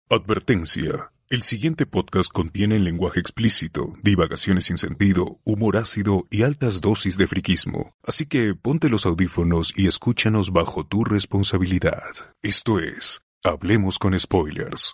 Advertencia. El siguiente podcast contiene lenguaje explícito, divagaciones sin sentido, humor ácido y altas dosis de friquismo. Así que ponte los audífonos y escúchanos bajo tu responsabilidad. Esto es, Hablemos con Spoilers.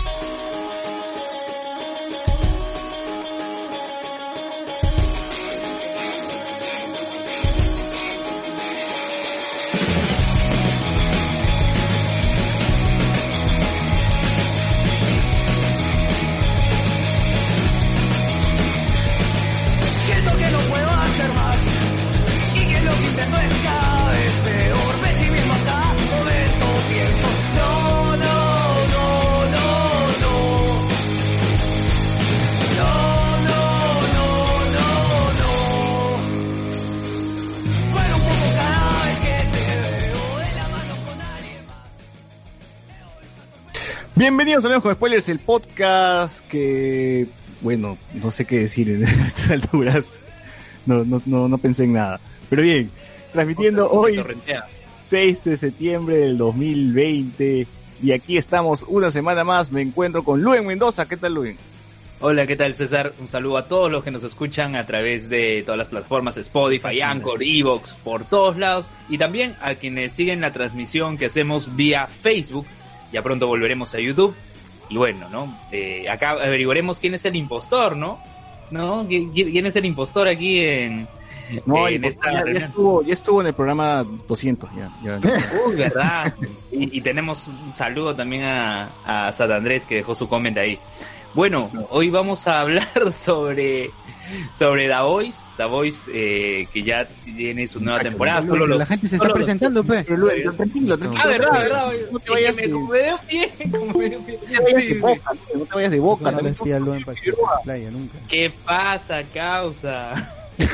Bienvenidos a Hablemos con Spoilers, el podcast que, bueno, no sé qué decir en estas alturas. No pensé en nada. Pero bien, transmitiendo hoy 6 de septiembre del 2020 y aquí estamos una semana más. Me encuentro con Luen Mendoza. ¿Qué tal, Luen? Hola, ¿qué tal, César? Un saludo a todos los que nos escuchan a través de todas las plataformas Spotify, Anchor, Evox, por todos lados, y también a quienes siguen la transmisión que hacemos vía Facebook. Ya pronto volveremos a YouTube. Y bueno, ¿no? Acá averiguaremos quién es el impostor, ¿no? ¿Quién es el impostor aquí en esta ya estuvo en el programa 200, ya. ¿Verdad? Y tenemos un saludo también a Sat Andrés, que dejó su comentario ahí. Bueno, hoy vamos a hablar sobre The Voice, que ya tiene su nueva temporada. La gente se está presentando, pe. Tranquilo. Verdad. No te vayas como me dio pie. No te vayas de boca. No les pida a Luen para que se explaya nunca. ¿Qué pasa, causa?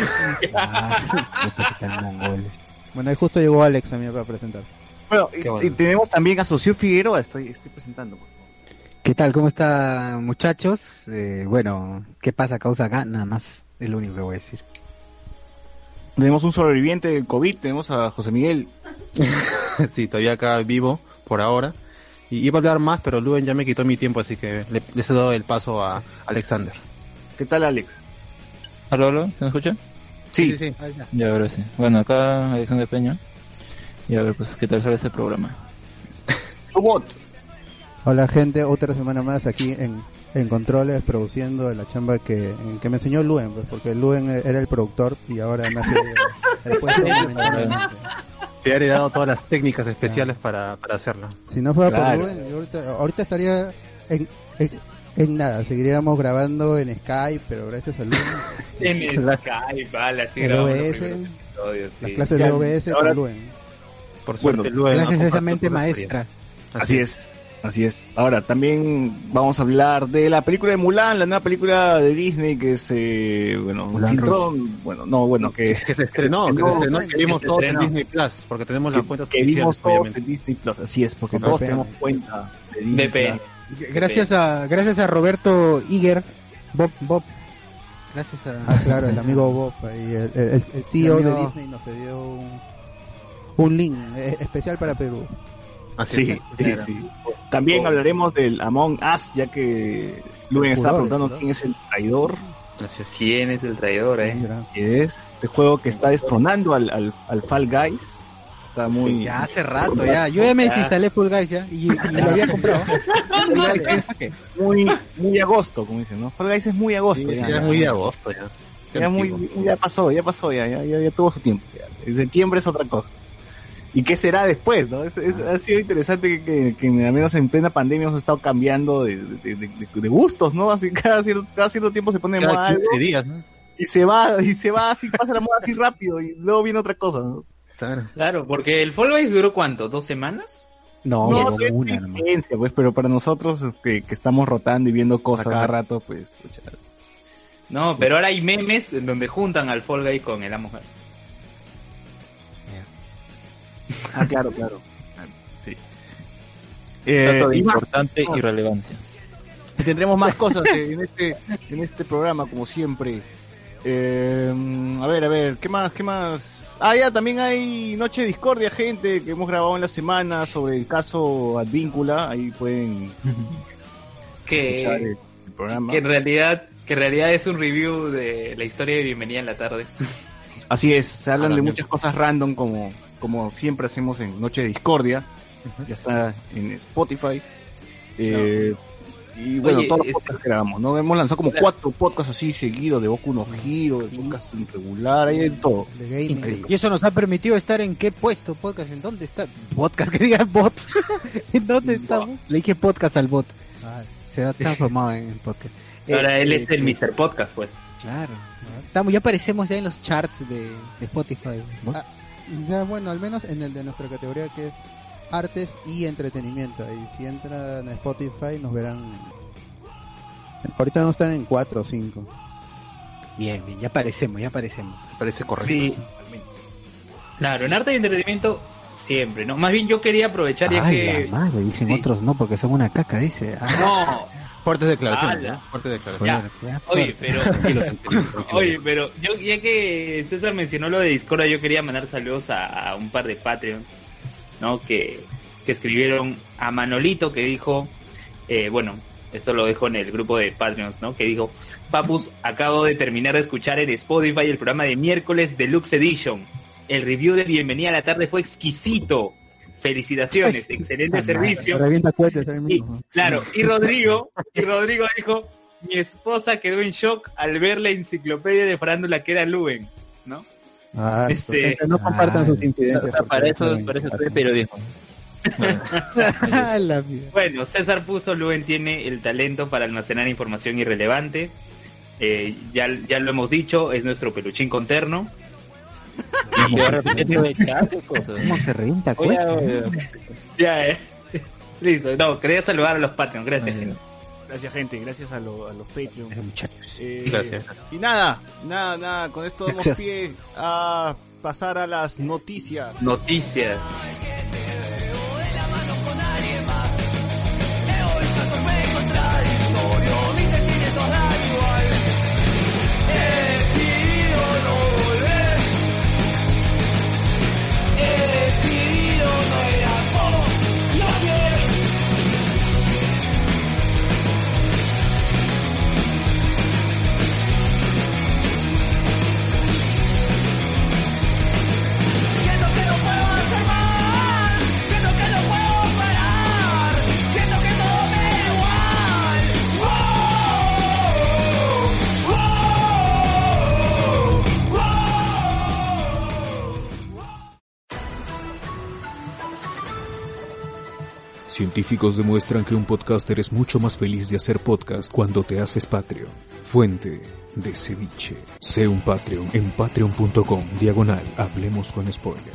Bueno, ahí justo llegó Alex a mí para presentar. Bueno, y tenemos también a Socio Figueroa. Estoy presentando. ¿Qué tal? ¿Cómo están, muchachos? Bueno, ¿qué pasa, causa acá? Nada más, es lo único que voy a decir. Tenemos un sobreviviente del COVID, tenemos a José Miguel. Sí, todavía acá vivo, por ahora. Y iba a hablar más, pero Luen ya me quitó mi tiempo, así que le cedo el paso a Alexander. ¿Qué tal, Alex? ¿Aló? ¿Se me escucha? Sí. Ya, ahora sí. Bueno, acá Alexander Peña. Y a ver, pues, ¿qué tal sale este programa? Robot. Hola, gente, otra semana más aquí en Controles, produciendo la chamba que me enseñó Luen, pues, porque Luen era el productor y ahora me hace el puesto momentáneamente. Te he heredado todas las técnicas especiales para hacerlo. Si no fuera por Luen, yo ahorita estaría en nada, seguiríamos grabando en Skype, pero gracias a Luen. En Skype, vale, así el OBS, las clases de OBS con Luen. Por suerte, Luen. Gracias a esa mente maestra. Así es. Ahora, también vamos a hablar de la película de Mulan, la nueva película de Disney que se, filtró, que se estrenó, que vimos todos en Disney Plus, porque tenemos la cuenta que vimos todos en Disney Plus, así es, porque todos tenemos cuenta de Disney Plus. Gracias a Roberto Iger, Bob. Gracias a... claro, el amigo Bob, y el CEO de Disney nos dio un link especial para Perú. Sí. También hablaremos del Among Us, ya que Luen está preguntando quién es el traidor. ¿Quién es el traidor, Es este juego que está destronando al Fall Guys. Está muy... Ya hace rato, ya. Yo ya me desinstalé Fall Guys, ya, y lo había comprado. muy agosto, como dicen, ¿no? Fall Guys es muy agosto. Sí, ya es muy de agosto, ya. Ya pasó, ya tuvo su tiempo. En septiembre es otra cosa. ¿Y qué será después, no? Ha sido interesante que al menos en plena pandemia hemos estado cambiando de gustos, ¿no? Así cada cierto tiempo se pone cada 15 algo, días, ¿no? Y se va, así pasa la moda así rápido y luego viene otra cosa, ¿no? Claro, porque el Fall Guys duró ¿cuánto? ¿2 semanas? No, es una experiencia, pues, pero para nosotros que estamos rotando y viendo cosas cada rato, pues, pucha. No, pero ahora hay memes en donde juntan al Fall Guys con el Among Us. Claro. Sí. Dato de importante y relevancia. Y tendremos más cosas en este programa, como siempre. A ver, ¿qué más? Ya también hay Noche de Discordia, gente, que hemos grabado en la semana sobre el caso Advíncula. Ahí pueden escuchar el programa. Que en realidad es un review de la historia de Bienvenida en la Tarde. Así es, se hablan de muchas cosas random como siempre hacemos en Noche de Discordia. Ya está en Spotify. Y bueno, todos los podcasts que grabamos, ¿no? Hemos lanzado como 4 podcasts así seguidos, de Boku no Hero, de podcast irregular, hay de todo. Y eso nos ha permitido estar en qué puesto, podcast, ¿en dónde está? Podcast, que diga bot. ¿En dónde estamos? Le dije podcast al bot. Se ha transformado en podcast. Ahora él es el Mr. Podcast, pues. Claro. Ya aparecemos ya en los charts de Spotify, ¿no? Ya, bueno, al menos en el de nuestra categoría que es artes y entretenimiento. Y si entran a Spotify nos verán. Ahorita no están en 4 o 5. Bien, ya aparecemos. Parece correcto. Sí. Claro, en arte y entretenimiento siempre, ¿no? Más bien yo quería aprovechar ya que... La madre, dicen otros no, porque son una caca, dice. No. Fuertes declaraciones, ¿no? Fuertes declaraciones. Oye, pero yo, ya que César mencionó lo de Discord, yo quería mandar saludos a un par de Patreons, ¿no? Que escribieron a Manolito, que dijo, bueno, esto lo dejo en el grupo de Patreons, ¿no? Que dijo: Papus, acabo de terminar de escuchar en Spotify el programa de miércoles Deluxe Edition. El review de Bienvenida a la Tarde fue exquisito. Felicitaciones, excelente servicio. Claro, y Rodrigo dijo: mi esposa quedó en shock al ver la enciclopedia de farándula que era Luen, ¿no? No compartan sus incidencias. Para eso estoy periodismo. Bueno, César puso: Luen tiene el talento para almacenar información irrelevante. Ya lo hemos dicho, es nuestro peluchín con terno. ¿Cómo se revienta? Ya, listo. No, quería saludar a los Patreons. Gracias, gente. Gracias, gente. Gracias a los Patreons. Muchachos. Gracias. Y nada. Con esto damos pie a pasar a las noticias. Noticias. Científicos demuestran que un podcaster es mucho más feliz de hacer podcast cuando te haces Patreon. Fuente de ceviche. Sé un Patreon en patreon.com/Hablemos con Spoilers.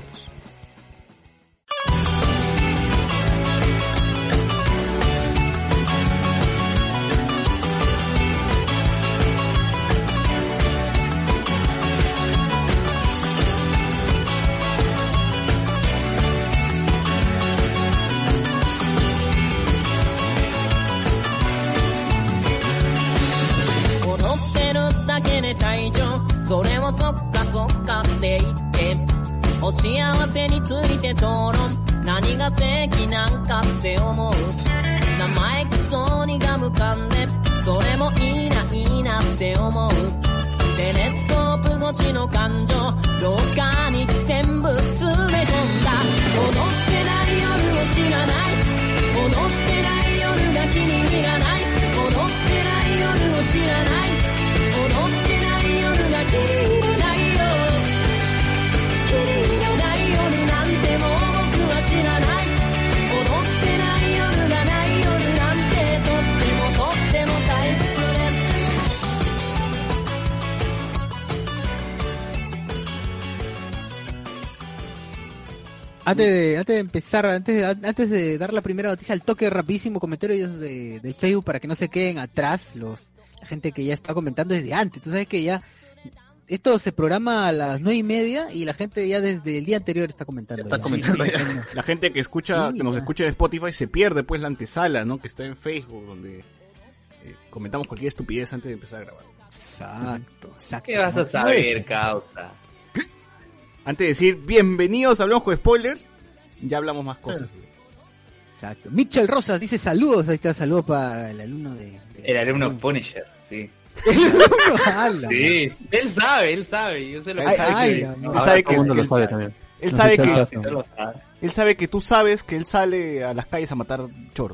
Antes de empezar, antes de dar la primera noticia, al toque rapidísimo comentarios del Facebook para que no se queden atrás la gente que ya está comentando desde antes. Tú sabes que ya esto se programa a las 9:30 y la gente ya desde el día anterior está comentando. La gente que escucha, que nos escucha en Spotify se pierde pues la antesala, ¿no? Que está en Facebook, donde comentamos cualquier estupidez antes de empezar a grabar. Exacto. ¿Qué vas a saber, causa? Antes de decir bienvenidos a Hablamos con Spoilers, ya hablamos más cosas. Exacto. Mitchell Rosas dice saludos, ahí está, saludos para el alumno El alumno Punisher, sí. Sí, él sabe, yo sé lo que él sabe que tú sabes que él sale a las calles a matar choros.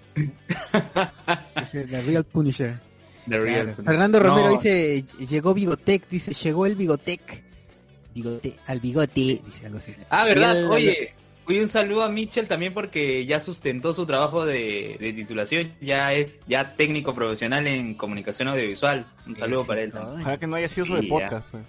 Es el Real Punisher. Punisher. Fernando Romero dice, llegó Bigotec, dice, llegó el Bigotec. Al bigote, dice algo así. ¿Verdad? Oye, un saludo a Mitchell también porque ya sustentó su trabajo de titulación, ya es técnico profesional en comunicación audiovisual. Un saludo para él. Ojalá que no haya sido sobre podcast, pues.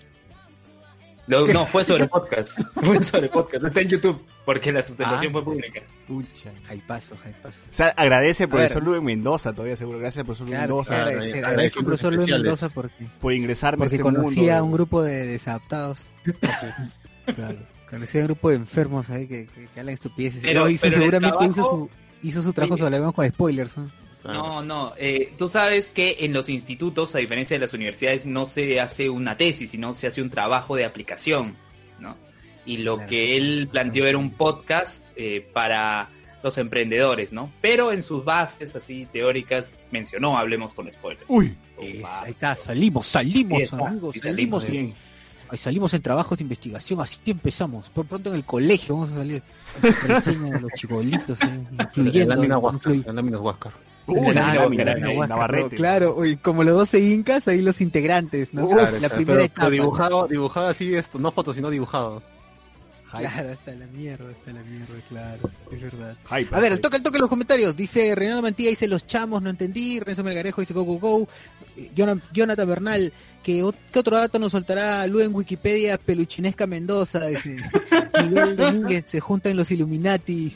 No, fue sobre podcast. Está en YouTube, porque la sustentación fue pública. Pucha. Jaipazo. O sea, agradece al profesor Luis Mendoza, todavía seguro. Gracias al profesor Luis Mendoza. Agradece al profesor Luis Mendoza por ingresarme a este conocía mundo. a un grupo de desadaptados. Claro. Conocía a un grupo de enfermos ahí que hablan estupideces. Pero seguramente trabajo, hizo su trabajo, hablamos con spoilers, ¿no? No, tú sabes que en los institutos, a diferencia de las universidades, no se hace una tesis, sino se hace un trabajo de aplicación, ¿no? Y lo que él planteó era un podcast para los emprendendedores, ¿no? Pero en sus bases así teóricas mencionó, hablemos con spoilers. Uy, ahí está, salimos, amigos, salimos bien. Ahí salimos en trabajos de investigación, así que empezamos. Por pronto en el colegio vamos a salir el diseño de los chibolitos, incluyendo láminas Huáscar. Navarrete. Claro, y como los 12 incas, ahí los integrantes, ¿no? La primera etapa. Dibujado así, no fotos, sino dibujado. Claro, hasta la mierda, claro, es verdad. A ver, el toque los comentarios. Dice Reinaldo Mantilla, dice los chamos, no entendí. Renzo Melgarejo dice go. Jonathan Bernal, ¿qué otro dato nos soltará Lu en Wikipedia? Peluchinesca Mendoza, dice. Miguel Domínguez, se juntan los Illuminati.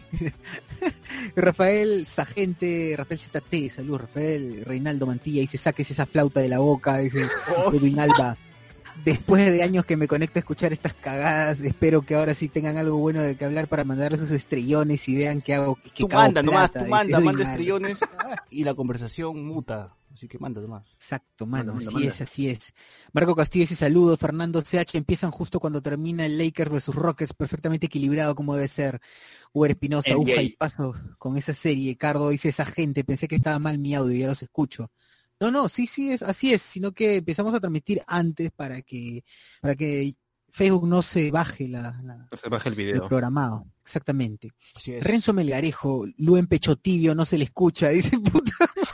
Rafael ZT, saludos Rafael. Reinaldo Mantilla dice, saques esa flauta de la boca, dice Edwin Alba. Después de años que me conecto a escuchar estas cagadas, espero que ahora sí tengan algo bueno de que hablar para mandarle sus estrellones y vean que hago. Tú manda estrellones y la conversación muta. Así que manda nomás. Exacto, mano, así es. Marco Castillo dice saludos, Fernando CH, empiezan justo cuando termina el Lakers versus Rockets, perfectamente equilibrado como debe ser. Uber Espinosa, y paso con esa serie. Cardo dice esa gente, pensé que estaba mal mi audio, ya los escucho. No, sí, así es, sino que empezamos a transmitir antes para que Facebook no se baje no se baje el video. El programado, exactamente. Renzo Melgarejo, Luen Pecho Tibio, no se le escucha, dice puta.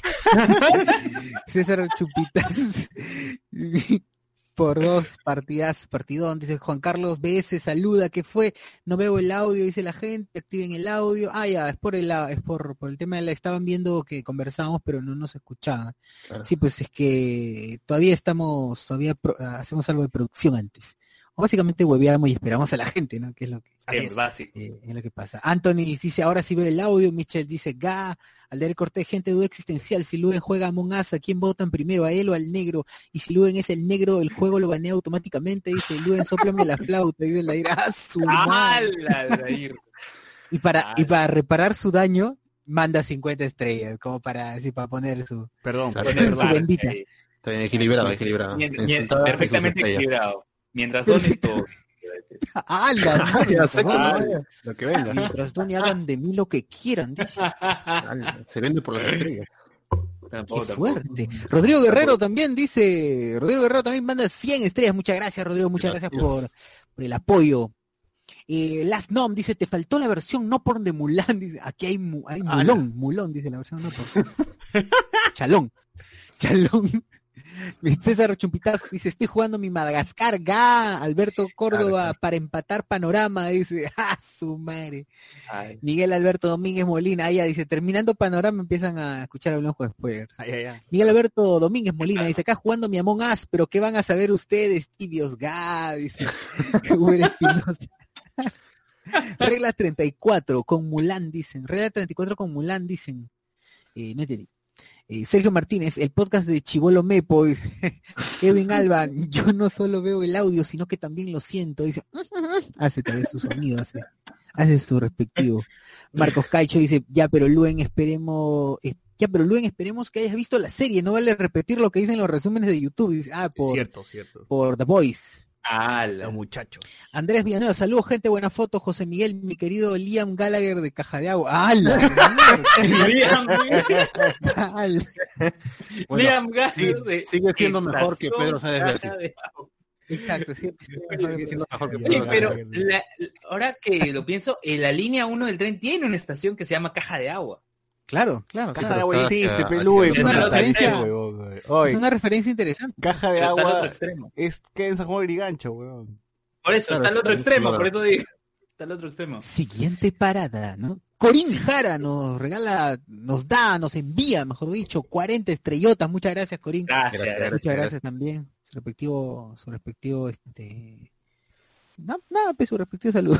César Chupitas por 2 partidón, dice Juan Carlos BS, saluda, ¿qué fue? No veo el audio, dice la gente, activen el audio. Es por el tema de estaban viendo que conversábamos, pero no nos escuchaban. Claro. Sí, pues es que todavía hacemos algo de producción antes. O básicamente hueveamos y esperamos a la gente, ¿no? Que es lo que es lo que pasa. Anthony dice, ahora sí veo el audio. Michelle dice, Alder Cortés, gente, duda existencial. Si Luen juega Among Us, ¿a quién votan primero? ¿A él o al negro? Y si Luen es el negro, el juego lo banea automáticamente. Dice, Luen, sóplame la flauta. Dice la ira, su madre. Y para reparar su daño, manda 50 estrellas, como para poner su... Perdón. Su bendita. Está bien equilibrado. Perfectamente equilibrado. Mientras Don esto... Lo que venga. Mientras Don hagan de mí lo que quieran, dice. Se vende por las estrellas. Qué fuerte. Rodrigo Guerrero también dice, manda 100 estrellas. Muchas gracias, Rodrigo, muchas gracias por el apoyo. Last Nom dice, te faltó la versión no por de Mulan, dice, aquí hay Mulón, dice la versión no por. Chalón. César Chumpitaz dice, estoy jugando mi Madagascar, Alberto Córdoba para empatar Panorama, dice, su madre. Ay. Miguel Alberto Domínguez Molina, ya dice, terminando Panorama empiezan a escuchar Hablamos con Spoilers. Miguel Alberto Domínguez Molina dice, acá jugando mi Among Us, pero ¿qué van a saber ustedes, tibios? Dice Uber Espinosa. Regla 34 con Mulan, dicen. No entendí. Sergio Martínez, el podcast de Chibolo Mepo, Edwin Alba, yo no solo veo el audio, sino que también lo siento, dice, hace tal vez su sonido, hace su respectivo. Marcos Caicho dice, pero Luen esperemos que hayas visto la serie, no vale repetir lo que dicen los resúmenes de YouTube, dice, cierto. por The Voice. Los muchachos. Andrés Villanueva, saludos gente, buena foto. José Miguel, mi querido Liam Gallagher de Caja de Agua. ¡Hala! Liam Bueno, Liam Gallagher sigue siendo mejor que Pedro Sáenz Caja Vértiz. de Agua. Exacto, sí. Sigue siendo mejor que Oye, Pedro pero Sáenz Vértiz. ahora que lo pienso, en la línea 1 del tren tiene una estación que se llama Caja de Agua. Claro. Caja de agua está existe, hacia- Pelú. Es una referencia. Oye, Es una referencia interesante. caja de Pero está al agua otro extremo. queda en San Juan de Brigancho, weón. Por eso, Claro, está al otro extremo, claro. por eso digo. Está al otro extremo. Siguiente parada, ¿no? Corín Jara nos regala, nos envía, mejor dicho, 40 estrellotas. Muchas gracias, Corín. Gracias. Muchas gracias también. Su respectivo, nada, pues su respectivo saludo.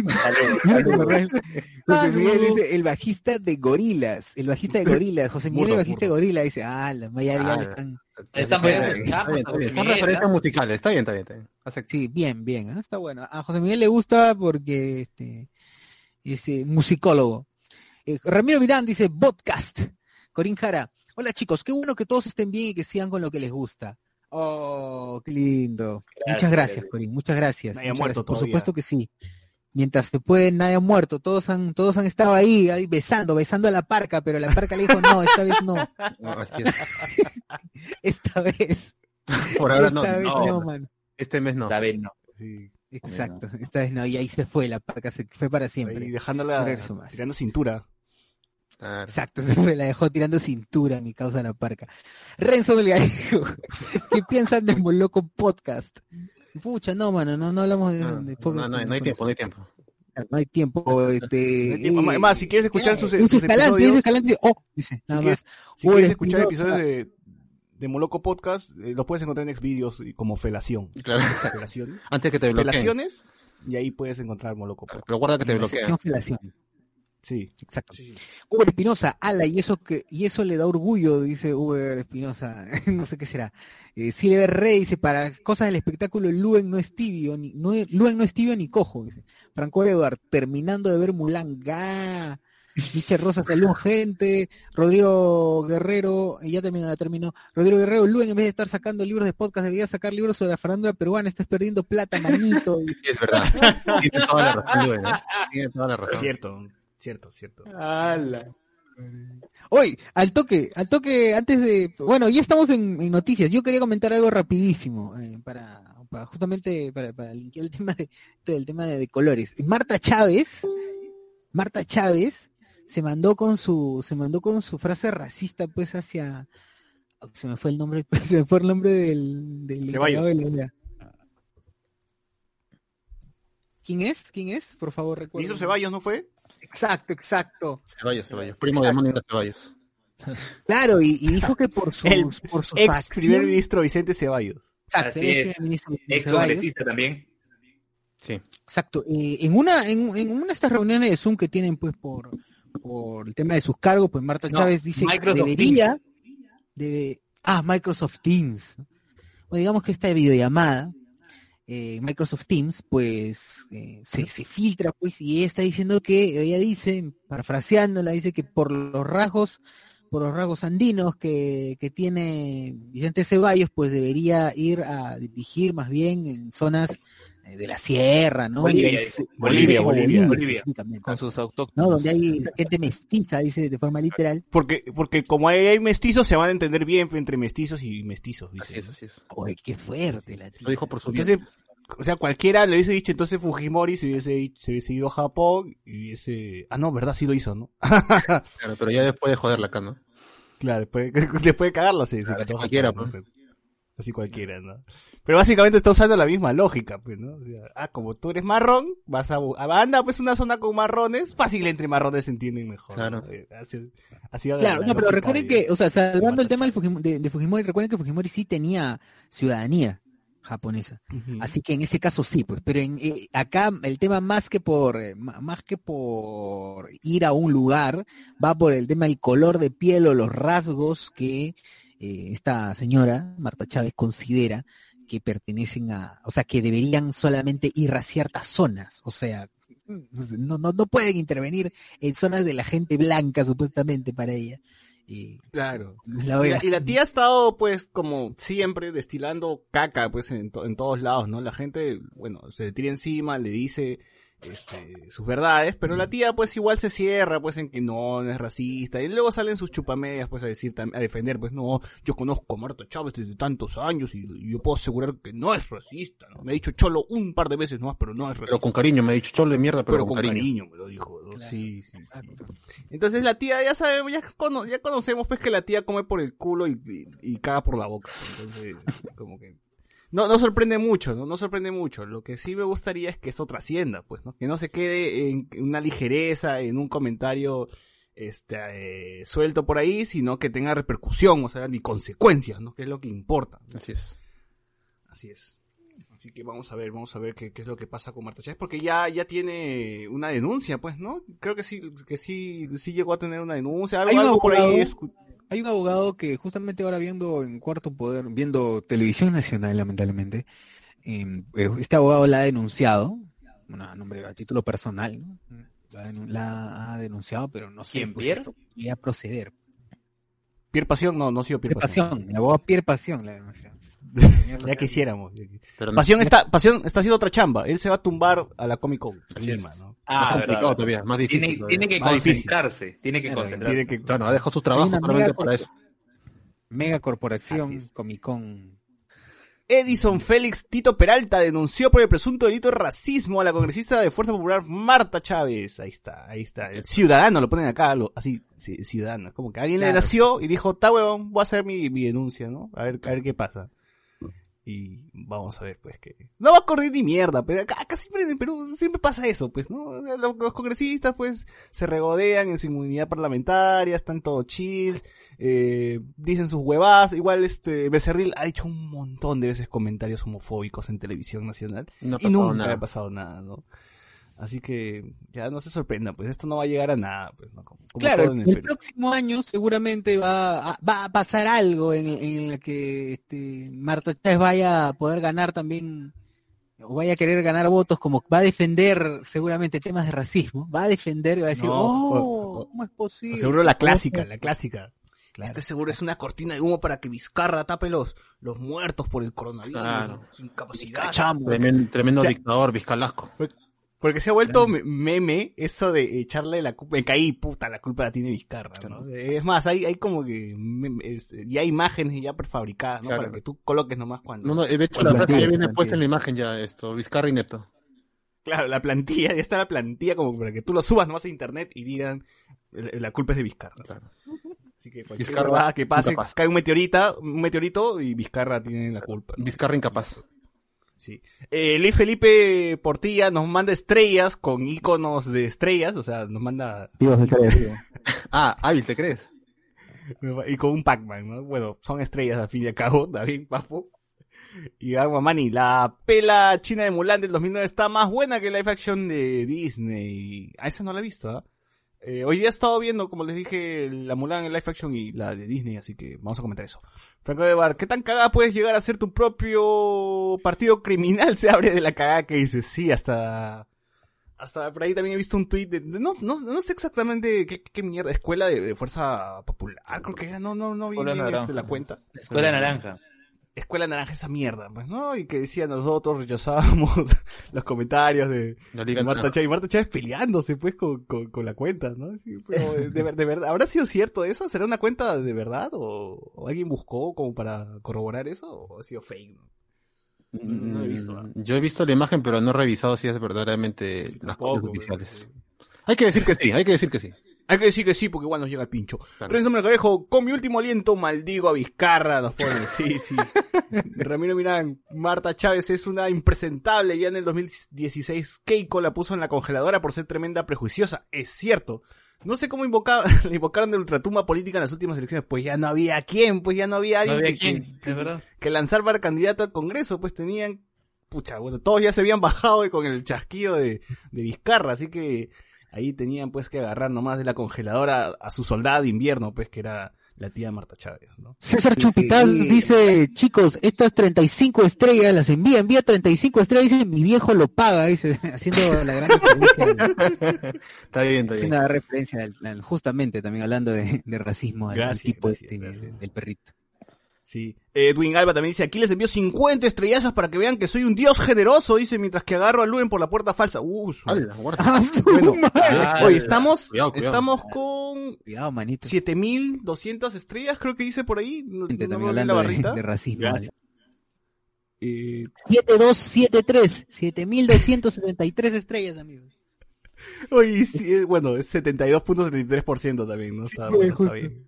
José Miguel dice, el bajista de Gorilas. José Miguel, el bajista de Gorilas, dice, la Maya ya le están. Están poniendo sus chapas, Son referencias musicales, está bien. Sí, bien, ¿eh? Está bueno. A José Miguel le gusta porque es musicólogo. Ramiro Mirán dice, podcast. Corín Jara, hola chicos, qué bueno que todos estén bien y que sigan con lo que les gusta. Oh, qué lindo. Muchas gracias, Corín, muchas gracias. Nadie ha Muchas muerto gracias. Por todavía. supuesto que sí. Mientras se puede, nadie ha muerto. Todos han estado ahí besando a la parca, pero la parca le dijo, no, esta vez no. No, así es. Esta vez. Por ahora Esta vez no. no, mano. Este mes no. Esta vez no. Sí. Exacto, esta vez no. Y ahí se fue la parca, se fue para siempre. Ahí dejándola, No regreso más. tirando cintura. Claro. Exacto, se fue, la dejó tirando cintura, mi causa la parca. Renzo Melgarejo, ¿qué piensan de Moloco Podcast? Pucha, no, mano, no hablamos de podcast. No hay tiempo. No hay tiempo, Más, si quieres escuchar sus Escalante, episodios, Escalante, dice, nada si más. quieres escuchar Espinosa. episodios de Moloco Podcast, los puedes encontrar en Xvideos como Felación. Claro. Felación. Antes que te bloqueen. Felaciones, y ahí puedes encontrar Moloco Podcast. Pero guarda que te En la bloqueen. sección felación. Sí. Exacto. Uber Espinosa, y eso le da orgullo, dice Uber Espinosa, no sé qué será. Silver Rey dice, para cosas del espectáculo, Luen no es tibio ni cojo, dice. Franco Eduard, terminando de ver Mulan, Michel Rosa, saludos gente. Rodrigo Guerrero, ya terminó. Rodrigo Guerrero, Luen, en vez de estar sacando libros de podcast, debería sacar libros sobre la farándula peruana, estás perdiendo plata, manito. Sí, es verdad. Tiene toda la razón, Luen, ¿eh? Tiene toda la razón. Cierto. Hoy, al toque, antes de... Bueno, ya estamos en noticias. Yo quería comentar algo rapidísimo, para justamente para linkear el tema de colores. Marta Chávez se mandó con su frase racista, pues, hacia... Se me fue el nombre del Ceballos. de la OEA. ¿Quién es? Por favor, recuerden. ¿Ministro Ceballos no fue? Exacto. Ceballos. Primo de Mónica Ceballos. Claro, y dijo que por sus Ex primer ministro Vicente Ceballos. Exacto, Así es. Ex congresista también. Sí. Exacto. En una de estas reuniones de Zoom que tienen, pues, por el tema de sus cargos, pues Marta Chávez dice Microsoft que debería Microsoft Teams. O digamos que esta videollamada, Microsoft Teams, pues, se filtra, pues, y ella está diciendo ella dice, parafraseándola, dice que por los rasgos andinos que tiene Vicente Ceballos, pues debería ir a dirigir más bien en zonas de la sierra, ¿no? Bolivia. Específicamente, Con sus ¿no? autóctonos. Donde hay gente mestiza, dice de forma literal. Porque como hay mestizos, se van a entender bien entre mestizos y mestizos. Dice. Así es. Oye, qué fuerte la tía. Lo dijo por su bien. Entonces, o sea, cualquiera le hubiese dicho, entonces Fujimori se hubiese ido a Japón y hubiese... Ah, no, ¿verdad? Sí lo hizo, ¿no? Claro, pero ya después de joderla acá, ¿no? Claro, después de cagarlo, se Claro, quitó cualquiera, Japón, pues. ¿no? Así cualquiera, ¿no? Pero básicamente está usando la misma lógica, pues, ¿no? O sea, como tú eres marrón, vas a anda, pues, una zona con marrones, fácil entre marrones se entienden mejor. Claro. ¿no? Así va Claro, la no, pero lógica recuerden que, o sea, salvando el tema de Fujimori, recuerden que Fujimori sí tenía ciudadanía japonesa. Ujú. Así que en ese caso sí, pues, pero acá el tema más que por ir a un lugar, va por el tema del color de piel o los rasgos que esta señora, Marta Chávez, considera que pertenecen o sea, que deberían solamente ir a ciertas zonas, o sea, no pueden intervenir en zonas de la gente blanca, supuestamente, para ella. Y claro. Y la tía ha estado, pues, como siempre, destilando caca, pues, en todos lados, ¿no? La gente, bueno, se le tira encima, le dice sus verdades, pero la tía, pues, igual se cierra, pues, en que no es racista, y luego salen sus chupamedias, pues, a defender, pues, no, yo conozco a Marta Chávez desde tantos años y yo puedo asegurar que no es racista, ¿no? Me ha dicho cholo un par de veces nomás, pero no es racista. Pero con cariño, me ha dicho cholo de mierda, pero con cariño me lo dijo, ¿no? Claro. Sí. Entonces la tía, ya sabemos, ya conocemos, pues, que la tía come por el culo y caga por la boca, entonces, como que no sorprende mucho, ¿no? No sorprende mucho. Lo que sí me gustaría es que eso trascienda, pues, ¿no? Que no se quede en una ligereza, en un comentario, suelto por ahí, sino que tenga repercusión, o sea, ni consecuencias, ¿no? Que es lo que importa, ¿no? Así es. Así que vamos a ver qué es lo que pasa con Marta Chávez, porque ya tiene una denuncia, pues, ¿no? Creo que sí llegó a tener una denuncia, algo por ahí. Hay un abogado que justamente ahora viendo en Cuarto Poder, viendo Televisión Nacional, lamentablemente, este abogado la ha denunciado, a nombre, a título personal, ¿no? La ha denunciado, pero no sé, ¿Quién, pues Pierre? esto podría proceder. Pierre Pasión, no ha sido Pierre Pasión. El abogado Pierre Pasión la ha denunciado. Ya quisiéramos. Pero Pasión está haciendo otra chamba. Él se va a tumbar a la Comic Con. Lima, ¿no? Más complicado todavía, más difícil. Tiene que concentrarse. Claro, deja sus trabajos solamente para eso. Mega corporación, Comic Con. Edison Félix Tito Peralta denunció por el presunto delito de racismo a la congresista de Fuerza Popular Marta Chávez. Ahí está. El ciudadano, lo ponen acá, así, ciudadano. Es como que alguien le nació y dijo, ta huevón, voy a hacer mi denuncia, ¿no? A ver qué pasa. Y vamos a ver, pues, que no va a correr ni mierda, pero acá siempre en Perú siempre pasa eso, pues, ¿no? Los congresistas, pues, se regodean en su inmunidad parlamentaria, están todos chills, dicen sus huevadas. Igual Becerril ha hecho un montón de veces comentarios homofóbicos en televisión nacional y nunca ha pasado nada, ¿no? Así que ya no se sorprenda, pues esto no va a llegar a nada, pues, ¿no? Como claro, el próximo año seguramente va a pasar algo en la que Marta Chávez vaya a poder ganar también, o vaya a querer ganar votos, como va a defender seguramente temas de racismo, va a defender y va a decir, ¿cómo es posible? Seguro la clásica. Claro, seguro es una cortina de humo para que Vizcarra tape los muertos por el coronavirus, sin capacidad. Tremendo dictador, Vizcalasco. Porque se ha vuelto meme eso de echarle la culpa, me caí, puta, la culpa la tiene Vizcarra, ¿no? Es más, hay como que ya imágenes ya prefabricadas, ¿no? Claro. Para que tú coloques nomás cuando. No, de hecho la frase ya viene puesta en la imagen ya, Vizcarra inepto. Claro, ya está la plantilla como para que tú lo subas nomás a internet y digan, la culpa es de Vizcarra. Claro. Así que cualquier Vizcarra que pase, incapaz. Cae un meteorito y Vizcarra tiene la culpa, ¿no? Vizcarra incapaz. Sí. Luis Felipe Portilla nos manda estrellas con iconos de estrellas, o sea, nos manda... Hábil, ¿te crees? Y con un Pac-Man, ¿no? Bueno, son estrellas al fin y al cabo, David, papu. Y Aguamani, la pela china de Mulan del 2009 está más buena que el live action de Disney. A esa no la he visto, ¿eh? Hoy día he estado viendo, como les dije, la Mulan en live action y la de Disney, así que vamos a comentar eso. Franco de Bar, ¿qué tan cagada puedes llegar a ser tu propio partido criminal? Se abre de la cagada que dices. Sí, hasta por ahí también he visto un tweet de, no sé exactamente qué mierda, escuela de Fuerza Popular, creo que era, no vi bien la cuenta. Escuela Naranja. Escuela Naranja, esa mierda, pues, ¿no? Y que decían, nosotros rechazábamos los comentarios de Marta Chávez. Y Marta Chávez peleándose, pues, con la cuenta, ¿no? Sí, pero, de verdad, ¿habrá sido cierto eso? ¿Será una cuenta de verdad? ¿O alguien buscó como para corroborar eso? ¿O ha sido fake, no? No he visto, ¿no? Yo he visto la imagen, pero no he revisado si es verdaderamente las cosas oficiales. Hay que decir que sí. Hay que decir que sí, porque igual nos llega el pincho. Claro. Renzo Melgarejo, con mi último aliento maldigo a Vizcarra, nos pone. Sí. Ramiro Mirán, Marta Chávez es una impresentable. Ya en el 2016 Keiko la puso en la congeladora por ser tremenda prejuiciosa. Es cierto. No sé cómo le invocaron de ultratumba política en las últimas elecciones. Pues ya no había quién, pues ya no había alguien que lanzar para candidato al Congreso. Pues tenían, bueno, todos ya se habían bajado con el chasquido de Vizcarra, así que ahí tenían pues que agarrar nomás de la congeladora a su soldado de invierno, pues que era la tía Marta Chávez, ¿no? César Chupital dice, chicos, estas 35 estrellas las envía 35 estrellas, dice, mi viejo lo paga, dice, haciendo la gran referencia. Está bien. Haciendo la referencia, justamente también hablando de racismo, al tipo gracias. del perrito. Sí. Edwin Alba también dice, aquí les envío 50 estrellazas para que vean que soy un dios generoso, dice, mientras que agarro a Luen por la puerta falsa. Bueno, oye, estamos con cuidado, manito. 7.200 estrellas, creo que dice por ahí. No hablando la barrita. De racismo. 7273, 7.273 estrellas, amigos. Oye, sí, bueno, es 72.73% también, ¿no? Está bien.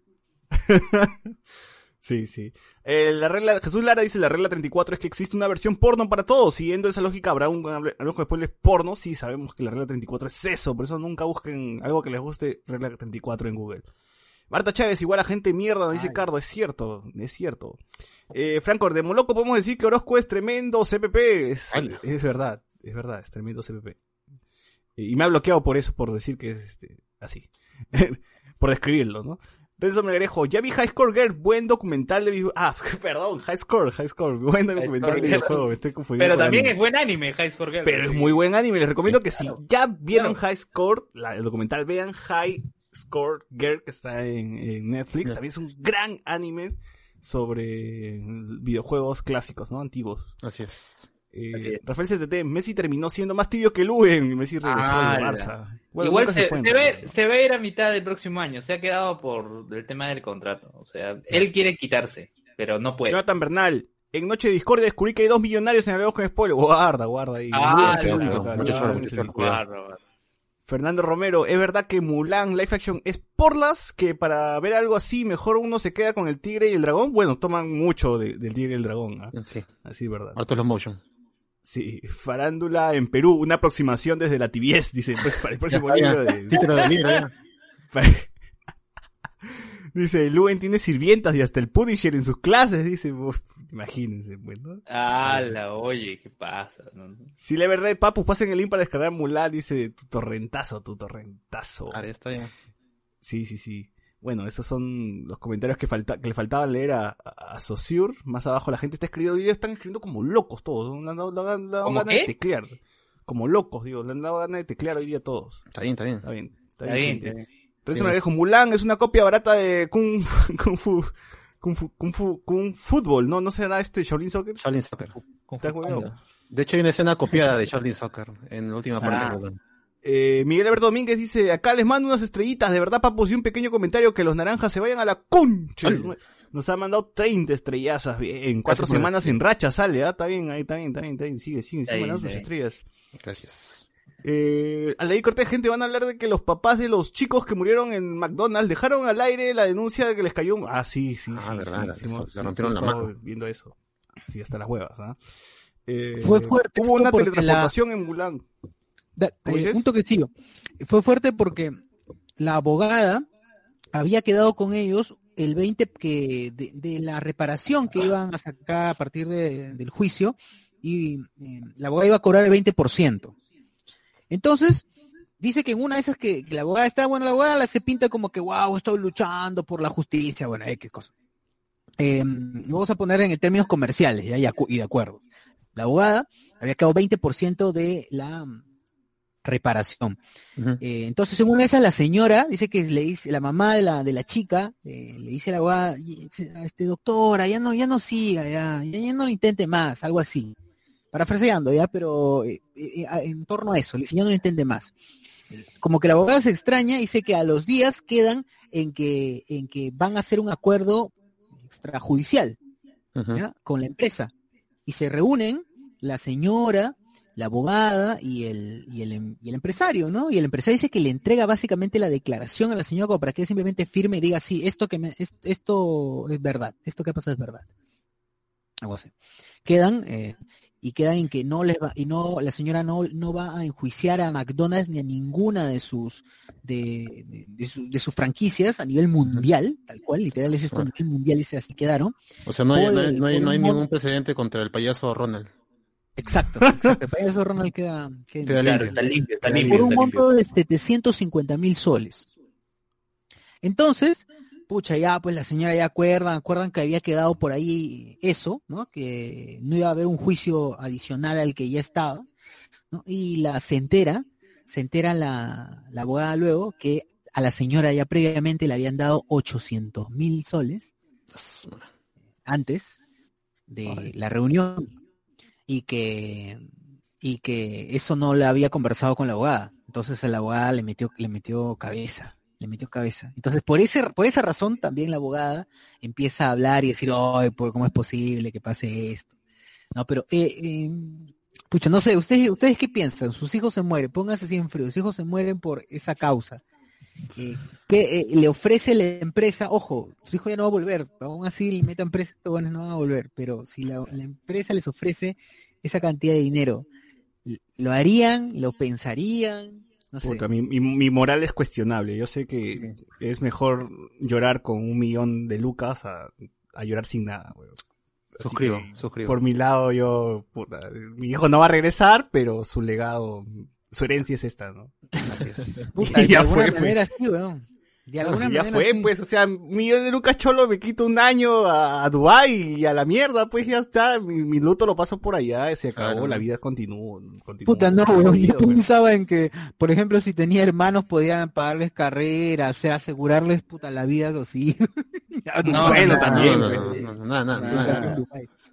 Sí. La regla, Jesús Lara dice, la regla 34 es que existe una versión porno para todos. Siguiendo esa lógica, habrá un alojo de spoilers porno. Sí, sabemos que la regla 34 es eso. Por eso nunca busquen algo que les guste, regla 34 en Google. Marta Chávez, igual a gente mierda, dice Cardo. Es cierto. Franco, de Moloco podemos decir que Orozco es tremendo CPP. Es verdad, es tremendo CPP. Y me ha bloqueado por eso, por decir que es así. Por describirlo, ¿no? Renzo Melgarejo, ya vi High Score Girl, buen documental de videojuego. High Score, buen documental de videojuego, me estoy confundiendo. Pero también es buen anime, High Score Girl. Pero es muy buen anime, les recomiendo que si ya vieron High Score, el documental, vean High Score Girl, que está en Netflix, también es un gran anime sobre videojuegos clásicos, ¿no? Antiguos. Así es. Rafael CTT, Messi terminó siendo más tibio que Luen, Messi regresó al Barça. Bueno, igual se va a ir a mitad del próximo año, se ha quedado por el tema del contrato, o sea, él quiere quitarse, pero no puede. Jonathan Bernal, en Noche de Discordia descubrí que hay 2 millonarios en Hablemos con Spoiler, guarda ahí. Guarda. Fernando Romero, es verdad que Mulan Live Action es porlas, que para ver algo así mejor uno se queda con el tigre y el dragón. Bueno, toman mucho del tigre y el dragón, ¿eh? Sí. Así, ¿verdad? Hartos los motion. Sí, Farándula en Perú, una aproximación desde la tibiez, dice, pues para el próximo libro de... Título del libro, ya. Dice, Luen tiene sirvientas y hasta el Punisher en sus clases, dice, imagínense, bueno. Oye, ¿qué pasa? No. Si la verdad, papus, pasen el link para descargar Mulan, dice, tu torrentazo. Ahora está ya. Sí. Bueno, esos son los comentarios que le faltaba leer a Saussure. Más abajo la gente está escribiendo, y están escribiendo como locos todos, ¿no? Le han dado ganas de teclear. Como locos, digo, le han dado ganas de teclear hoy día todos. Está bien. Entonces me dijo, Mulan es una copia barata de Kung Fútbol, ¿no? ¿No será Shaolin Soccer? Shaolin Soccer. De hecho hay una escena copiada de Shaolin Soccer en la última parte. Miguel Alberto Domínguez dice, acá les mando unas estrellitas, de verdad, papus, y un pequeño comentario, que los naranjas se vayan a la concha. Nos ha mandado 30 estrellazas, bien, 4 semanas en racha sale, está bien, ahí, está bien, sigue mandando sus estrellas. Gracias. Aldair Cortés, gente, van a hablar de que los papás de los chicos que murieron en McDonald's dejaron al aire la denuncia de que les cayó un... sí, verdad, le rompieron la mano. Viendo eso. Sí, hasta las huevas, Fue fuerte. Hubo una teletransportación en Mulan. Un toquecillo. Fue fuerte porque la abogada había quedado con ellos el 20 de la reparación que iban a sacar a partir del juicio, y la abogada iba a cobrar el 20%. Entonces, dice que en una de esas que la abogada está, la abogada se pinta como que, wow, estoy luchando por la justicia, qué cosa. Vamos a poner en términos comerciales, y de acuerdo. La abogada había quedado 20% de la reparación. Uh-huh. Entonces, en una de esas, la señora dice que le dice, la mamá de la chica, le dice a la abogada, doctora, ya no siga, ya no lo intente más, algo así. Parafraseando, pero en torno a eso, ya no lo intente más. Como que la abogada se extraña y dice que a los días quedan en que van a hacer un acuerdo extrajudicial, uh-huh, con la empresa. Y se reúnen la señora, la abogada y el empresario, ¿no? Y el empresario dice que le entrega básicamente la declaración a la señora como para que simplemente firme y diga, sí, esto es verdad, esto que ha pasado es verdad. Algo así. Quedan en que la señora no va a enjuiciar a McDonald's ni a ninguna de sus franquicias a nivel mundial, tal cual, literal es esto, a nivel mundial, y así quedaron. O sea, no hay ningún precedente contra el payaso Ronald. Exacto. El payaso Ronald queda limpio. Por un monto de 750,000 soles. Entonces, pucha, ya, pues la señora ya acuerdan que había quedado por ahí eso, ¿no? Que no iba a haber un juicio adicional al que ya estaba, ¿no? Y se entera la abogada luego que a la señora ya previamente le habían dado 800.000 soles antes de la reunión y que eso no le había conversado con la abogada. Entonces a la abogada le metió cabeza. Entonces por esa razón también la abogada empieza a hablar y decir, "Ay, ¿cómo es posible que pase esto?" No, pero pucha, no sé, ustedes qué piensan? Sus hijos se mueren, pónganse así en frío, sus hijos se mueren por esa causa. ¿Qué le ofrece la empresa? Ojo, su hijo ya no va a volver, aún así le metan preso, bueno, no van a volver, pero si la empresa les ofrece esa cantidad de dinero, ¿lo harían? ¿Lo pensarían? No sé. Puta, mi moral es cuestionable. Yo sé que es mejor llorar con 1.000.000 de lucas a llorar sin nada, weón. Suscribo. Por mi lado, mi hijo no va a regresar, pero su legado, su herencia es esta, ¿no? Así es. Puta, de alguna manera sí, weón. De alguna ya manera fue, sí. pues, o sea, 1.000.000 de lucas cholo, me quito un año a Dubái y a la mierda, pues ya está, mi luto lo paso por allá, se acabó, claro. La vida continúa. Puta, no, weón, yo pensaba en que, por ejemplo, si tenía hermanos podían pagarles carreras, asegurarles, puta, la vida a los hijos. No, bueno, también. No.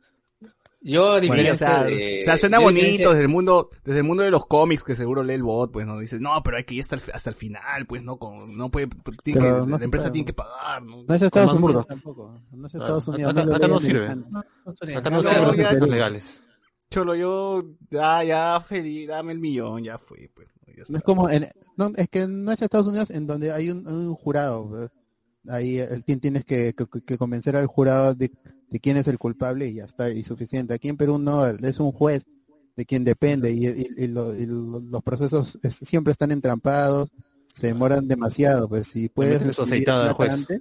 Yo o sea, suena bonito desde el mundo de los cómics, que seguro lee el bot, pues, no dices, no, pero hay que ir hasta el final, pues, no puede, la empresa tiene que pagar, ¿no? No es Estados Unidos tampoco. No es Estados Unidos. Acá no sirve. Acá no sirven los criterios legales. Cholo, yo, ya feliz, dame el millón, ya fue, pues. No es como, es que no es Estados Unidos en donde hay un jurado, pues. Ahí tienes que convencer al jurado de quién es el culpable y ya está, y suficiente. Aquí en Perú no, es un juez de quien depende y los procesos siempre están entrampados, se demoran demasiado, pues si puedes recibir más adelante,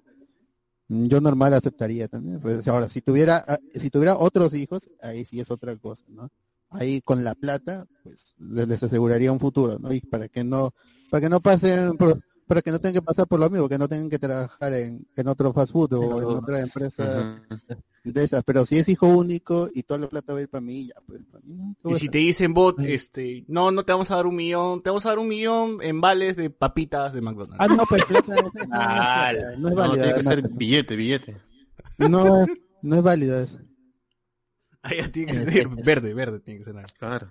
yo normal aceptaría también. Pues ahora, si tuviera otros hijos, ahí sí es otra cosa, ¿no? Ahí con la plata, pues les aseguraría un futuro, ¿no? Y para que no pasen para que no tengan que pasar por lo mismo, que no tengan que trabajar en otro fast food o en otra empresa de esas. Pero si es hijo único y toda la plata va a ir para mí, ya, pues para mí no. Y si te dicen, bot, no te vamos a dar 1.000.000, te vamos a dar 1.000.000 en vales de papitas de McDonald's. Ah, no, pues plata no es válida. No, tiene que ser billete. No es válido eso. Ahí tiene que ser verde tiene que ser. Claro.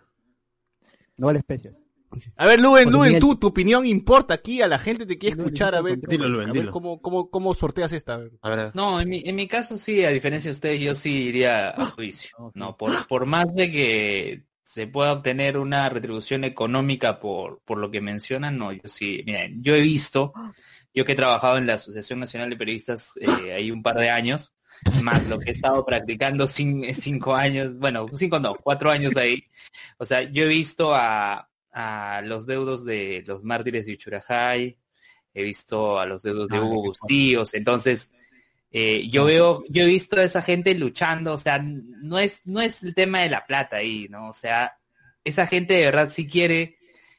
No vale especias. A ver, Luen, tu opinión importa aquí, a la gente te quiere escuchar, a ver, dilo. ¿Cómo sorteas esta? A ver. No, en mi caso sí, a diferencia de ustedes, yo sí iría a juicio. No, por más de que se pueda obtener una retribución económica por lo que mencionan, no, yo sí, miren, yo que he trabajado en la Asociación Nacional de Periodistas ahí un par de años, más lo que he estado practicando 5 años, bueno, 5 no, 4 años ahí, o sea, yo he visto a los deudos de los mártires de Uchurajay, he visto a los deudos de Hugo Bustíos, entonces yo he visto a esa gente luchando, o sea, no es el tema de la plata ahí, ¿no? O sea, esa gente de verdad sí quiere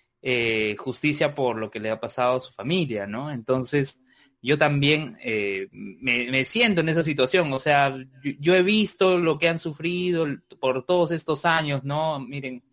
justicia por lo que le ha pasado a su familia, ¿no? Entonces, yo también me siento en esa situación, o sea, yo he visto lo que han sufrido por todos estos años, ¿no? Miren,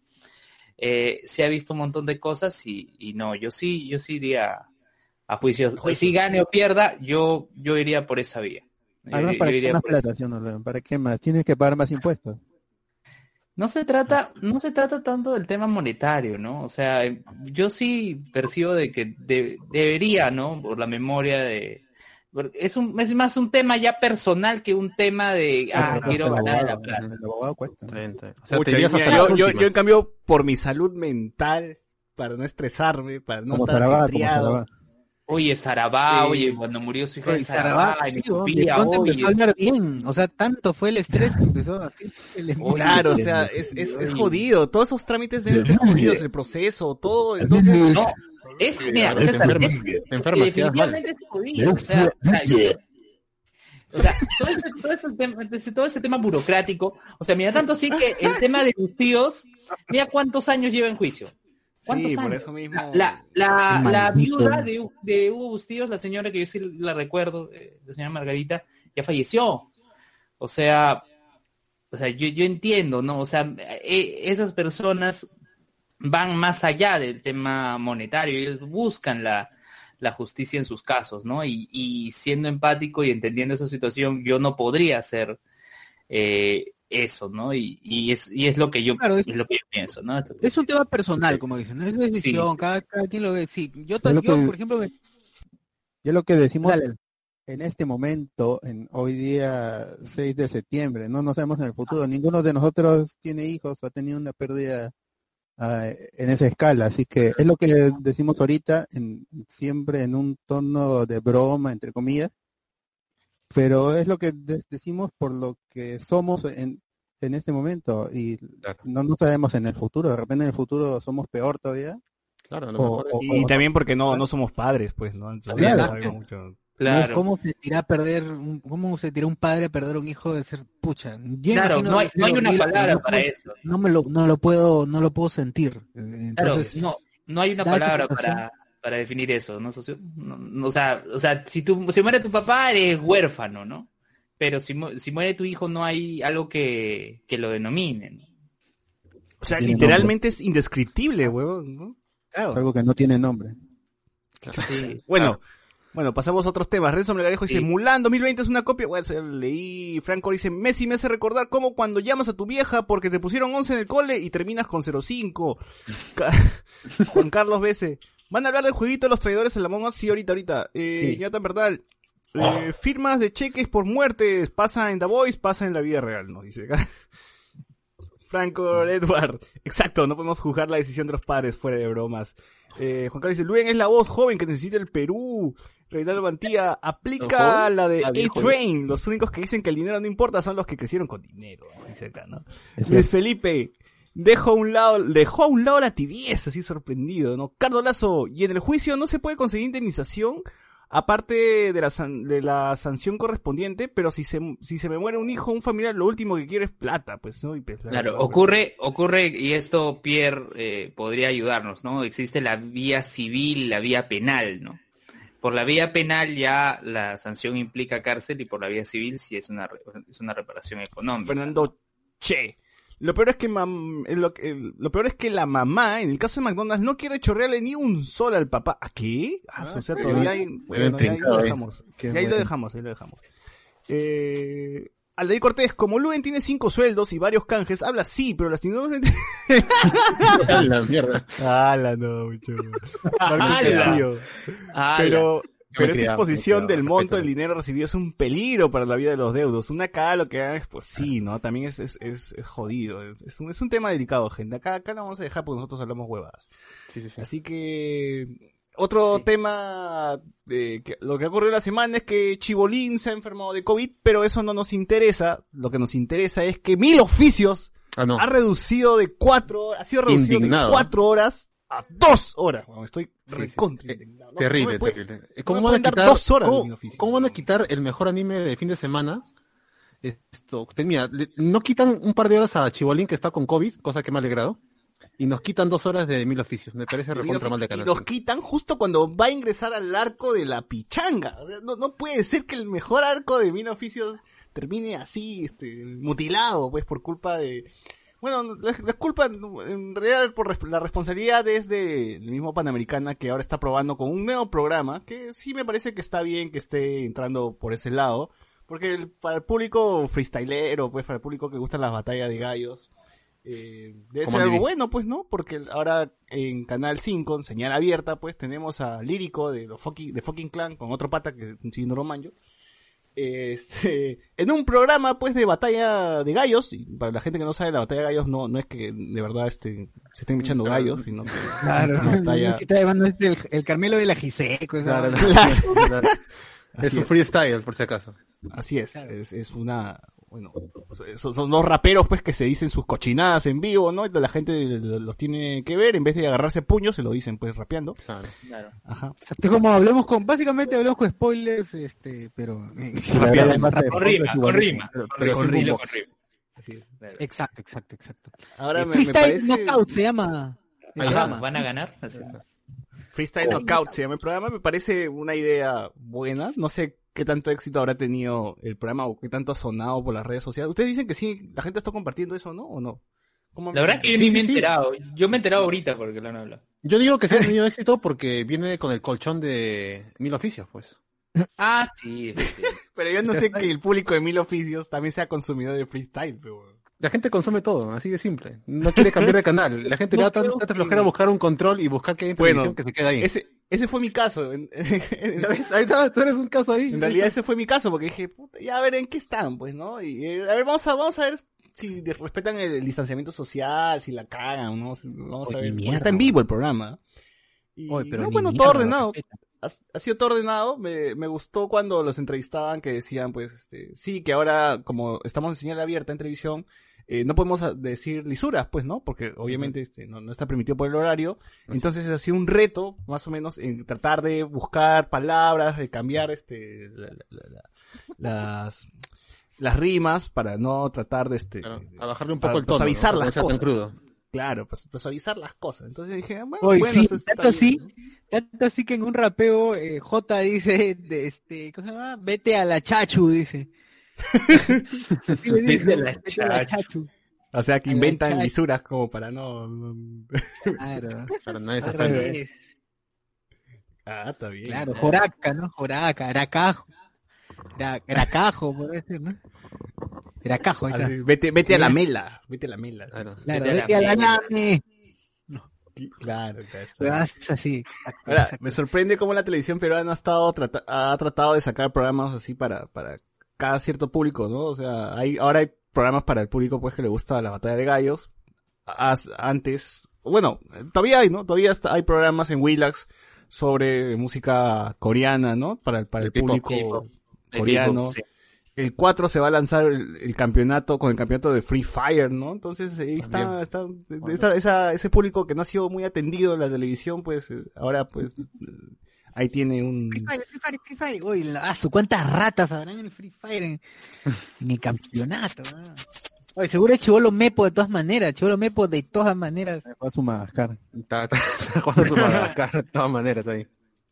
se ha visto un montón de cosas y no, yo sí iría a juicio. Si gane o pierda, yo iría por esa vía. Además, ¿para qué más plata, sí o no? ¿Para qué más? Tienes que pagar más impuestos. No se trata tanto del tema monetario, ¿no? O sea, yo sí percibo de que debería, ¿no? Por la memoria de... Es más un tema ya personal que un tema de quiero ganar la plata. El abogado cuesta. O sea, yo en cambio, por mi salud mental, para no estresarme, para no estar estriado. Oye, Sarabá, cuando murió su hija de Sarabá, y me escupía, empezó a hablar bien, o sea, tanto fue el estrés que empezó a... Claro, o sea, es jodido, todos esos trámites deben ser jodidos, el proceso, todo, entonces... No. Mira, definitivamente es jodido. O sea, todo ese tema burocrático, o sea, mira, tanto así que el tema de los tíos, mira cuántos años lleva en juicio. ¿Cuántos años? Por eso mismo. La viuda de Hugo Bustillos, la señora que yo sí la recuerdo, la señora Margarita, ya falleció. O sea, yo entiendo, ¿no? O sea, esas personas van más allá del tema monetario, ellos buscan la justicia en sus casos, ¿no? Y siendo empático y entendiendo esa situación, yo no podría hacer eso, ¿no? Y es lo que yo, es lo que yo pienso, ¿no? Es un tema personal, como dicen, ¿no? Es decisión, cada quien lo ve. Sí, yo por ejemplo, yo lo que decimos en este momento, hoy día 6 de septiembre, no sabemos en el futuro, ninguno de nosotros tiene hijos o ha tenido una pérdida en esa escala, así que es lo que decimos ahorita, siempre en un tono de broma, entre comillas, pero es lo que decimos por lo que somos en este momento, y no sabemos en el futuro, de repente en el futuro somos peor todavía. Claro, y también porque no somos padres, pues, ¿no? Entonces, claro. No sabemos mucho. Claro. ¿Cómo se tira un padre a perder un hijo de ser pucha? Claro, no hay una palabra para eso. No lo puedo sentir. Entonces, claro, no hay una palabra para definir eso, ¿no, socio? No, o sea, si muere tu papá, eres huérfano, ¿no? Pero si muere tu hijo, no hay algo que lo denomine, ¿no? O sea, literalmente es indescriptible, huevón, ¿no? Claro. Es algo que no tiene nombre. Claro. Sí. Bueno, pasamos a otros temas. Renzo Melgarejo dice, Mulan 2020 es una copia. Bueno, ya leí. Franco dice, Messi me hace recordar cómo cuando llamas a tu vieja porque te pusieron 11 en el cole y terminas con 0.5. Juan Carlos Bese, ¿van a hablar del jueguito de los traidores en la Among Us? Sí, ahorita. Jonathan Bernal, firmas de cheques por muertes, pasa en The Voice, pasa en la vida real, ¿no? Dice Franco Edward, exacto, no podemos juzgar la decisión de los padres fuera de bromas. Juan Carlos dice, Luen es la voz joven que necesita el Perú. Reinaldo Mantilla, aplica la de A-Train. Los únicos que dicen que el dinero no importa son los que crecieron con dinero, dice acá, ¿no? Luis Felipe, dejó a un lado la tibieza, así sorprendido, ¿no? Cardo Lazo, y en el juicio no se puede conseguir indemnización, aparte de la sanción correspondiente, pero si se me muere un hijo, un familiar, lo último que quiero es plata, pues, ¿no? Y pues, claro, ocurre, y esto Pierre podría ayudarnos, ¿no? Existe la vía civil, la vía penal, ¿no? Por la vía penal ya la sanción implica cárcel y por la vía civil sí es una reparación económica. Fernando Che. Lo peor es que la mamá, en el caso de McDonald's, no quiere chorrearle ni un sol al papá. ¿A qué? O sea, todavía hay... Bueno, ahí lo dejamos. Ahí lo dejamos. Aldair Cortés, como Luen tiene 5 sueldos y varios canjes, habla sí, pero lastimosamente... la mierda. No, mucho. Pero esa exposición del monto del dinero recibido es un peligro para la vida de los deudos. Una acá lo que hagan es, pues sí, ¿no? También es jodido. Es un tema delicado, gente. Acá lo vamos a dejar porque nosotros hablamos huevadas. Sí. Así que... Otro tema de lo que ocurrió la semana es que Chibolín se ha enfermado de COVID, pero eso no nos interesa. Lo que nos interesa es que 1000 Oficios ha reducido de 4 horas a 2 horas. Bueno, estoy recontra indignado. Terrible. ¿Cómo van a quitar 2 horas? ¿Cómo van a quitar el mejor anime de fin de semana? Mira, no quitan un par de horas a Chibolín que está con COVID, cosa que me ha alegrado. Y nos quitan 2 horas de 1000 Oficios. Me parece recontra mal de Canal 5. Y nos quitan justo cuando va a ingresar al arco de la pichanga. O sea, no puede ser que el mejor arco de 1000 Oficios termine así, mutilado, pues, por culpa de... Bueno, la culpa, en realidad, por la responsabilidad es del mismo Panamericana, que ahora está probando con un nuevo programa, que sí me parece que está bien que esté entrando por ese lado. Porque para el público freestylero, pues, para el público que gusta las batallas de gallos... debe ser algo bueno, pues, ¿no? Porque ahora en Canal 5, en señal abierta, pues, tenemos a Lírico de Fucking Clan con otro pata que es un Chino Manjo. En un programa, pues, de batalla de gallos. Y para la gente que no sabe, la batalla de gallos no es que de verdad se estén echando gallos, sino que claro, una batalla... está llevando el Carmelo de la Giseco. Claro. Es un freestyle, por si acaso. Así es, claro. Es una... Bueno, son dos raperos, pues, que se dicen sus cochinadas en vivo, ¿no? Y la gente los tiene que ver, en vez de agarrarse puños, se lo dicen, pues, rapeando. Claro. Ajá. Como básicamente hablamos con spoilers, pero... Con rima. Así es. Exacto. Ahora Freestyle Knockout se llama. van a ganar. Así. Freestyle Knockout se llama el programa, me parece una idea buena, no sé qué tanto éxito habrá tenido el programa o qué tanto ha sonado por las redes sociales. Ustedes dicen que sí, la gente está compartiendo eso, ¿no? ¿O no? La verdad que yo ni me he enterado, yo me he enterado ahorita porque lo han hablado. Yo digo que sí ha tenido éxito porque viene con el colchón de 1000 oficios, pues. Ah, sí. Pero yo no sé que el público de 1000 oficios también sea consumidor de freestyle, pero... La gente consume todo, así de simple. No quiere cambiar de canal. La gente le da tanta flojera buscar un control y buscar que hay en televisión que se queda ahí. Ese fue mi caso. ¿Ves? Ahí está, tú eres un caso ahí. En realidad ese fue mi caso, porque dije, puta, ya a ver en qué están, pues, ¿no? Y a ver, vamos a ver si respetan el distanciamiento social, si la cagan, ¿no? Vamos a ver. Porque está en vivo el programa. Y pero bueno, todo ordenado. Ha sido todo ordenado. Me gustó cuando los entrevistaban que decían, pues, sí, que ahora, como estamos en señal abierta en televisión, no podemos decir lisuras, pues, ¿no? Porque obviamente no está permitido por el horario. Entonces ha sido un reto, más o menos, en tratar de buscar palabras, de cambiar las rimas para no tratar de a bajarle un poco el tono, suavizar ¿no? las Tan cosas. crudo. Claro, pues suavizar las cosas. Entonces dije, bueno, sí, eso está tanto así que en un rapeo J dice, ¿cómo se llama? Vete a la chachu, dice. Vete a la chachu. O sea, que inventan lisuras como para no... Claro. Para nadie se ofende. Está bien. Claro, Joraca, ¿no? Joraca, Aracajo. Aracajo, por decir, ¿no? Aracajo, ahí está. Vete a la mela. Vete a la mela. Claro, vete a la lame. Claro. Es así, exacto. Ahora, me sorprende cómo la televisión peruana ha tratado de sacar programas así para cada cierto público, ¿no? O sea, ahora hay programas para el público pues que le gusta la batalla de gallos. Antes, bueno, todavía hay, ¿no? Todavía hay programas en Willax sobre música coreana, ¿no? Para el público coreano. Sí. El 4 se va a lanzar el campeonato con el campeonato de Free Fire, ¿no? Entonces ahí ese público que no ha sido muy atendido en la televisión, pues ahora pues ahí tiene un... Free Fire. Uy, ¿cuántas ratas habrán en el Free Fire en el campeonato? Oye, seguro es Chibolo Mepo de todas maneras. Juega su Madagascar. Está jugando su Madagascar de todas maneras ahí.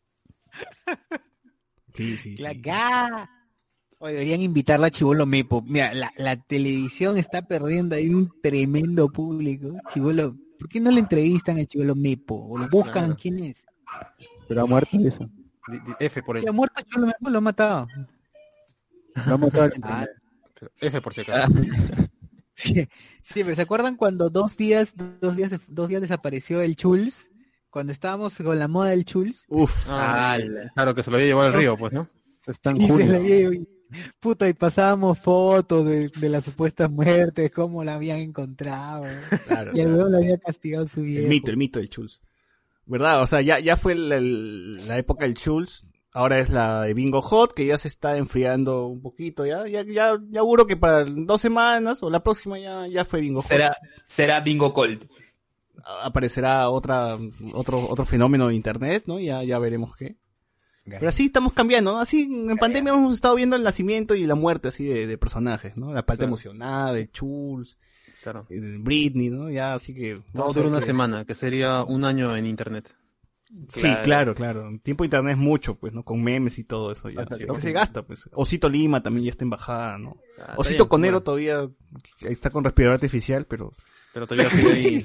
Sí. Oye, deberían invitarla a Chibolo Mepo. Mira, la televisión está perdiendo ahí un tremendo público. Chibolo, ¿por qué no le entrevistan a Chibolo Mepo? O lo buscan, ¿quién es? Pero ha muerto eso. F por él. Ha muerto Chibolo Mepo, lo ha matado. Lo ha matado al internet. F por si acaso. Sí, pero ¿se acuerdan cuando dos días desapareció el Chuls? Cuando estábamos con la moda del Chuls. Claro, que se lo había llevado al río, pues, ¿no? Se están Julio. Puta, y pasábamos fotos de las supuestas muertes, cómo la habían encontrado. Claro, y el weón lo había castigado su viejo. El mito del Chuls. ¿Verdad? O sea, ya fue la época del Chuls. Ahora es la de Bingo Hot, que ya se está enfriando un poquito. Ya auguro que para 2 semanas o la próxima ya fue Bingo Hot. Será Bingo Cold. Aparecerá otro fenómeno de internet, ¿no? Ya veremos qué. Pero así estamos cambiando, ¿no? Así en pandemia hemos estado viendo el nacimiento y la muerte así de personajes, ¿no? La parte emocionada de Chuls, Britney, ¿no? Ya así que... Todo dura una semana, que sería un año en internet. Sí, claro. Tiempo de internet es mucho, pues, ¿no? Con memes y todo eso ya. Que se gasta, pues. Osito Lima también ya está en bajada, ¿no? Osito bien, Conero todavía está con respirador artificial, pero todavía sigue ahí.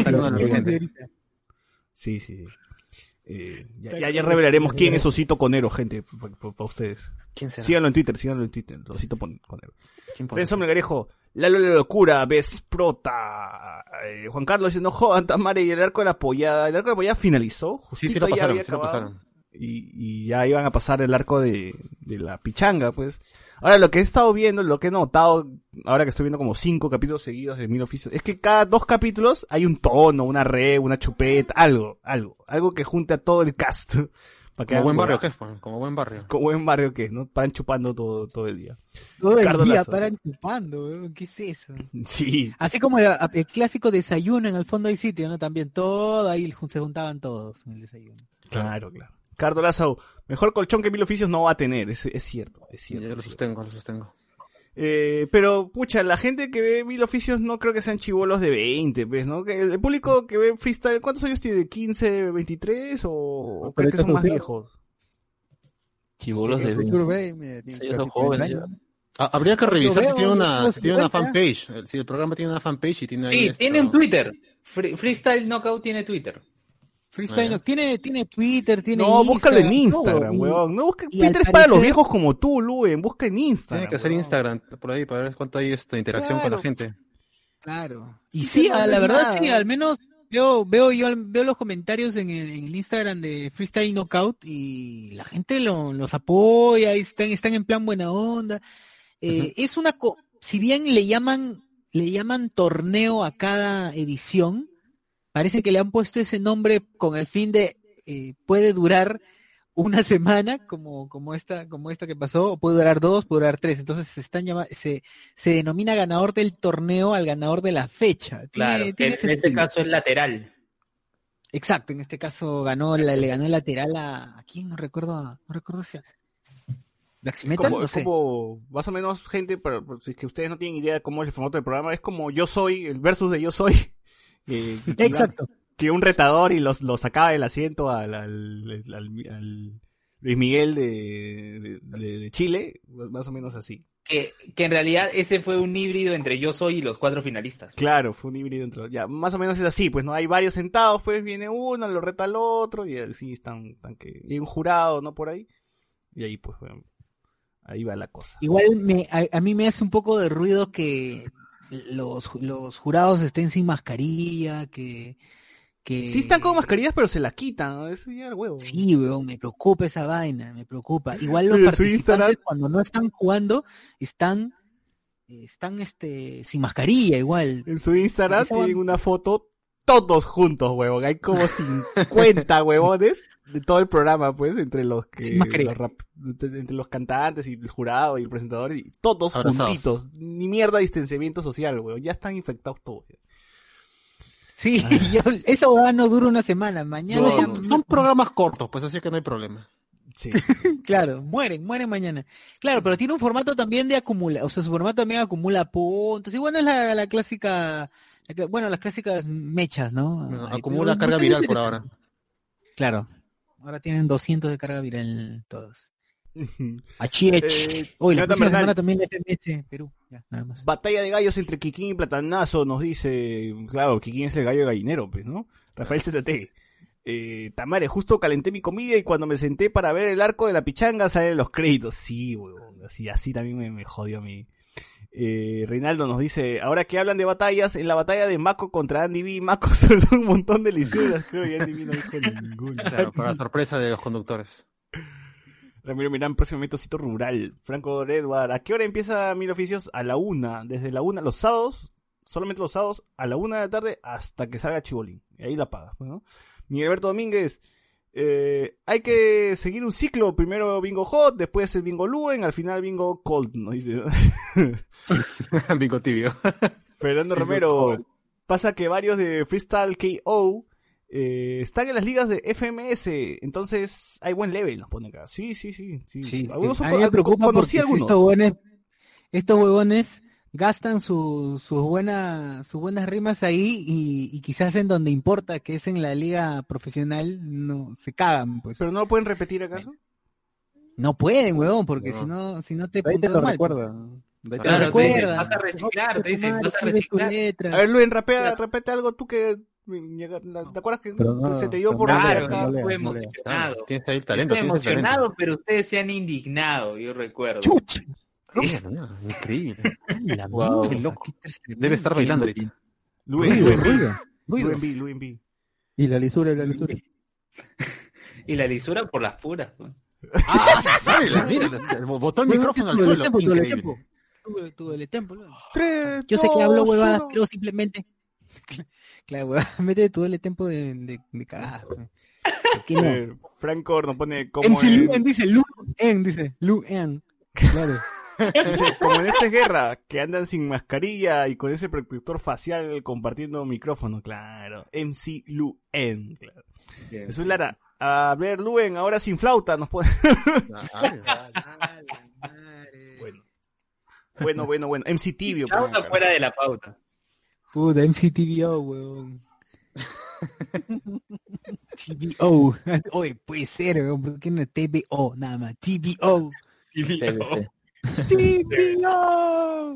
Sí. Ya revelaremos quién es Osito Conero, gente, para ustedes. ¿Quién será? Síganlo en Twitter, Osito Conero. Renzo Melgarejo, la locura, ves prota. Juan Carlos dice, no jodan, Tamare, y el arco de la pollada. El arco de la pollada finalizó. Sí, lo pasaron. Y ya iban a pasar el arco de la pichanga, pues. Ahora, lo que he estado viendo, lo que he notado, ahora que estoy viendo como 5 capítulos seguidos de 1000 oficios, es que cada 2 capítulos hay un tono, una una chupeta, algo que junte a todo el cast. Como buen barrio que es, como buen barrio. Como buen barrio que es, ¿no? Paran chupando todo el día. Todo el día paran chupando, weón. ¿Qué es eso? Sí. Así como el clásico desayuno en el fondo del sitio, ¿no? También todo ahí se juntaban todos en el desayuno. Claro. Cardo Lazo, mejor colchón que 1000 oficios no va a tener, es cierto. Yo lo sostengo. Pero, pucha, la gente que ve Mil Oficios no creo que sean chibolos de 20, pues, ¿no? Que el público que ve freestyle, ¿cuántos años tiene? ¿15, 23 o creo que son más viejos? Chibolos de 20. Ellos son jóvenes ya. Habría que revisar si tiene una fanpage. Si el programa tiene una fanpage y tiene ahí. Sí, tiene un Twitter. Freestyle Knockout tiene Twitter. Freestyle tiene Twitter, tiene No, Instagram, búscalo en Instagram, huevón. No, Twitter es para los viejos como tú, Luen. Busca en Instagram. Tiene que hacer Instagram por ahí para ver cuánto hay interacción con la gente. Claro. Y sí, la verdad sí, al menos veo los comentarios en el Instagram de Freestyle Knockout y la gente los apoya y están en plan buena onda. Es si bien le llaman torneo a cada edición, parece que le han puesto ese nombre con el fin de puede durar una semana como esta que pasó, o puede durar 2, puede durar 3. Entonces se denomina ganador del torneo al ganador de la fecha. Claro, en este caso es lateral. Exacto, en este caso le ganó el lateral a quién, no recuerdo si Blacksmetal, no sé. Como más o menos, gente, pero si es que ustedes no tienen idea de cómo es el formato del programa, es como Yo Soy, el versus de Yo Soy. Exacto. Que un retador y los sacaba del asiento al Luis Miguel de Chile, más o menos así. Que en realidad ese fue un híbrido entre Yo Soy y los 4 finalistas. Claro, fue un híbrido entre... Ya, más o menos es así, pues no hay varios sentados, pues viene uno, lo reta al otro, y así están que... Y hay un jurado, ¿no? Por ahí. Y ahí, pues, bueno, ahí va la cosa. Igual a mí me hace un poco de ruido que los jurados estén sin mascarilla, que sí están con mascarillas, pero se la quitan, ¿no? Eso ya el huevo. Sí, weón, me preocupa esa vaina, me preocupa. Igual los participantes cuando no están jugando están sin mascarilla igual. En su Instagram tienen una foto todos juntos, huevón. Hay como 50 huevones de todo el programa, pues, entre los que entre los cantantes y el jurado y el presentador, y todos juntitos. Ni mierda de distanciamiento social, huevón. Ya están infectados todos. Sí, esa huevada no dura una semana. Mañana son programas cortos, pues, así que no hay problema. Sí. Claro, mueren mañana. Claro, pero tiene un formato también de acumula, o sea, su formato también acumula puntos. Y bueno, es la clásica, las clásicas mechas, ¿no? Acumula carga viral por ahora. Claro. Ahora tienen 200 de carga viral todos. Hoy la próxima semana también la FMS Perú. Ya, nada más. Batalla de gallos entre Kikín y Platanazo, nos dice. Claro, Kikín es el gallo gallinero, pues, ¿no? Rafael ZT. Tamare, justo calenté mi comida y cuando me senté para ver el arco de la pichanga salen los créditos. Sí, huevón. Así también me jodió a mí. Reinaldo nos dice, ahora que hablan de batallas, en la batalla de Mako contra Andy B, Mako soltó un montón de lisuras, creo, y Andy B no dijo ninguna. Claro, para sorpresa de los conductores. Ramiro Mirán, próximamente Cito Rural. Franco Edward, ¿a qué hora empieza Mil Oficios? A la 1, desde la 1, los sábados, solamente los sábados, a la 1 de la tarde hasta que salga Chibolín. Y ahí la pagas, ¿no? Miguel Alberto Domínguez, hay que seguir un ciclo, primero bingo hot, después el bingo Luen, al final bingo cold, ¿no? Dice. Bingo tibio. Fernando Romero, pasa que varios de Freestyle KO están en las ligas de FMS, entonces hay buen level, nos pone acá. Sí. Algunos a mí me preocupa porque estos huevones gastan sus buenas rimas ahí y quizás en donde importa, que es en la liga profesional, no se cagan, pues. ¿Pero no lo pueden repetir acaso? No pueden, huevón, porque si no te lo recuerda. Claro, vas a reciclar, te dicen, vas a reciclar. A ver, Luis, repete algo tú que... ¿Te acuerdas que se te dio por... Claro, estuve emocionado. Tienes ahí el talento. Estuve emocionado, pero ustedes se han indignado, yo recuerdo. ¡Chuch! Increíble. Wow. Qué loco. Debe estar bailando ahorita. Luis B. Y la lisura. Y la lisura por las puras. Botó el micrófono al suelo. Tuve el tempo. Yo sé que hablo huevadas, pero simplemente... Claro, huevada, mete todo el tempo de cagada. No? Franco nos pone como Luen dice Luen. Claro. Dice, como en esta guerra, que andan sin mascarilla y con ese protector facial compartiendo micrófono, claro. MC Luen, claro. Jesús Lara, a ver, Luen, ahora sin flauta nos pone. Bueno. Bueno. MC Tibio. Pauta fuera de la pauta. Puta, MCTVO, weón. TVO. Oye, puede ser, weón. ¿Por qué no es TVO? Nada más. TVO. TVO.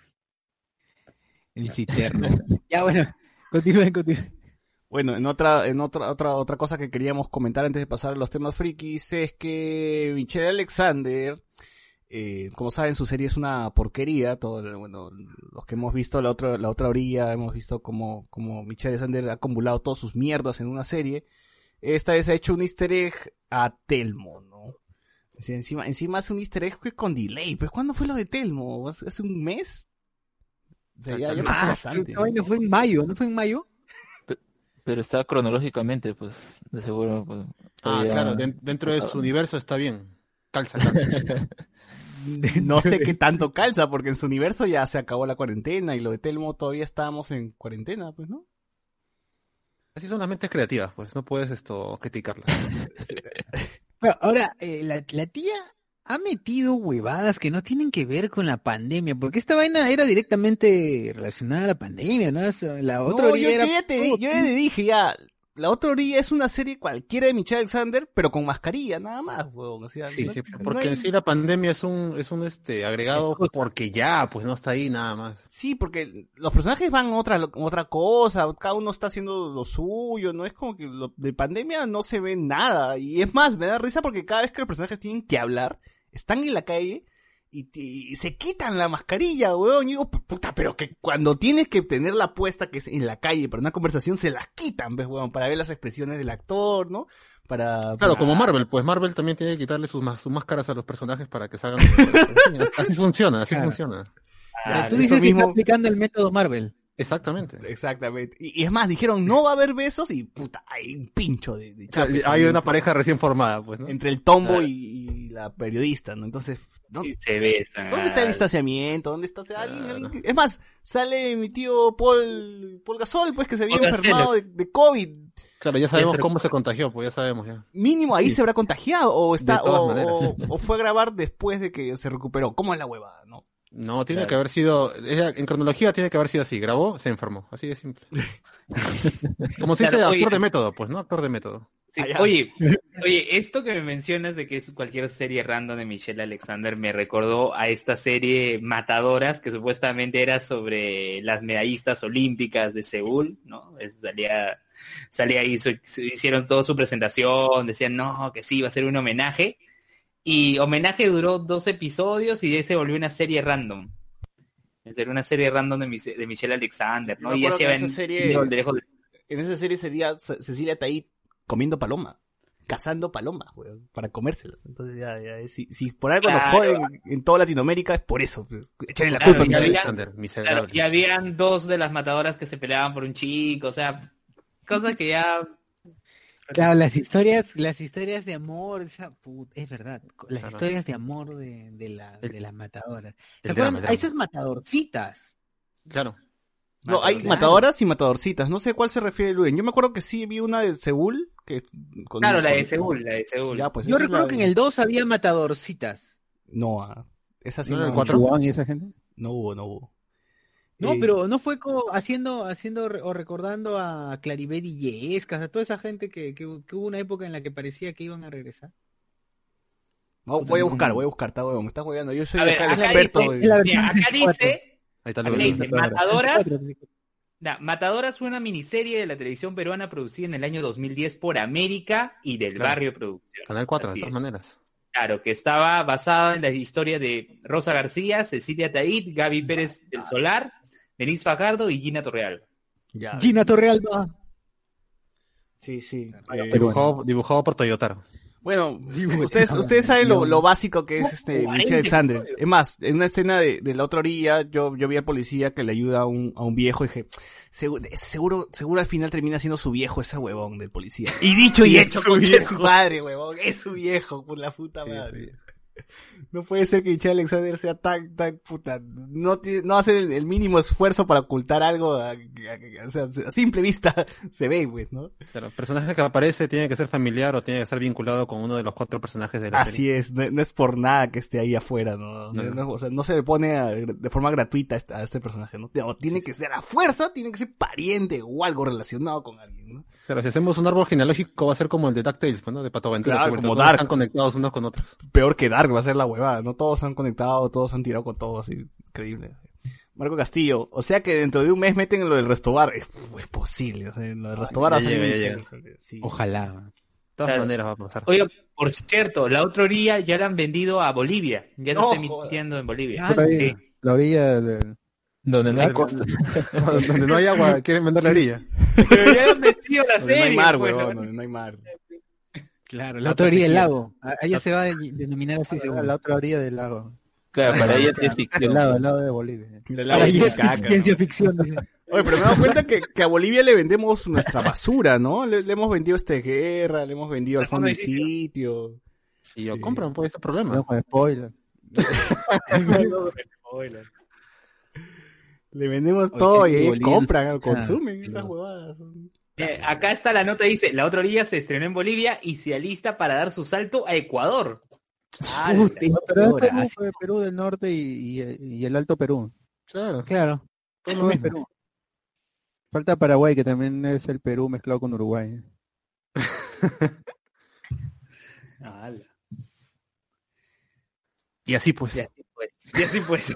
El citerno. Ya, bueno. Continúen. Bueno, en otra cosa que queríamos comentar antes de pasar a los temas frikis es que Michelle Alexander, como saben, su serie es una porquería. Los que hemos visto la otra orilla, hemos visto como Michelle Alexander ha acumulado todas sus mierdas en una serie. Esta vez ha hecho un easter egg a Telmo, ¿no? Encima hace un easter egg con delay. Pues, ¿cuándo fue lo de Telmo? ¿Hace un mes? O sea, ya pasó bastante. No fue en mayo, ¿no fue en mayo? Pero está cronológicamente, pues, de seguro. Pues, todavía... claro, dentro de su universo está bien. Calza. No sé qué tanto calza, porque en su universo ya se acabó la cuarentena y lo de Telmo todavía estábamos en cuarentena, pues, ¿no? Así son las mentes creativas, pues, no puedes criticarlas. Bueno, ahora, la tía ha metido huevadas que no tienen que ver con la pandemia, porque esta vaina era directamente relacionada a la pandemia, ¿no? La otra orilla era... Yo ya te dije, la otra orilla es una serie cualquiera de Michelle Alexander, pero con mascarilla, nada más, huevón. O sea, sí, porque en sí la pandemia es un agregado porque ya, pues no está ahí nada más. Sí, porque los personajes van a otra cosa, cada uno está haciendo lo suyo, no es como que de pandemia no se ve nada. Y es más, me da risa porque cada vez que los personajes tienen que hablar, están en la calle y se quitan la mascarilla, weón. Y digo, puta, pero que cuando tienes que tenerla puesta, que es en la calle, para una conversación, se las quitan, ¿ves, weón? Para ver las expresiones del actor, ¿no? Claro, como Marvel, pues Marvel también tiene que quitarle sus máscaras a los personajes para que salgan. Así funciona. Claro, tú dices que está aplicando el método Marvel. Exactamente. Y es más, dijeron, no va a haber besos y puta, hay un pincho de chapes. Hay una pareja recién formada, pues, ¿no? Entre el tombo y la periodista, ¿no? Entonces, se besan. ¿Dónde está el distanciamiento? ¿Dónde está alguien? Es más, sale mi tío Paul Gasol, pues, que se había enfermado de COVID. Claro, ya sabemos cómo se contagió, pues ya sabemos ya. Mínimo ahí se habrá contagiado o fue a grabar después de que se recuperó. ¿Cómo es la huevada, no? No, tiene que haber sido, en cronología tiene que haber sido así, grabó, se enfermó, así de simple. Como se dice, actor de método, pues, ¿no? Actor de método. Sí, oye, esto que me mencionas de que es cualquier serie random de Michelle Alexander me recordó a esta serie Matadoras, que supuestamente era sobre las medallistas olímpicas de Seúl, ¿no? Salía ahí, hicieron toda su presentación, decían, no, que sí, iba a ser un homenaje. Y homenaje duró 2 episodios y de ahí se volvió una serie random. Era una serie random de Michelle Alexander, ¿no? Y hacía en esa serie sería Cecilia Taí comiendo paloma, cazando palomas, weón, para comérselas. Entonces ya si por algo nos joden en toda Latinoamérica es por eso. Pues. Echarle la culpa a Michelle Alexander, miserable. Y habían 2 de las matadoras que se peleaban por un chico, o sea, cosas que ya... Claro, las historias de amor, es verdad, las historias de amor de las matadoras. ¿Se acuerdan? Hay esas matadorcitas. Claro. No, hay matadoras y matadorcitas, no sé cuál se refiere Luen. Yo me acuerdo que sí vi una de Seúl. La de Seúl. Ya, pues, yo recuerdo que en el 2 había matadorcitas. No, esa sí ¿No en el 4 y esa gente? No hubo. No, pero no fue como haciendo o recordando a Claribel y Yescas, a toda esa gente que hubo una época en la que parecía que iban a regresar. No, voy a buscar, está huevón, me estás hueveando. Yo soy acá el experto. Acá dice Matadoras fue una miniserie de la televisión peruana producida en el año 2010 por América y del Barrio Producción. Canal 4, de todas maneras. Claro, que estaba basada en la historia de Rosa García, Cecilia Taíd, Gaby Pérez del Solar, Denise Fajardo y Gina Torrealba. Gina Torrealba. Sí. Dibujado por Toyotaro. Bueno, ustedes saben lo básico que es Michelle Alexander. Es más, en una escena de la otra orilla, yo vi al policía que le ayuda a un viejo y dije, seguro al final termina siendo su viejo ese huevón del policía. Y dicho y hecho, concha su padre, huevón, es su viejo, por la puta madre. No puede ser que Michelle Alexander sea tan puta. No hace el mínimo esfuerzo para ocultar algo. O sea, a simple vista se ve, pues, ¿no? Claro, el personaje que aparece tiene que ser familiar o tiene que estar vinculado con uno de los 4 personajes de la serie. Así es, no es por nada que esté ahí afuera, ¿no? O sea, no se le pone de forma gratuita a este personaje, ¿no? Tiene que ser a fuerza, tiene que ser pariente o algo relacionado con alguien, ¿no? Claro, si hacemos un árbol genealógico va a ser como el de DuckTales, ¿no? De Pato Aventura. Claro, como todos Dark. Están conectados unos con otros. Peor que Dark va a ser la huevada, ¿no? Todos han conectado, todos han tirado con todo, así, increíble. Marco Castillo, o sea que dentro de un mes meten lo del Restobar. Es posible, o sea, lo del Restobar va a salir. Sí. Ojalá. De todas maneras va a pasar. Oye, por cierto, la otra orilla ya la han vendido a Bolivia. Ya se está emitiendo en Bolivia. Sí. La orilla del... Donde no hay costa. Donde no hay agua, quieren vender la orilla. Pero ya han metido la serie. No hay mar, pues, huevón, donde no hay mar. Claro, la otra orilla del lago. Allá se va a denominar así, seguro. La otra orilla del lago. Claro, para ella es ficción. Al lado de Bolivia. Para ella es ciencia ficción. Oye, pero me he dado cuenta que a Bolivia le vendemos nuestra basura, ¿no? Le hemos vendido guerra, le hemos vendido al fondo del sitio. Y lo compran, pues, ese problema. No, con spoiler. Le vendemos todo y ellos compran, consumen esas huevadas. Acá está la nota, dice, la otra orilla se estrenó en Bolivia y se alista para dar su salto a Ecuador. Pero es Perú del Norte y el Alto Perú. Claro. Todo es Perú. Falta Paraguay, que también es el Perú mezclado con Uruguay. Y así pues. Y así pues.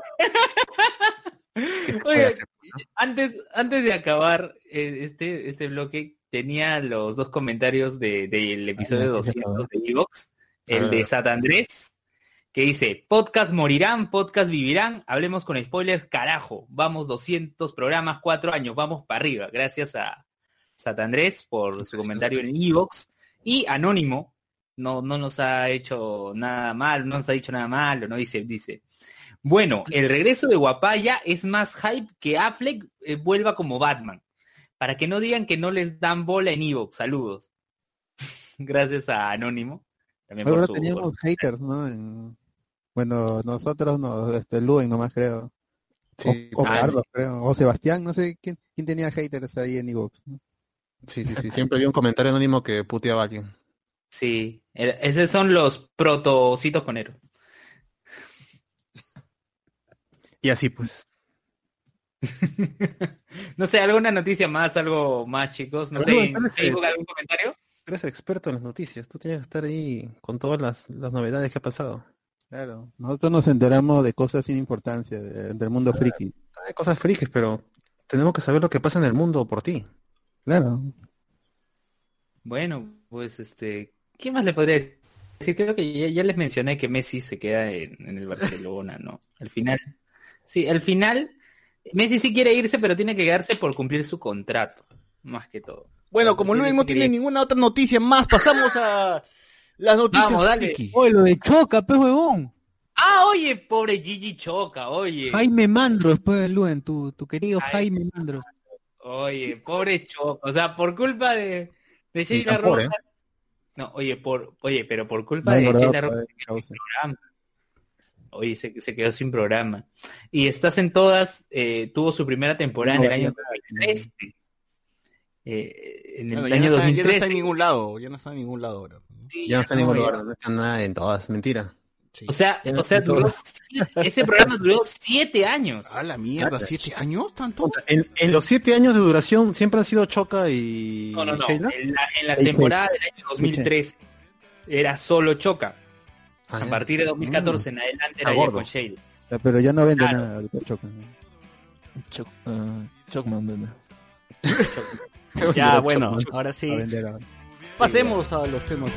Oye, antes de acabar este bloque, tenía los 2 comentarios del episodio 200 de Evox. El de Sat Andrés, que dice, podcast morirán, podcast vivirán, hablemos con spoilers, carajo, vamos 200 programas, 4 años, vamos para arriba. Gracias a Sat Andrés por su comentario en Evox. Y Anónimo, no nos ha hecho nada mal, no nos ha dicho nada malo, no dice, bueno, el regreso de Guapaya es más hype que Affleck vuelva como Batman. Para que no digan que no les dan bola en Evox, saludos. Gracias a Anónimo. Ahora teníamos haters, ¿no? Bueno, nosotros, Luen nomás creo. Sí, o Carlos, creo. O Sebastián, no sé quién tenía haters ahí en Evox. Sí. Siempre había un comentario anónimo que puteaba a alguien. Sí, esos son los protocitos coneros. Y así pues. No sé, ¿alguna noticia más, algo más, chicos? No sé, ¿en Facebook algún comentario? Tú eres experto en las noticias, tú tienes que estar ahí con todas las novedades que ha pasado. Claro, nosotros nos enteramos de cosas sin importancia, del mundo friki. Hay cosas frikis, pero tenemos que saber lo que pasa en el mundo por ti. Claro. Bueno, pues ¿qué más le podría decir? Creo que ya les mencioné que Messi se queda en el Barcelona, ¿no? Al final, Messi sí quiere irse, pero tiene que quedarse por cumplir su contrato, más que todo. Bueno, como Luis no tiene ninguna otra noticia más, pasamos a las noticias. Vamos, dale. Oye, lo de Choca, pues, huevón. Oye, pobre Gigi Choca, oye. Jaime Mandros, pues, Luen, tu querido Jaime Mandros. Oye, pobre Choca, o sea, por culpa de Sheila Rojas. No, pero por culpa de Sheila Rojas programa. Oye, se quedó sin programa. Y Estás en Todas, tuvo su primera temporada en el año 2013. En el año 2013. Ya no está en ningún lado ahora. Sí, ya no está en ningún lugar, no está nada en Todas, mentira. Sí. O sea, ese programa duró 7 años. ¡A la mierda! ¿7 años? ¿Tanto? En los 7 años de duración siempre han sido Choca y No. Sheila. En la temporada del año 2013 era solo Choca. A partir de 2014 en adelante era ya con Sheila. Pero ya no vende nada ahorita Choca. Chocman vende. Ya, bueno, ahora sí. Pasemos a los temas.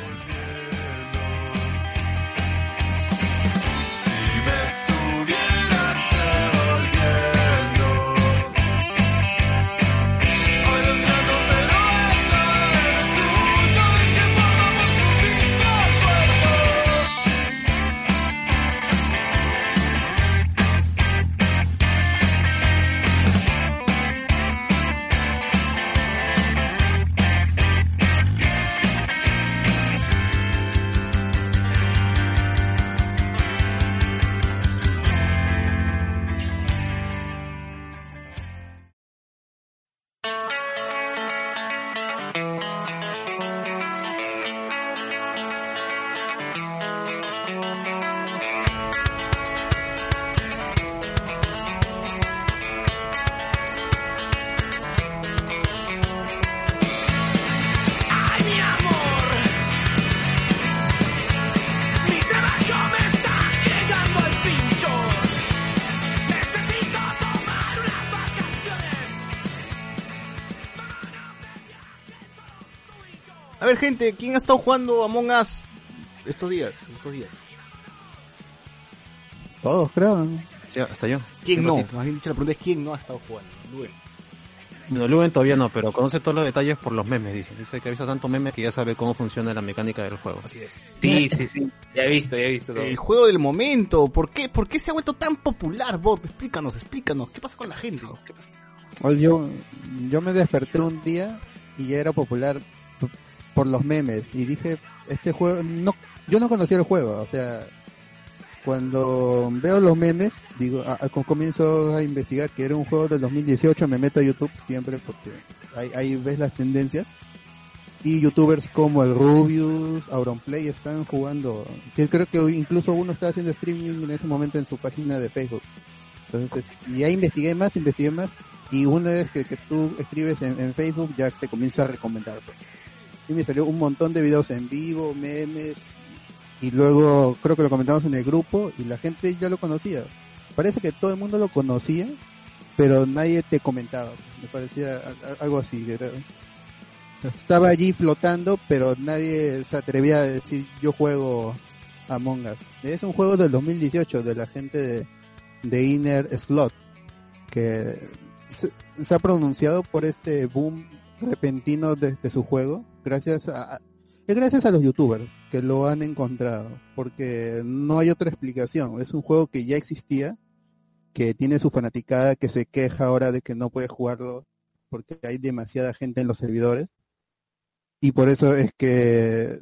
A ver, gente, ¿quién ha estado jugando Among Us estos días? Todos, creo. Sí, hasta yo. ¿Quién no? Más bien dicho, la pregunta es ¿quién no ha estado jugando? Luen. No, Luven todavía no, pero conoce todos los detalles por los memes, dice. Dice que ha visto tanto meme que ya sabe cómo funciona la mecánica del juego. Así es. Sí. Ya he visto todo. El juego del momento. ¿Por qué se ha vuelto tan popular, Bot? Explícanos. ¿Qué pasa con la gente? ¿Qué pasa? Yo me desperté un día y ya era popular por los memes. Y dije, este juego... yo no conocía el juego, o sea... Cuando veo los memes, digo, comienzo a investigar que era un juego del 2018, me meto a YouTube siempre porque ahí ves las tendencias. Y youtubers como el Rubius, Auronplay están jugando, que creo que incluso uno está haciendo streaming en ese momento en su página de Facebook. Entonces, y ahí investigué más, y una vez que tú escribes en Facebook ya te comienza a recomendar. Y me salió un montón de videos en vivo, memes, y luego creo que lo comentamos en el grupo y la gente ya lo conocía. Parece que todo el mundo lo conocía, pero nadie te comentaba. Me parecía algo así. Estaba allí flotando, pero nadie se atrevía a decir yo juego Among Us. Es un juego del 2018 de la gente de Inner Slot, que se ha pronunciado por este boom repentino de su juego, gracias a los youtubers que lo han encontrado, porque no hay otra explicación. Es un juego que ya existía, que tiene su fanaticada, que se queja ahora de que no puede jugarlo porque hay demasiada gente en los servidores, y por eso es que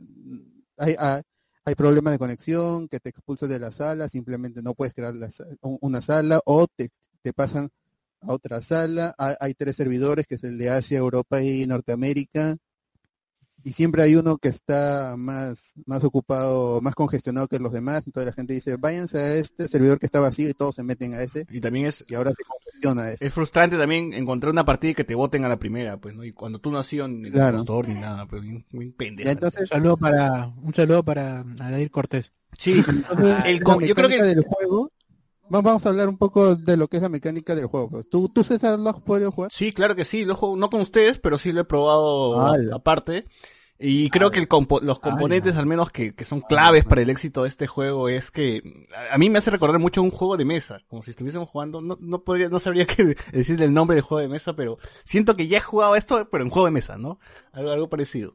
hay problemas de conexión, que te expulsan de la sala, simplemente no puedes crear una sala, o te pasan a otra sala. Hay 3 servidores, que es el de Asia, Europa y Norteamérica, y siempre hay uno que está más ocupado, más congestionado que los demás. Entonces la gente dice, váyanse a este servidor que está vacío, y todos se meten a ese. Y también y ahora se congestiona ese. Es frustrante también encontrar una partida y que te voten a la primera, pues, ¿no? Y cuando tú no has sido ni impostor ni nada, pues, muy pendejo. Entonces, un saludo para Adair Cortés. Sí, yo creo que del juego. Vamos a hablar un poco de lo que es la mecánica del juego. ¿Tú César, lo has podido jugar? Sí, claro que sí, lo juego, no con ustedes, pero sí lo he probado aparte. Y creo que los componentes, al menos que son claves para el éxito de este juego, es que a mí me hace recordar mucho un juego de mesa, como si estuviésemos jugando. No sabría qué decir el nombre del juego de mesa, pero siento que ya he jugado esto, pero en juego de mesa, ¿no? Algo parecido.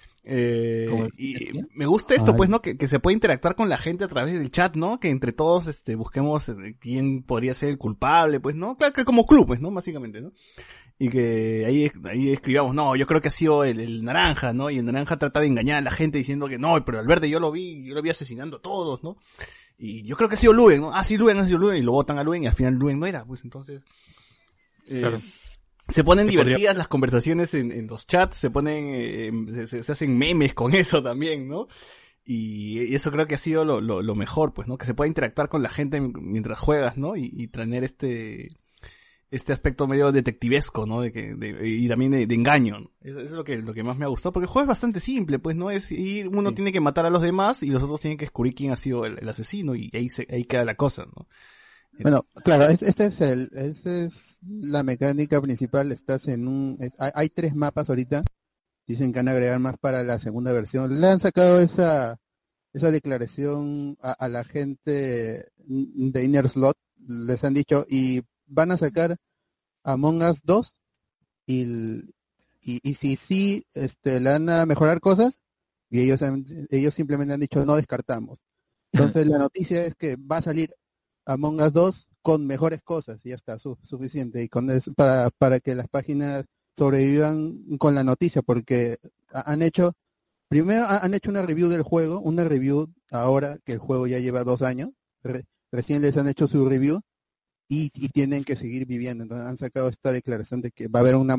Y me gusta esto, pues, ¿no? Que se puede interactuar con la gente a través del chat, ¿no? Que entre todos, busquemos quién podría ser el culpable, pues, ¿no? Claro que como club, pues, ¿no? Básicamente, ¿no? Y que ahí escribamos, no, yo creo que ha sido el naranja, ¿no? Y el naranja trata de engañar a la gente diciendo que no, pero al verde yo lo vi asesinando a todos, ¿no? Y yo creo que ha sido Luen, ¿no? Sí, Luen ha sido Luen, y lo votan a Luen, y al final Luen no era, pues, entonces... Claro. Se ponen divertidas las conversaciones en los chats, se hacen memes con eso también, ¿no? Y eso creo que ha sido lo mejor, pues, ¿no? Que se pueda interactuar con la gente mientras juegas, ¿no? Y tener este aspecto medio detectivesco, ¿no? Y también de engaño, ¿no? Eso es lo que más me ha gustado, porque el juego es bastante simple, pues, ¿no? Uno tiene que matar a los demás y los otros tienen que descubrir quién ha sido el asesino, y ahí queda la cosa, ¿no? Bueno, claro, esta es la mecánica principal. Hay 3 mapas ahorita. Dicen que van a agregar más para la segunda versión. Le han sacado esa declaración a la gente de Inner Slot. Les han dicho, y van a sacar Among Us 2, y si sí, le van a mejorar cosas, y ellos simplemente han dicho no descartamos. Entonces la noticia es que va a salir Among Us 2 con mejores cosas, y ya está, suficiente, y con eso, para que las páginas sobrevivan con la noticia, porque han hecho una review del juego, una review ahora que el juego ya lleva 2 años, recién les han hecho su review, y tienen que seguir viviendo. Entonces han sacado esta declaración de que va a haber un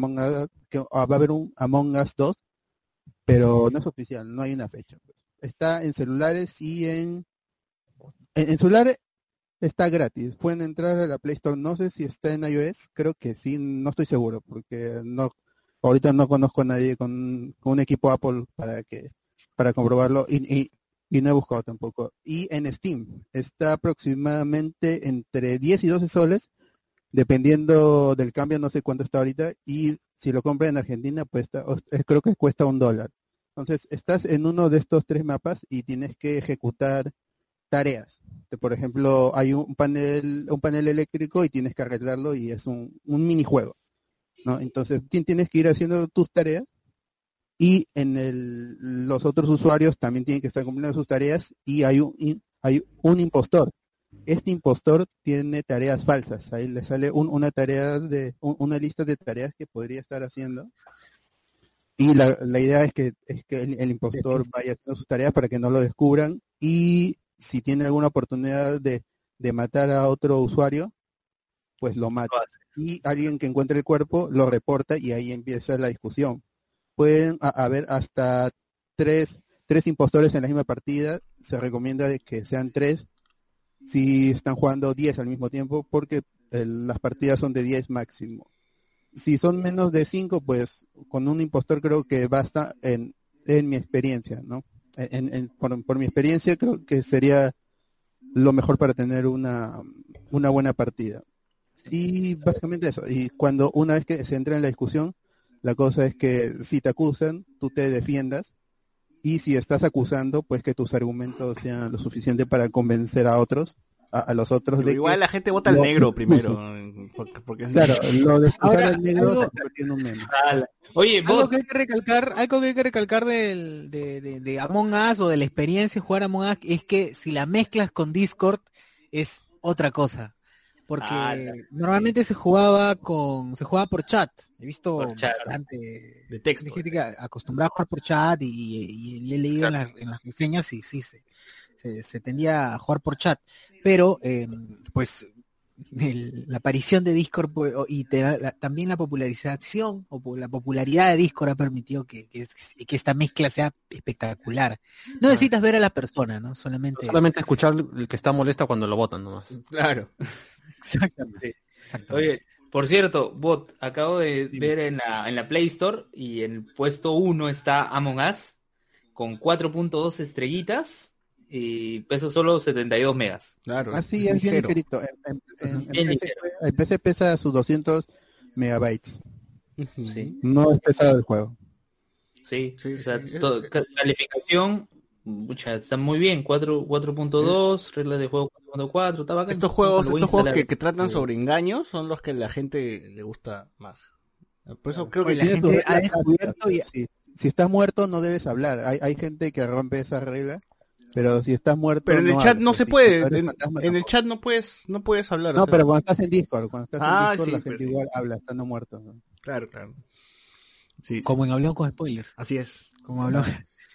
Among Us 2, pero no es oficial, no hay una fecha. Está en celulares y en celulares está gratis. Pueden entrar a la Play Store. No sé si está en iOS. Creo que sí. No estoy seguro porque ahorita no conozco a nadie con un equipo Apple para comprobarlo, y no he buscado tampoco. Y en Steam está aproximadamente entre 10 y 12 soles, dependiendo del cambio. No sé cuánto está ahorita. Y si lo compran en Argentina, pues creo que cuesta $1. Entonces, estás en uno de estos 3 mapas y tienes que ejecutar tareas. Por ejemplo, hay un panel eléctrico y tienes que arreglarlo y es un minijuego, ¿no? Entonces, tienes que ir haciendo tus tareas y los otros usuarios también tienen que estar cumpliendo sus tareas y hay un impostor. Este impostor tiene tareas falsas. Ahí le sale una tarea una lista de tareas que podría estar haciendo. Y la idea es que el impostor vaya haciendo sus tareas para que no lo descubran y si tiene alguna oportunidad de matar a otro usuario, pues lo mata. Y alguien que encuentre el cuerpo lo reporta y ahí empieza la discusión. Pueden haber hasta tres impostores en la misma partida. Se recomienda que sean 3 si están jugando 10 al mismo tiempo, porque las partidas son de 10 máximo. Si son menos de 5, pues con un impostor creo que basta en mi experiencia, ¿no? Por mi experiencia creo que sería lo mejor para tener una buena partida. Y básicamente eso. Y una vez que se entra en la discusión, la cosa es que si te acusan, tú te defiendas. Y si estás acusando, pues que tus argumentos sean lo suficiente para convencer a otros, a los otros. Pero de igual que la gente vota al negro primero. Porque claro, lo de acusar Ahora, al negro se convierte en un meme. Oye, algo que hay que recalcar de Among Us o de la experiencia de jugar Among Us es que si la mezclas con Discord es otra cosa. Porque normalmente se jugaba por chat. He visto bastante de texto. gente que acostumbraba a jugar por chat y he leído en las reseñas y sí se tendía a jugar por chat. Pero pues la aparición de Discord y también la popularización o la popularidad de Discord ha permitido que esta mezcla sea espectacular. No necesitas ver a la persona, ¿no? Solamente escuchar el que está molesta cuando lo votan nomás. Claro. Exactamente. Oye, por cierto, Bot, acabo de ver en la Play Store y en el puesto 1 está Among Us con 4.2 estrellitas y pesa solo 72 megas. Claro. Así es bien ligerito. En PC pesa sus 200 megabytes. Sí. No es pesado el juego. Sí, o sea, calificación, está muy bien, 4.2, reglas de juego 4.4, está bacán. Estos juegos que tratan sobre engaños son los que la gente le gusta más. Por eso creo que la gente ha descubierto si estás muerto no debes hablar. Hay gente que rompe esa regla, pero si estás muerto pero en el no chat hablas. no se puede, en el chat no puedes hablar. No, pero cuando estás en Discord, sí, la gente igual habla estando muerto, ¿no? Claro. Sí, como en Hablando con Spoilers. Así es. Como hablamos.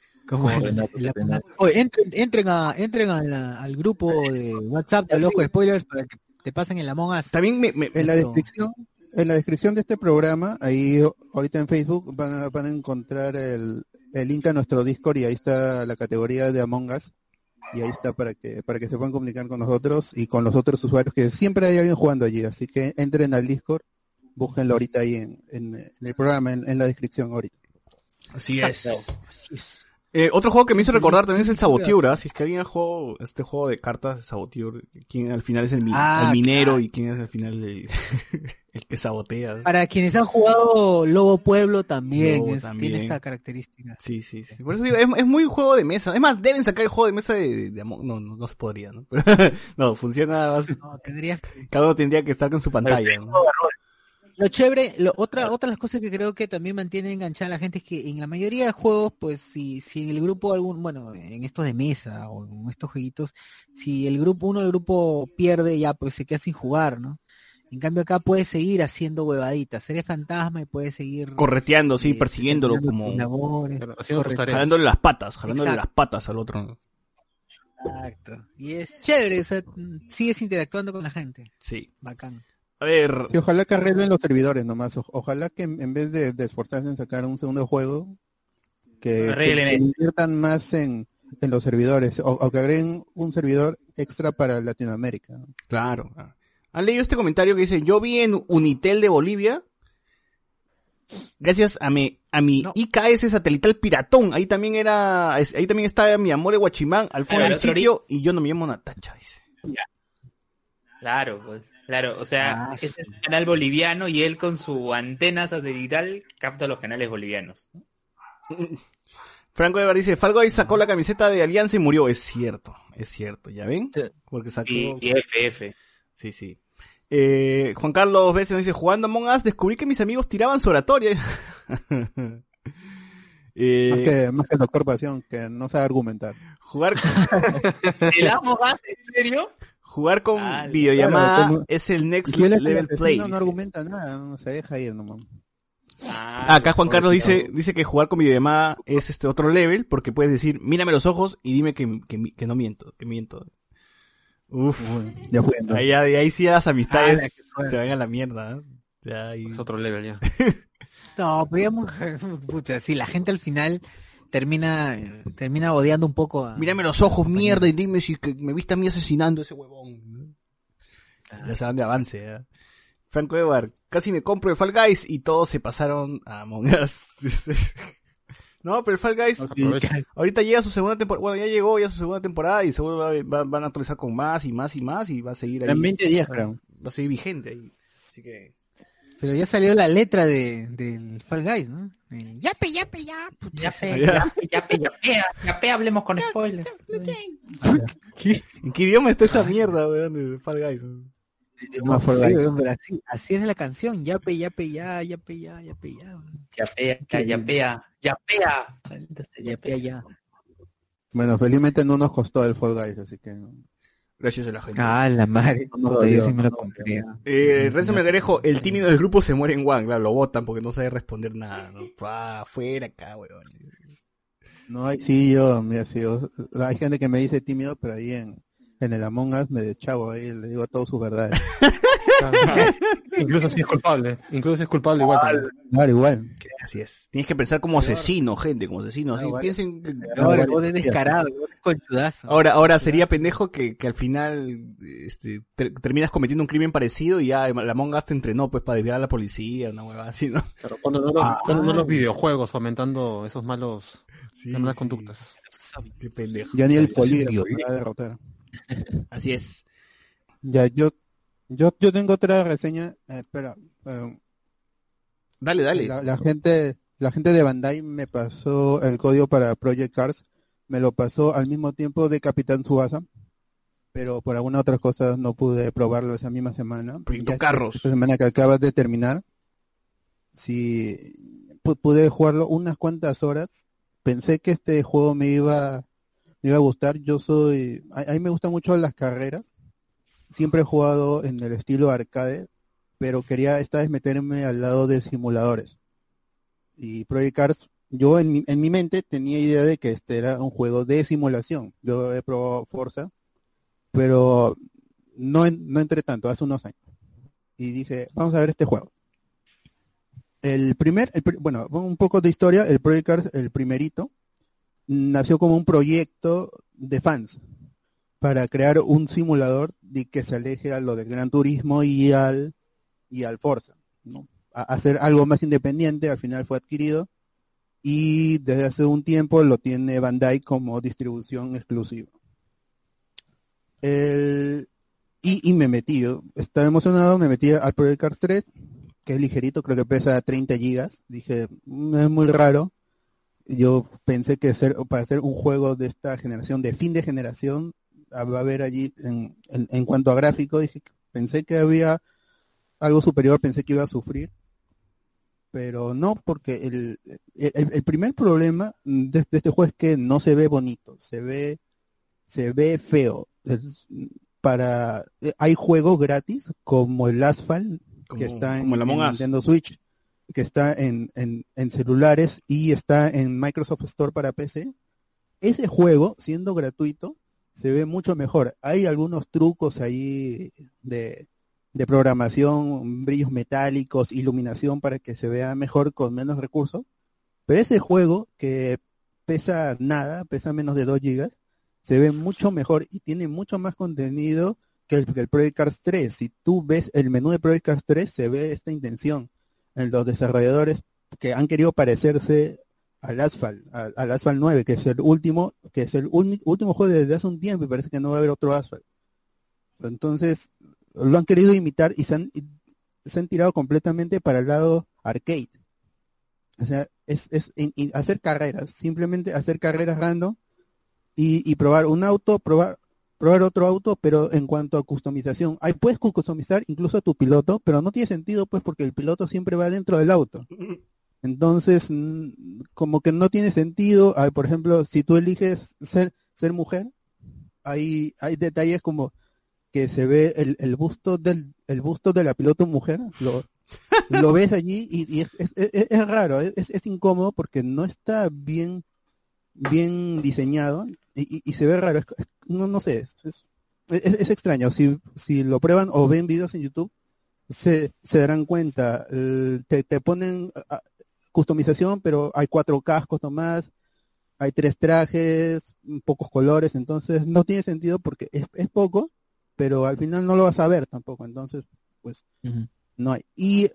Entren al grupo de WhatsApp de Hablando con Spoilers para que te pasen el Among Us. También en la descripción de este programa, ahí ahorita en Facebook van a encontrar el link a nuestro Discord y ahí está la categoría de Among Us y ahí está para que se puedan comunicar con nosotros y con los otros usuarios, que siempre hay alguien jugando allí, así que entren al Discord, búsquenlo ahorita ahí en el programa, en la descripción ahorita. Así es. Otro juego que me hizo recordar también es el Saboteur. Si es que alguien ha jugado este juego de cartas de Saboteur, quién al final es el minero, claro, y quién es al final el que sabotea. Para quienes han jugado Lobo Pueblo también, tiene esta característica. Sí. Por eso digo, es muy juego de mesa. Es más, deben sacar el juego de mesa de amor. No se podría, ¿no? Pero, no, funciona más. No, cada uno tendría que estar con su pantalla, ¿no? Lo chévere, otra de las cosas que creo que también mantiene enganchada a la gente es que en la mayoría de juegos, pues si en el grupo en estos de mesa o en estos jueguitos, si uno del grupo pierde, ya pues se queda sin jugar, ¿no? En cambio acá puedes seguir haciendo huevaditas, eres fantasma y puedes seguir correteando, persiguiéndolo como jalándole las patas al otro, ¿no? Exacto. Y es chévere, o sea, sigues interactuando con la gente. Sí. Bacán. A ver. Sí, ojalá que arreglen los servidores nomás. Ojalá que en vez de esforzarse en sacar un segundo juego, que inviertan más en los servidores o que agreguen un servidor extra para Latinoamérica. Claro. ¿Han leído este comentario que dice: yo vi en Unitel de Bolivia, gracias a mi IKS satelital piratón, ahí también está mi amor de Guachimán al fondo del sitio y yo no me llamo Natacha, dice. Ya. Claro, pues. Claro, o sea, es el canal boliviano y él con su antena satelital capta los canales bolivianos. Franco Evar dice, Fall Guys sacó la camiseta de Alianza y murió. Es cierto, ¿ya ven? Porque sacó... Y FF. Sí. Juan Carlos Bese nos dice, jugando Among Us descubrí que mis amigos tiraban su oratoria. Más que el doctor Pasión, que no sabe argumentar. Jugar ¿El Among Us? ¿En serio? Jugar con videollamada claro, es el next si level play. No argumenta nada, no se deja ir nomás. Acá Juan Carlos dice que jugar con videollamada es otro level, porque puedes decir, mírame los ojos y dime que no miento, que miento. Uf, ya fue, ¿no? ahí sí las amistades se van a la mierda. Es otro level ya. No, pero pucha, si la gente al final termina odiando un poco a... Mírame los ojos, mierda, y dime si que me viste a mí asesinando a ese huevón. Ya se van de avance, ¿eh? Franco Edward, casi me compro el Fall Guys y todos se pasaron a Among Us. No, pero el Fall Guys ahorita llega a su segunda temporada. Bueno, ya llegó a su segunda temporada y seguro van a actualizar con más y más y más y va a seguir ahí. En 20 días, creo. Va a seguir vigente ahí. Así que... Pero ya salió la letra del Fall Guys, ¿no? Yape, hablemos con spoilers. ¿En qué idioma está esa mierda, weón, de Fall Guys? No, pero así es la canción, yapea. Bueno, felizmente no nos costó el Fall Guys, así que... Gracias a la gente. La madre, yo sí me lo compré. Renzo Melgarejo, el tímido del grupo se muere en One, claro, lo botan porque no sabe responder nada, ¿no? Fuera acá, weón. No, hay gente que me dice tímido, pero ahí en el Among Us me deschavo ahí, le digo todas sus verdades. Incluso si es culpable. Igual. Claro, igual. Así es. Tienes que pensar como asesino, gente, como asesino. Así piensen. Vos es descarado, vos es conchudazo. Ahora sería pendejo que al final terminas cometiendo un crimen parecido y ya la Among Us te entrenó pues para desviar a la policía, una hueva así, ¿no? Pero cuando no los videojuegos fomentando esos malas conductas. Qué pendejo. Ya ni el polígrafo va a derrotar. Así es. Ya, yo tengo otra reseña. Espera. Dale. La gente de Bandai me pasó el código para Project Cars. Me lo pasó al mismo tiempo de Capitán Tsubasa. Pero por alguna otra cosa no pude probarlo esa misma semana. Proyecto Carros. Esta semana que acabas de terminar. Sí, pude jugarlo unas cuantas horas. Pensé que este juego me iba a gustar. A mí me gustan mucho las carreras. Siempre he jugado en el estilo arcade, pero quería esta vez meterme al lado de simuladores. Y Project Cars, yo en mi mente tenía idea de que este era un juego de simulación. Yo he probado Forza, pero no entré tanto, hace unos años. Y dije, vamos a ver este juego. Bueno, un poco de historia, el Project Cars, el primerito, nació como un proyecto de fans para crear un simulador que se aleje a lo del Gran Turismo y al Forza, ¿no? A hacer algo más independiente. Al final fue adquirido y desde hace un tiempo lo tiene Bandai como distribución exclusiva. Y me metí, yo estaba emocionado, me metí al Project Cars 3, que es ligerito, creo que pesa 30 gigas. Dije, es muy raro. Yo pensé que para hacer un juego de esta generación, de fin de generación, va a haber allí, en cuanto a gráfico, pensé que había algo superior, pensé que iba a sufrir, pero no, porque el primer problema de este juego es que no se ve bonito, se ve feo. Hay juegos gratis, como el Asphalt, que está en Nintendo Switch, que está en celulares y está en Microsoft Store para PC. Ese juego, siendo gratuito, se ve mucho mejor. Hay algunos trucos ahí de programación, brillos metálicos, iluminación para que se vea mejor con menos recursos. Pero ese juego, que pesa nada, pesa menos de 2 gigas, se ve mucho mejor y tiene mucho más contenido que el Project Cars 3. Si tú ves el menú de Project Cars 3, se ve esta intención en los desarrolladores que han querido parecerse al Asphalt 9, que es el último juego desde hace un tiempo, y parece que no va a haber otro Asphalt. Entonces lo han querido imitar y se han tirado completamente para el lado arcade. O sea, hacer carreras, simplemente hacer carreras random y probar un auto, probar otro auto, pero en cuanto a customización, ahí puedes customizar incluso a tu piloto, pero no tiene sentido pues porque el piloto siempre va dentro del auto. Entonces, como que no tiene sentido. Por ejemplo, si tú eliges ser mujer, hay detalles como que se ve el busto de la piloto mujer, lo ves allí y es raro, es incómodo porque no está bien diseñado y se ve raro, no sé, es extraño. Si lo prueban o ven videos en YouTube, se darán cuenta. Te ponen customización, pero hay 4 cascos nomás, hay 3 trajes, pocos colores, entonces no tiene sentido porque es poco, pero al final no lo vas a ver tampoco, entonces pues no hay. Y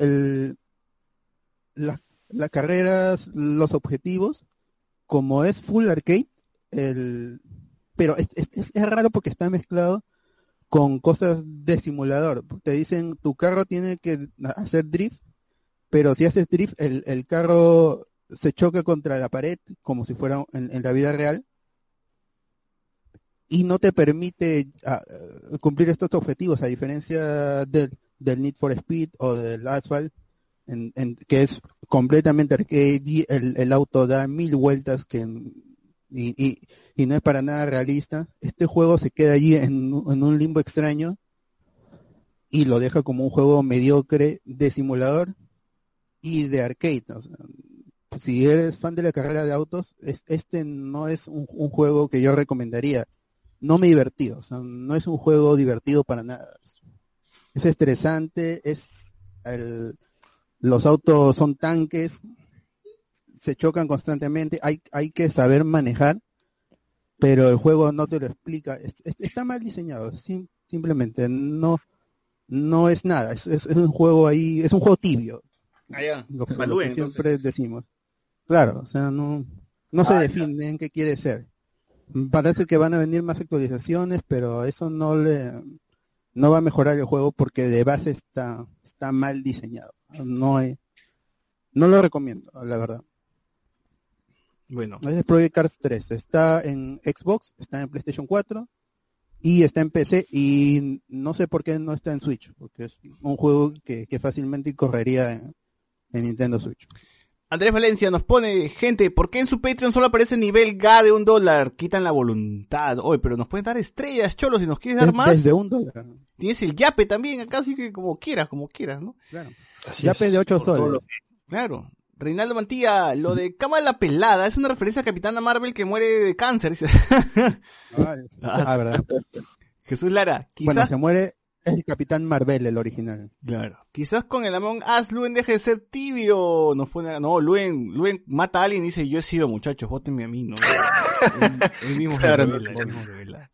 las carreras, los objetivos, como es full arcade, pero es raro porque está mezclado con cosas de simulador. Te dicen, tu carro tiene que hacer drift, pero si haces drift, el carro se choca contra la pared como si fuera en la vida real y no te permite cumplir estos objetivos, a diferencia del Need for Speed o del Asphalt, que es completamente arcade y el auto da 1000 vueltas y no es para nada realista. Este juego se queda allí en un limbo extraño y lo deja como un juego mediocre de simulador y de arcade. O sea, si eres fan de la carrera de autos, este no es un juego que yo recomendaría. No me divertí, o sea, no es un juego divertido para nada. Es estresante, los autos son tanques, se chocan constantemente, hay que saber manejar, pero el juego no te lo explica. Está mal diseñado, simplemente no es nada, es un juego ahí, es un juego tibio. Lo que siempre decimos. Claro, o sea, no se define en qué quiere ser. Parece que van a venir más actualizaciones, pero eso no va a mejorar el juego porque de base está mal diseñado. No lo recomiendo, la verdad. Bueno. Es Project Cars 3. Está en Xbox, está en PlayStation 4 y está en PC, y no sé por qué no está en Switch, porque es un juego que fácilmente correría en Nintendo Switch. Andrés Valencia nos pone, gente, ¿por qué en su Patreon solo aparece nivel GA de $1? Quitan la voluntad. Oye, pero nos pueden dar estrellas, cholos, si nos quieres dar más. Desde $1. Tienes el yape también, acá sí que como quieras, ¿no? Claro. Yape de 8 soles. Claro. Reinaldo Mantilla, lo de Cama de la Pelada es una referencia a Capitana Marvel que muere de cáncer. ¿Verdad? Jesús Lara, quizás... Bueno, se muere el Capitán Marvel, el original. Claro. Quizás con el Among Us Luen deje de ser tibio. Nos pone... No, Luen mata a alguien y dice, yo he sido, muchachos, vótenme a mí, ¿no? él mismo revela.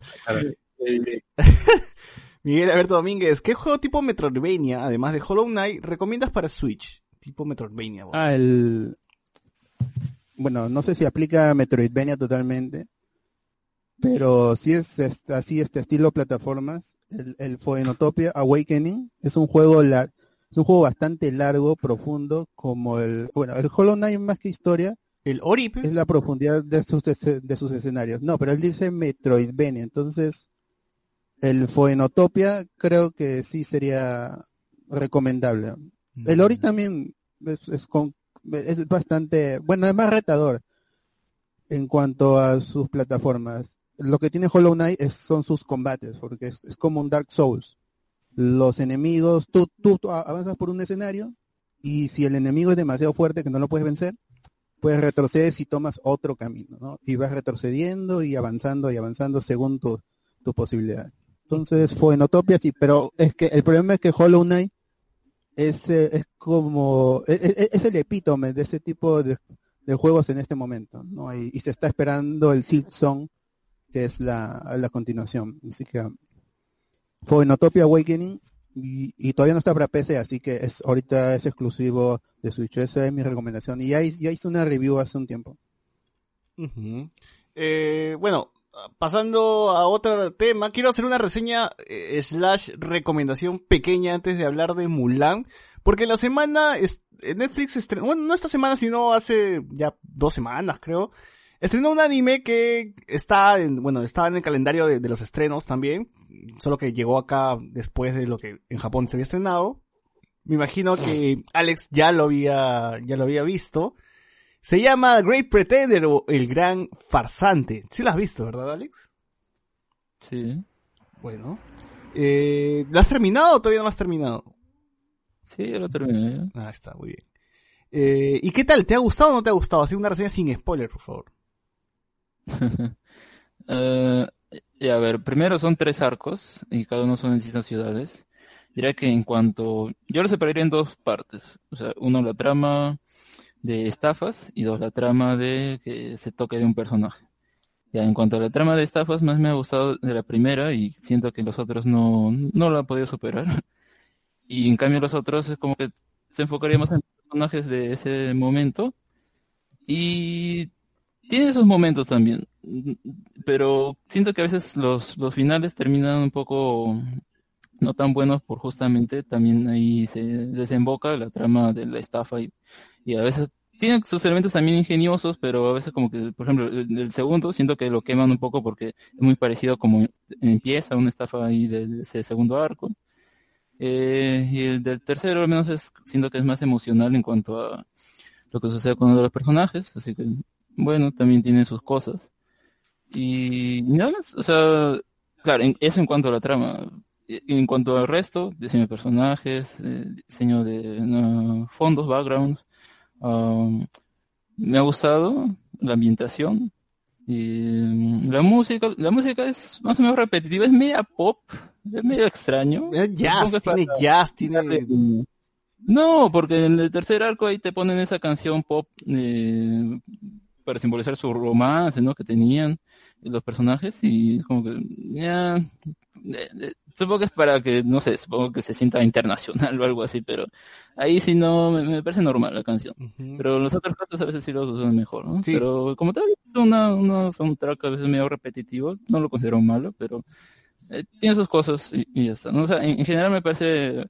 Miguel Alberto Domínguez, ¿qué juego tipo Metroidvania, además de Hollow Knight, recomiendas para Switch? Tipo Metroidvania. Bueno, no sé si aplica Metroidvania totalmente, pero si es así, este estilo plataformas, el Phoenotopia Awakening es un juego bastante largo, profundo, como el Hollow Knight más que historia. El Ori es la profundidad de sus escenarios. No, pero él dice Metroidvania, entonces el Phoenotopia creo que sí sería recomendable. El Ori también es bastante, bueno, es más retador en cuanto a sus plataformas. Lo que tiene Hollow Knight son sus combates, porque es como un Dark Souls. Los enemigos, tú avanzas por un escenario, y si el enemigo es demasiado fuerte que no lo puedes vencer, pues retrocedes y tomas otro camino, ¿no? Y vas retrocediendo y avanzando según tu posibilidad. Entonces, Phoenotopia sí, pero es que el problema es que Hollow Knight es como es el epítome de ese tipo de juegos en este momento, ¿no? Y se está esperando el Silk Song, que es la continuación. Así que Phoenotopia Awakening, y todavía no está para PC, así que ahorita es exclusivo de Switch. Esa es mi recomendación, y ya hice una review hace un tiempo. Uh-huh. Bueno, pasando a otro tema, quiero hacer una reseña / recomendación pequeña antes de hablar de Mulan, porque en la semana Netflix estrenó, bueno, no esta semana, sino hace ya 2 semanas, creo. Estrenó un anime que estaba en el calendario de los estrenos también, solo que llegó acá después de lo que en Japón se había estrenado. Me imagino que Alex ya lo había visto. Se llama Great Pretender o El Gran Farsante. Sí lo has visto, ¿verdad, Alex? Sí. Bueno. ¿Lo has terminado o todavía no lo has terminado? Sí, ya lo terminé. Ah, está, muy bien. ¿Y qué tal? ¿Te ha gustado o no te ha gustado? Así una reseña sin spoiler, por favor. Y a ver, primero son 3 arcos y cada uno son en distintas ciudades. Diría que yo lo separaría en 2 partes. O sea, uno la trama de estafas y 2 la trama de que se toque de un personaje. Ya, en cuanto a la trama de estafas, más me ha gustado de la primera y siento que los otros no la han podido superar. Y en cambio los otros es como que se enfocaría más en personajes de ese momento. Y tiene esos momentos también, pero siento que a veces los finales terminan un poco no tan buenos por justamente también ahí se desemboca la trama de la estafa y a veces tiene sus elementos también ingeniosos, pero a veces como que, por ejemplo, el segundo siento que lo queman un poco porque es muy parecido como empieza una estafa ahí de ese segundo arco. Y el del tercero al menos siento que es más emocional en cuanto a lo que sucede con uno de los personajes, así que bueno, también tiene sus cosas. Y nada más, o sea, claro, eso en cuanto a la trama. En cuanto al resto, diseño de personajes, diseño de fondos, backgrounds, me ha gustado la ambientación y la música es más o menos repetitiva, es media pop, es medio extraño. Jazz, tiene... No, porque en el tercer arco ahí te ponen esa canción pop para simbolizar su romance, ¿no? Que tenían los personajes y como que ya supongo que es para que, no sé, supongo que se sienta internacional o algo así, pero ahí sí no, me parece normal la canción. Uh-huh. Pero los otros cantos a veces sí los usan mejor, ¿no? Sí. Pero como tal, es una soundtrack a veces medio repetitivo, no lo considero malo, pero tiene sus cosas y ya está, ¿no? O sea, en general me parece...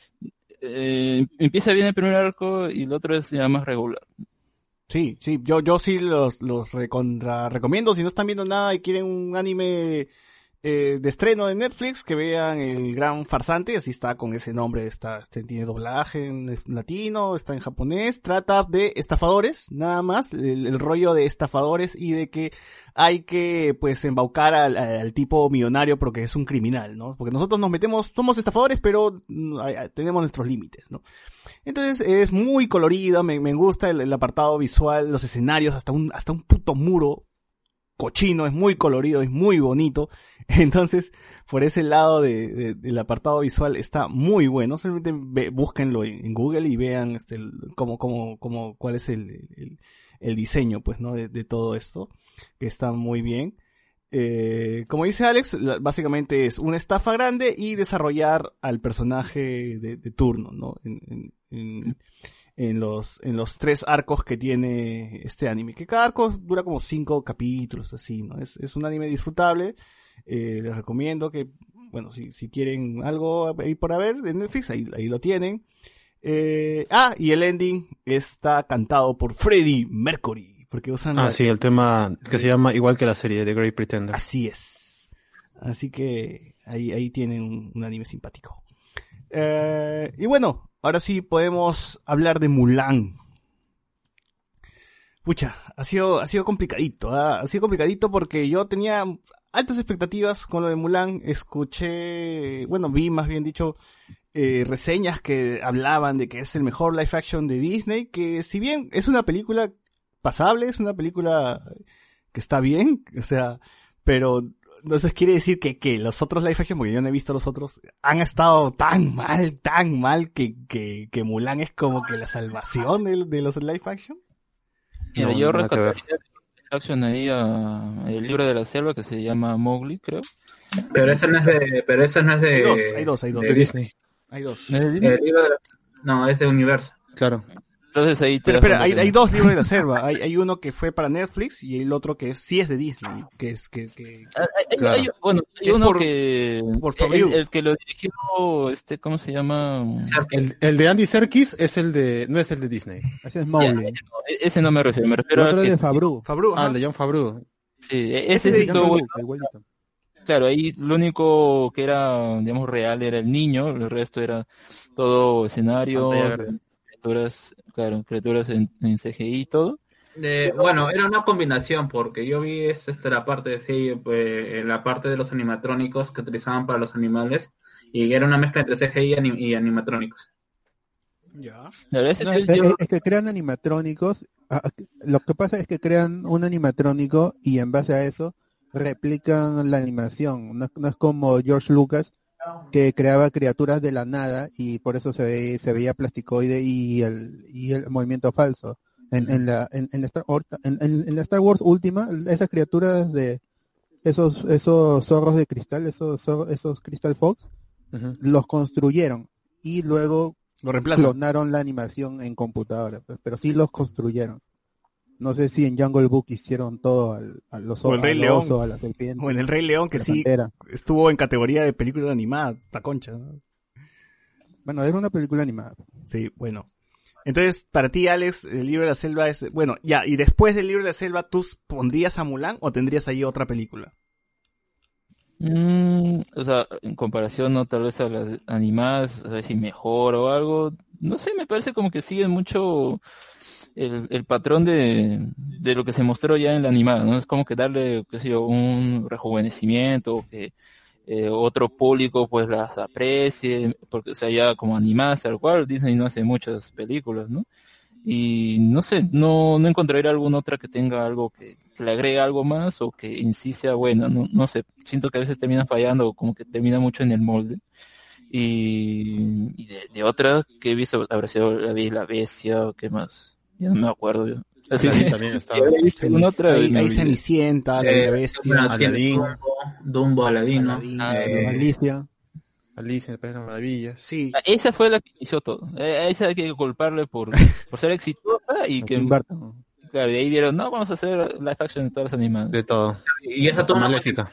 empieza bien el primer arco y el otro es ya más regular. Sí, yo sí los recomiendo. Si no están viendo nada y quieren un anime de estreno de Netflix, que vean El Gran Farsante, así está con ese nombre, tiene doblaje en latino, está en japonés, trata de estafadores, nada más, el rollo de estafadores y de que hay que pues embaucar al tipo millonario porque es un criminal, ¿no? Porque nosotros somos estafadores, pero tenemos nuestros límites, ¿no? Entonces es muy colorido, me gusta el apartado visual, los escenarios, hasta un puto muro cochino, es muy colorido, es muy bonito. Entonces, por ese lado del apartado visual está muy bueno. Simplemente búsquenlo en Google y vean cuál es el diseño, pues, ¿no? De todo esto, que está muy bien. Como dice Alex, básicamente es una estafa grande y desarrollar al personaje de turno, ¿no? En los 3 arcos que tiene este anime, que cada arco dura como 5 capítulos, así, ¿no? Es un anime disfrutable. Les recomiendo que, bueno, si quieren algo ahí por haber de Netflix, ahí lo tienen. Y el ending está cantado por Freddie Mercury, porque usan sí, el tema que se llama igual que la serie de Great Pretender. Así es. Así que ahí tienen un anime simpático. Y bueno, ahora sí podemos hablar de Mulan. Pucha, ha sido complicadito, ha sido complicadito porque yo tenía altas expectativas con lo de Mulan. Vi más bien dicho reseñas que hablaban de que es el mejor live action de Disney, que si bien es una película pasable, es una película que está bien, o sea, pero entonces quiere decir que los otros live action, porque yo no he visto los otros, han estado tan mal que Mulan es como que la salvación de los live action. Mira, yo rescataría live action ahí el libro de la selva que se llama Mowgli, creo. Pero esa no es de... Hay dos. De Disney. Hay dos. No, es de Universo. Claro. Entonces ahí te Pero hay dos libros de la selva. Hay uno que fue para Netflix y el otro que sí es de Disney. Que es claro. Hay uno que por el que lo dirigió, ¿cómo se llama? El de Andy Serkis es no es el de Disney. Ese es Mowgli. Ese no me refiero a que... de Favreau. El de John Favreau. Sí, ese estuvo claro, ahí lo único que era, digamos, real era el niño, el resto era todo escenario, criaturas en CGI y todo. Bueno, era una combinación, porque yo vi la parte de la parte de los animatrónicos que utilizaban para los animales, y era una mezcla entre CGI y animatrónicos. Ya. Es que crean animatrónicos. Lo que pasa es que crean un animatrónico y en base a eso replican la animación. No es como George Lucas, que creaba criaturas de la nada y por eso se veía plasticoide y el movimiento falso. En la Star Wars última, esas criaturas de esos zorros de cristal, esos Crystal Fox, los construyeron y luego clonaron la animación en computadora, pero sí los construyeron. No sé si en Jungle Book hicieron todo a los osos, a la serpiente. O en El Rey León, que sí estuvo en categoría de película animada, la concha, ¿no? Bueno, era una película animada. Sí, bueno. Entonces, para ti, Alex, el Libro de la Selva es... Bueno, ya, y después del Libro de la Selva, ¿tú pondrías a Mulan o tendrías ahí otra película? O sea, en comparación, ¿no? Tal vez a las animadas, a ver si mejor o algo. No sé, me parece como que siguen mucho el patrón de lo que se mostró ya en la animada, ¿no? Es como que darle, qué sé yo, un rejuvenecimiento, o que otro público pues las aprecie, porque, o sea, ya como animadas tal cual, Disney no hace muchas películas, ¿no? Y no sé, no encontraré alguna otra que tenga algo que le agregue algo más o que en sí sea buena, no sé, siento que a veces termina fallando o como que termina mucho en el molde. Y de otra que he visto, habrá sido La Bestia o qué más, ya no me acuerdo yo. Así que también está. Hay Cenicienta, La Bestia, Aladín, Dumbo, Aladino, Alicia. Alicia, el País de las Maravillas. Sí. Esa fue la que inició todo. Esa hay que culparle por ser exitosa y que... Claro, y ahí vieron, no, vamos a hacer live action de todas las animadas. De todo. Y esa toma Maléfica.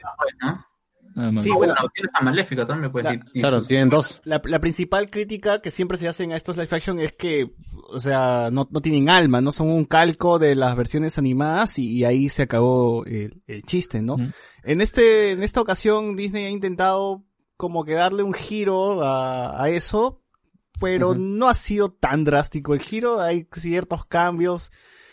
¿No? Sí, bueno, tienes a Maléfica también, pues. Claro, tienen dos. La principal crítica que siempre se hacen a estos live action es que, o sea, no tienen alma, no son un calco de las versiones animadas y ahí se acabó el chiste, ¿no? En esta ocasión Disney ha intentado como que darle un giro a eso, pero no ha sido tan drástico el giro, hay ciertos cambios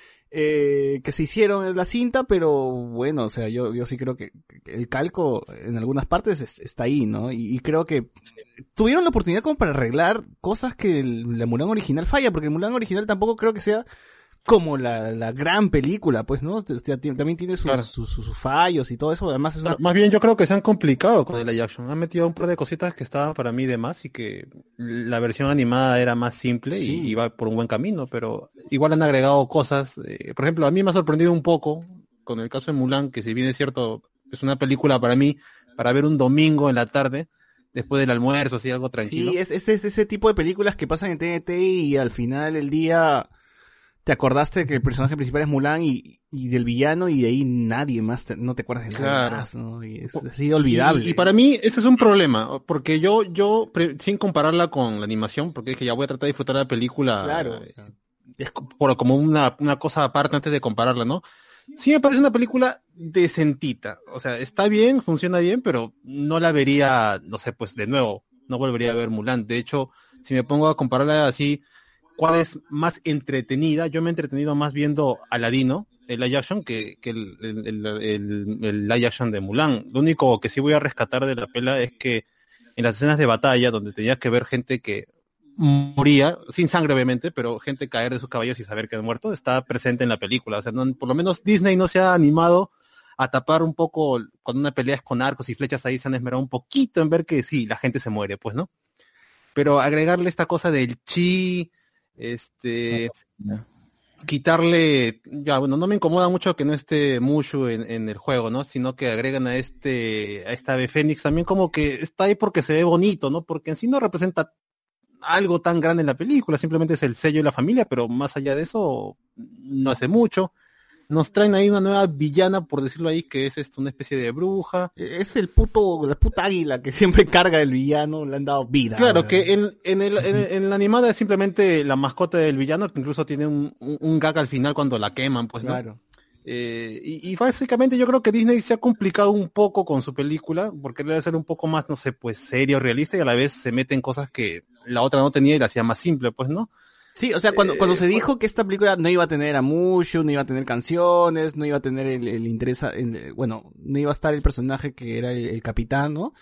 que se hicieron en la cinta, pero bueno, o sea, yo sí creo que el calco en algunas partes está ahí, ¿no? Y creo que tuvieron la oportunidad como para arreglar cosas que la Mulan original falla, porque el Mulan original tampoco creo que sea como la gran película, pues, ¿no? También tiene sus fallos y todo eso, además es más bien yo creo que se han complicado con el live action, han metido un par de cositas que estaban para mí de más y que la versión animada era más simple y iba por un buen camino, pero igual han agregado cosas, por ejemplo, a mí me ha sorprendido un poco con el caso de Mulan, que si bien es cierto, es una película para mí, para ver un domingo en la tarde, después del almuerzo, así algo tranquilo. Sí, es ese tipo de películas que pasan en TNT y al final del día te acordaste que el personaje principal es Mulan y del villano y de ahí nadie más, no te acuerdas de nada más, ¿no? Y es así olvidable. Y para mí ese es un problema, porque yo sin compararla con la animación, porque dije ya voy a tratar de disfrutar la película. Claro. Es como una cosa aparte antes de compararla, ¿no? Sí me parece una película decentita, o sea, está bien, funciona bien, pero no la vería, no sé, pues de nuevo, no volvería a ver Mulan. De hecho, si me pongo a compararla así, ¿cuál es más entretenida? Yo me he entretenido más viendo Aladino, el live action, que el live action de Mulan. Lo único que sí voy a rescatar de la pela es que en las escenas de batalla, donde tenías que ver gente que moría, sin sangre obviamente, pero gente caer de sus caballos y saber que han muerto, está presente en la película. O sea, por lo menos Disney no se ha animado a tapar un poco, cuando una pelea es con arcos y flechas, ahí se han esmerado un poquito en ver que sí, la gente se muere, pues, ¿no? Pero agregarle esta cosa del chi, quitarle, ya bueno, no me incomoda mucho que no esté Mushu en el juego, ¿no? Sino que agregan a esta ave Fénix también como que está ahí porque se ve bonito, ¿no? Porque en sí no representa algo tan grande en la película, simplemente es el sello de la familia, pero más allá de eso, no hace mucho. Nos traen ahí una nueva villana, por decirlo ahí, que es una especie de bruja. Es la puta águila que siempre carga el villano, le han dado vida. Claro, ¿verdad? Que en la animada es simplemente la mascota del villano, que incluso tiene un gag al final cuando la queman, pues, ¿no? Claro. Y básicamente yo creo que Disney se ha complicado un poco con su película, porque debe ser un poco más, no sé, pues serio, realista, y a la vez se mete en cosas que la otra no tenía y la hacía más simple, pues, ¿no? Sí, o sea, cuando se dijo que esta película no iba a tener a Mushu, no iba a tener canciones, no iba a tener el interés, bueno, no iba a estar el personaje que era el capitán, ¿no?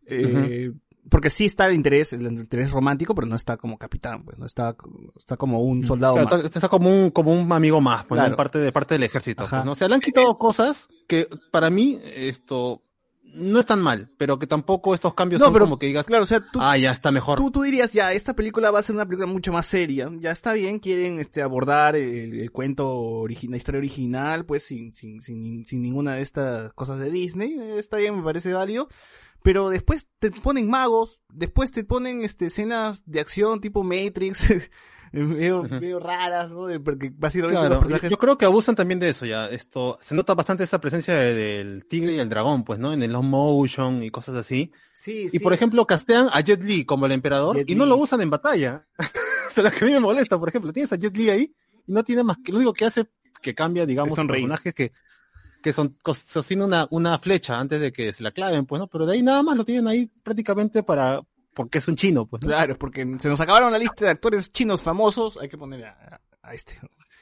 Porque sí está el interés romántico, pero no está como capitán, pues, no está como un soldado más. Está como un amigo más, pues, claro. ¿no? parte del ejército, pues, ¿no? O sea, le han quitado cosas que para mí, no es tan mal, pero que tampoco estos cambios son como que digas, claro, o sea, ya está mejor. Tú dirías, ya, esta película va a ser una película mucho más seria, ya está bien, quieren abordar el cuento la historia original, pues sin ninguna de estas cosas de Disney, está bien, me parece válido, pero después te ponen magos, después te ponen escenas de acción tipo Matrix, medio raras, ¿no? Porque básicamente claro, los personajes... Yo creo que abusan también de eso ya. Se nota bastante esa presencia del tigre y el dragón, pues, ¿no? En el long motion y cosas así. Sí, y por ejemplo, castean a Jet Li como el emperador y no lo usan en batalla. O sea, lo que a mí me molesta, por ejemplo, tienes a Jet Li ahí y no tiene más que, lo único que hace que cambia, digamos, personajes que sostienen una flecha antes de que se la claven, pues, ¿no? Pero de ahí nada más lo tienen ahí prácticamente porque es un chino, pues, ¿no? Claro, porque se nos acabaron la lista de actores chinos famosos, hay que poner a este.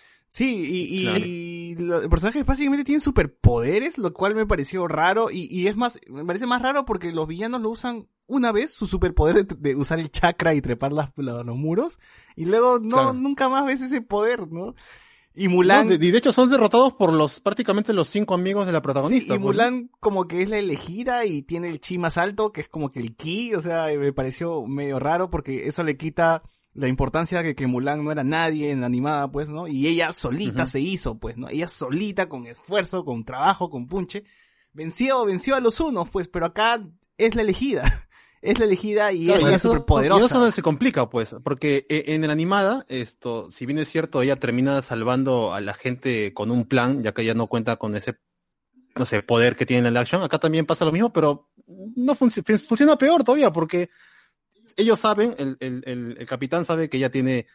Sí, claro. y los personajes básicamente tienen superpoderes, lo cual me pareció raro, y es más, me parece más raro porque los villanos lo usan una vez, su superpoder de usar el chakra y trepar los muros, y luego nunca más ves ese poder, ¿no? Y Mulan... No, de hecho son derrotados por prácticamente los 5 amigos de la protagonista. Sí, y Mulan como que es la elegida y tiene el chi más alto, que es como que el ki, o sea, me pareció medio raro porque eso le quita la importancia de que Mulan no era nadie en la animada, pues, ¿no? Y ella solita se hizo, pues, ¿no? Ella solita, con esfuerzo, con trabajo, con punche, venció a los unos, pues, pero acá es la elegida. Es la elegida y claro, es súper poderosa. Y eso se complica, pues, porque en la animada, si bien es cierto, ella termina salvando a la gente con un plan, ya que ella no cuenta con ese, no sé, poder que tiene en el action. Acá también pasa lo mismo, pero no funciona peor todavía, porque ellos saben, el capitán sabe que ella tiene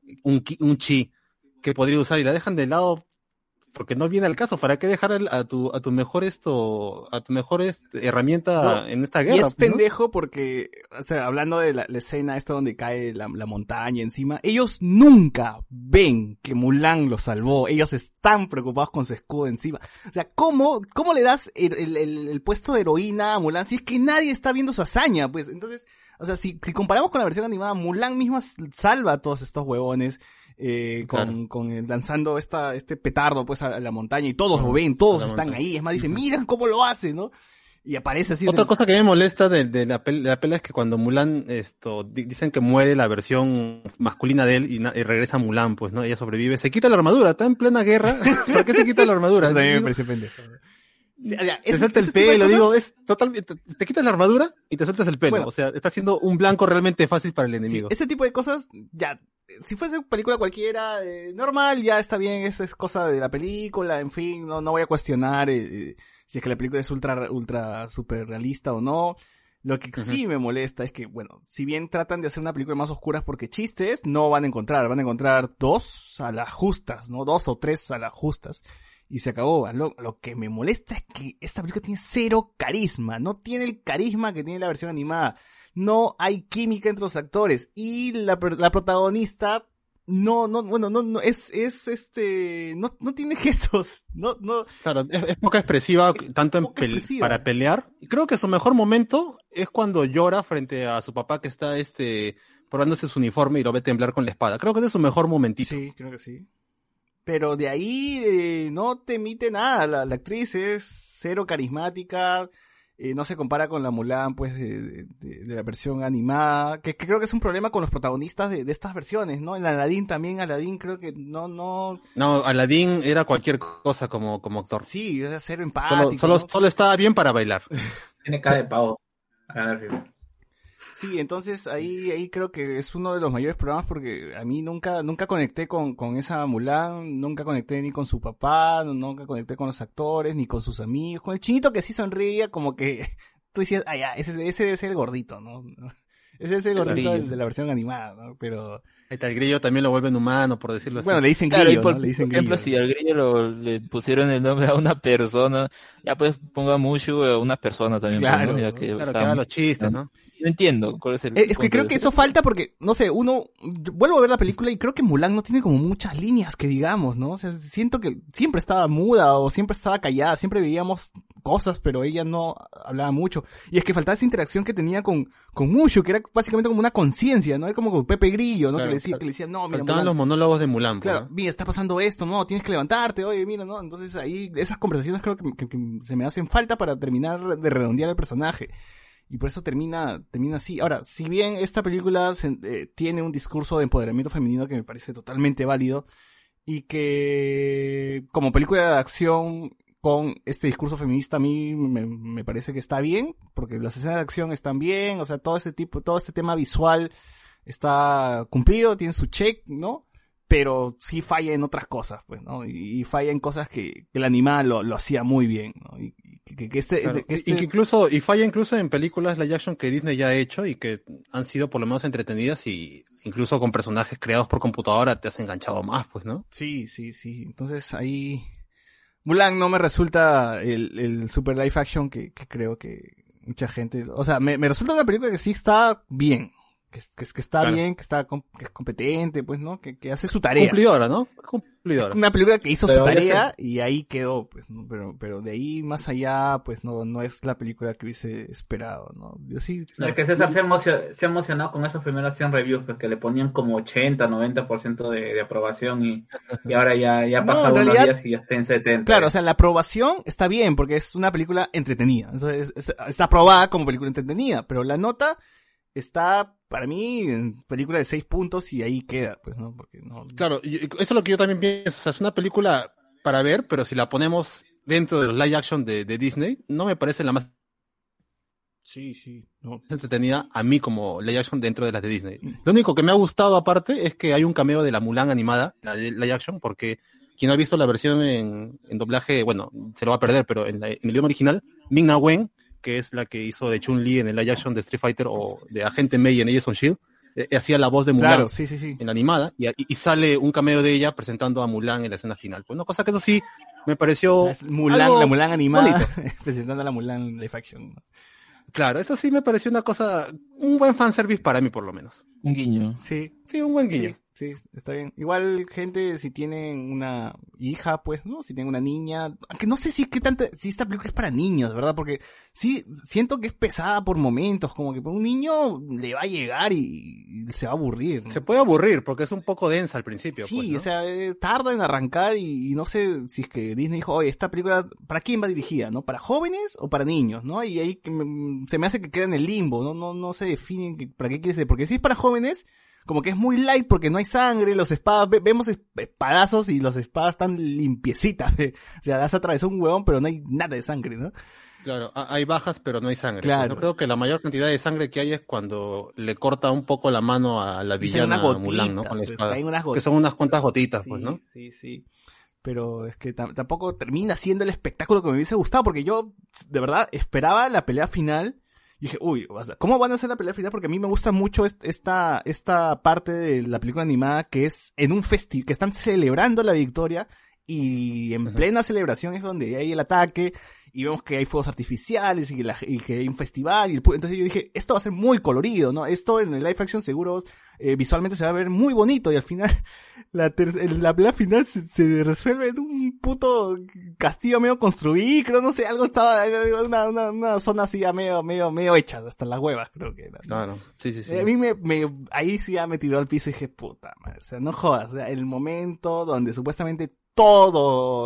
un chi que podría usar y la dejan de lado porque no viene al caso. ¿Para qué dejar a tu mejor herramienta en esta guerra? Y es pendejo porque, o sea, hablando de la escena esta donde cae la montaña encima, ellos nunca ven que Mulan lo salvó. Ellos están preocupados con su escudo encima. O sea, ¿cómo le das el puesto de heroína a Mulan si es que nadie está viendo su hazaña? Pues, entonces, o sea, si comparamos con la versión animada, Mulan misma salva a todos estos huevones. Lanzando este petardo pues a la montaña y todos lo ven, todos están ahí, es más dicen, miren cómo lo hace, ¿no? Y aparece así. Otra cosa que me molesta de la pelea es que cuando Mulan dicen que muere la versión masculina de él y regresa Mulan, pues, ¿no? Ella sobrevive, se quita la armadura, está en plena guerra. ¿Por qué se quita la armadura? Eso también me parece pendejo. Sí, te salta el pelo, digo, es totalmente, te quitas la armadura y te saltas el pelo, bueno, o sea, está haciendo un blanco realmente fácil para el enemigo. Sí, ese tipo de cosas, ya, si fuese película cualquiera, normal, ya está bien, eso es cosa de la película, en fin, no voy a cuestionar si es que la película es ultra super realista o no. Lo que sí me molesta es que, bueno, si bien tratan de hacer una película más oscura porque chistes, no van a encontrar 2 a las justas, ¿no? 2 o 3 a las justas. Y se acabó. Lo que me molesta es que esta película tiene 0 carisma. No tiene el carisma que tiene la versión animada. No hay química entre los actores. Y la protagonista no tiene gestos. No. Claro, es poca expresiva, tanto para pelear. Creo que su mejor momento es cuando llora frente a su papá que está probándose su uniforme y lo ve temblar con la espada. Creo que ese es su mejor momentito. Sí, creo que sí. Pero de ahí no te emite nada, la actriz es 0 carismática, no se compara con la Mulan pues de la versión animada, que creo que es un problema con los protagonistas de estas versiones, ¿no? En Aladdin también, creo que no... No, Aladdin era cualquier cosa como actor. Sí, era 0 empático. Solo estaba bien para bailar. Tiene cara de pavo. Sí, entonces ahí creo que es uno de los mayores problemas porque a mí nunca conecté con esa Mulan, nunca conecté ni con su papá, nunca conecté con los actores, ni con sus amigos, con el chinito que sí sonreía, como que tú decías, ya, ese debe ser el gordito, ¿no? Ese es el gordito de la versión animada, ¿no? Pero... Ahí está, el grillo también lo vuelven humano, por decirlo así. Bueno, le dicen grillo, claro, ¿no? Le dicen por ejemplo, grillo. si al grillo le pusieron el nombre a una persona, ya pues ponga Mushu a una persona también. Claro, pues, ¿no? Ya ¿no? que Claro, que hagan los chistes, ¿no? No entiendo cuál es el Es que punto creo de que eso. eso falta porque, no sé, yo vuelvo a ver la película y creo que Mulan no tiene como muchas líneas que digamos, ¿no? O sea, siento que siempre estaba muda o siempre estaba callada, siempre veíamos cosas, pero ella no hablaba mucho. Y es que faltaba esa interacción que tenía con Mushu, que era básicamente como una conciencia, ¿no? Era como con Pepe Grillo, ¿no? Claro, que le decía, no, mira, faltaban Mulan, los monólogos de Mulan, pues, claro, ¿no? mira, está pasando esto, no, tienes que levantarte, oye, mira, ¿no? Entonces ahí, esas conversaciones creo que se me hacen falta para terminar de redondear el personaje. Y por eso termina así. Ahora, si bien esta película tiene un discurso de empoderamiento femenino que me parece totalmente válido, y que como película de acción con este discurso feminista a mí me parece que está bien, porque las escenas de acción están bien, o sea, todo este tema visual está cumplido, tiene su check, ¿no? Pero sí falla en otras cosas, pues, ¿no? Y falla en cosas que el animal lo hacía muy bien, ¿no? Y falla incluso en películas live action que Disney ya ha hecho y que han sido por lo menos entretenidas y incluso con personajes creados por computadora te has enganchado más, pues, ¿no? Sí. Entonces ahí Mulan no me resulta el super live action que creo que mucha gente, o sea, me resulta una película que sí está bien. Que está claro. bien, que es competente, pues, ¿no? Que hace su tarea. Cumplidora, ¿no? Cumplidora. Una película que hizo su tarea y ahí quedó, pues, ¿no? Pero de ahí más allá, pues, no es la película que hubiese esperado, ¿no? Yo sí. Es que César se ha emocionado con esas primeras 100 reviews, porque le ponían como 80, 90% de aprobación y ahora ya ha pasado unos días y ya está en 70. Claro, o sea, la aprobación está bien porque es una película entretenida. Está aprobada como película entretenida, pero la nota está, para mí, en película de 6 puntos y ahí queda, pues, ¿no? Porque no... Claro, eso es lo que yo también pienso. O sea, es una película para ver, pero si la ponemos dentro de los live action de Disney, no me parece la más entretenida a mí como live action dentro de las de Disney. Lo único que me ha gustado aparte es que hay un cameo de la Mulan animada, la de live action, porque quien ha visto la versión en doblaje, bueno, se lo va a perder, pero en el idioma original, Ming-Na Wen, que es la que hizo de Chun-Li en el live action de Street Fighter o de Agente May en Agents of S.H.I.E.L.D., hacía la voz de Mulan, claro, sí. en la animada, y sale un cameo de ella presentando a Mulan en la escena final. Pues una cosa que eso sí me pareció la Mulan animada presentando a la Mulan live action. Claro, eso sí me pareció una cosa, un buen fanservice para mí por lo menos. Un guiño. Sí, un buen guiño. Sí, está bien. Igual, gente, si tienen una hija, pues, ¿no? Si tienen una niña, aunque no sé si esta película es para niños, ¿verdad? Porque sí, siento que es pesada por momentos, como que por un niño le va a llegar y se va a aburrir, ¿no? Se puede aburrir porque es un poco densa al principio. Sí, pues, ¿no? O sea, tarda en arrancar y no sé si es que Disney dijo, oye, esta película, ¿para quién va dirigida, no? ¿Para jóvenes o para niños, no? Y ahí se me hace que queda en el limbo, no se define para qué quiere ser, porque si es para jóvenes, como que es muy light porque no hay sangre, los espadas, vemos espadazos y los espadas están limpiecitas, o sea, has atravesado un huevón pero no hay nada de sangre, ¿no? Claro, hay bajas pero no hay sangre. Claro. Yo creo que la mayor cantidad de sangre que hay es cuando le corta un poco la mano a la villana Mulan, ¿no? Con la espada. Que son unas cuantas gotitas, sí, pues, ¿no? Sí. Pero es que tampoco termina siendo el espectáculo que me hubiese gustado porque yo, de verdad, esperaba la pelea final. Y dije, ¿cómo van a hacer la pelea final? Porque a mí me gusta mucho esta parte de la película animada que es en un festival, que están celebrando la victoria y en plena celebración es donde hay el ataque y vemos que hay fuegos artificiales y que hay un festival entonces yo dije, esto va a ser muy colorido, ¿no? Esto en el live action seguro visualmente se va a ver muy bonito y al final la pelea final se resuelve en un puto castillo medio construido, creo, no sé, algo estaba una zona así ya medio hecha hasta las huevas, creo que era. Claro, sí. A mí ahí sí ya me tiró al piso y dije, puta madre, o sea, no jodas, o sea, el momento donde supuestamente toda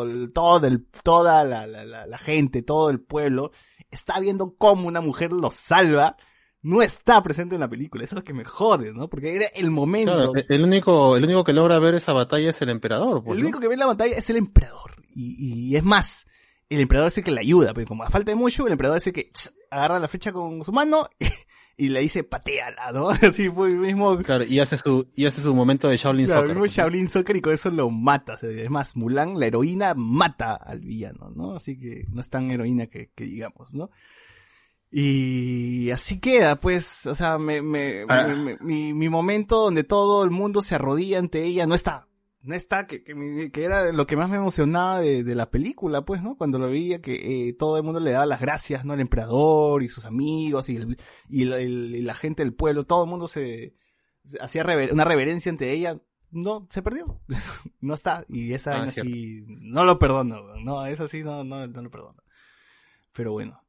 la gente, todo el pueblo está viendo cómo una mujer lo salva, no está presente en la película. Eso es lo que me jode, ¿no? Porque era el momento. Claro, el único que logra ver esa batalla es el emperador. Pues, el único que ve la batalla es el emperador. Y es más, el emperador es el que le ayuda, pero como a falta de mucho, el emperador es el que agarra la flecha con su mano y le dice pateala, ¿no? Así fue el mismo. Claro, y hace su momento de Shaolin Soccer. Soccer. El mismo Shaolin Soccer y con eso lo mata. O sea, es más, Mulan, la heroína, mata al villano, ¿no? Así que no es tan heroína que digamos, ¿no? Y así queda, pues, o sea, mi momento donde todo el mundo se arrodilla ante ella no está, que era lo que más me emocionaba de la película, pues, ¿no? Cuando lo veía que todo el mundo le daba las gracias, ¿no? Al emperador y sus amigos y la gente del pueblo, todo el mundo se hacía una reverencia ante ella. No, se perdió. No está. Y esa así, no lo perdono, no, esa sí no lo perdono. Pero bueno.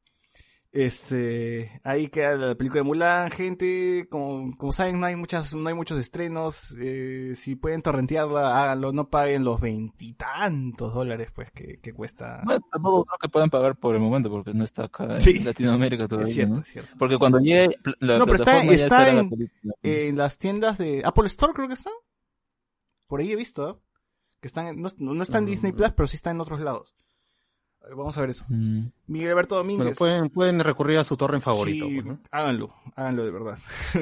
Ahí queda la película de Mulan, gente, como saben, no hay muchos estrenos, si pueden torrentearla, háganlo, no paguen los $20 pues que cuesta. Bueno, tampoco creo que puedan pagar por el momento porque no está acá en Latinoamérica todavía. Es cierto, ¿no? es cierto. Porque cuando llegue la plataforma está la película. En las tiendas de Apple Store, creo que está. Por ahí he visto, ¿eh? Que están no está en Disney Plus, pero sí está en otros lados. Vamos a ver eso. Miguel Alberto Domínguez. Bueno, pueden recurrir a su torrent favorito. Sí, pues, ¿no? háganlo de verdad.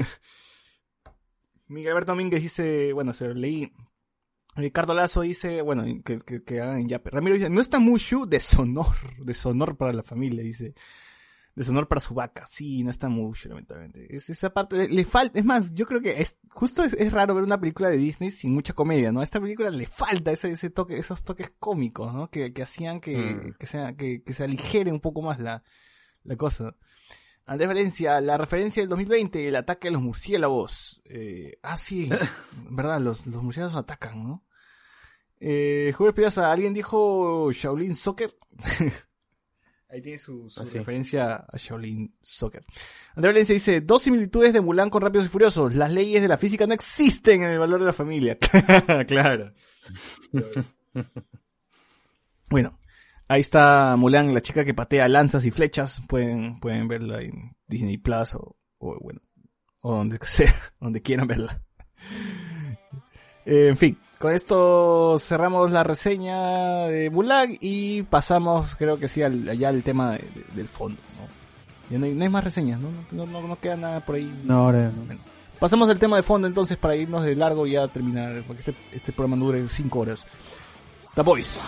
Miguel Alberto Domínguez dice, bueno, se lo leí. Ricardo Lazo dice, bueno, que hagan en Yape. Ramiro dice, no está Mushu deshonor para la familia, dice. Deshonor para su vaca. Sí, no está Mushu, lamentablemente. Esa parte, le falta, es más, yo creo que es raro ver una película de Disney sin mucha comedia, ¿no? A esta película le falta ese toque, esos toques cómicos, ¿no? Que hacían que se aligere un poco más la cosa. Andrés Valencia, la referencia del 2020, el ataque a los murciélagos. Sí, verdad, los murciélagos atacan, ¿no? Julio Espinosa, ¿alguien dijo Shaolin Soccer? Ahí tiene su referencia a Shaolin Soccer. Andrés Valencia dice, 2 similitudes de Mulan con Rápidos y Furiosos. Las leyes de la física no existen en el valor de la familia. Claro. Bueno, ahí está Mulan, la chica que patea lanzas y flechas. Pueden verla en Disney Plus o bueno, o donde sea, donde quieran verla. En fin, con esto cerramos la reseña de Mulan y pasamos, creo que sí, al tema del fondo, ¿no? Ya no hay más reseñas, ¿no? No queda nada por ahí. No, ahora no. Bueno, pasamos al tema de fondo entonces para irnos de largo y ya terminar, porque este programa dure 5 horas. The Boys.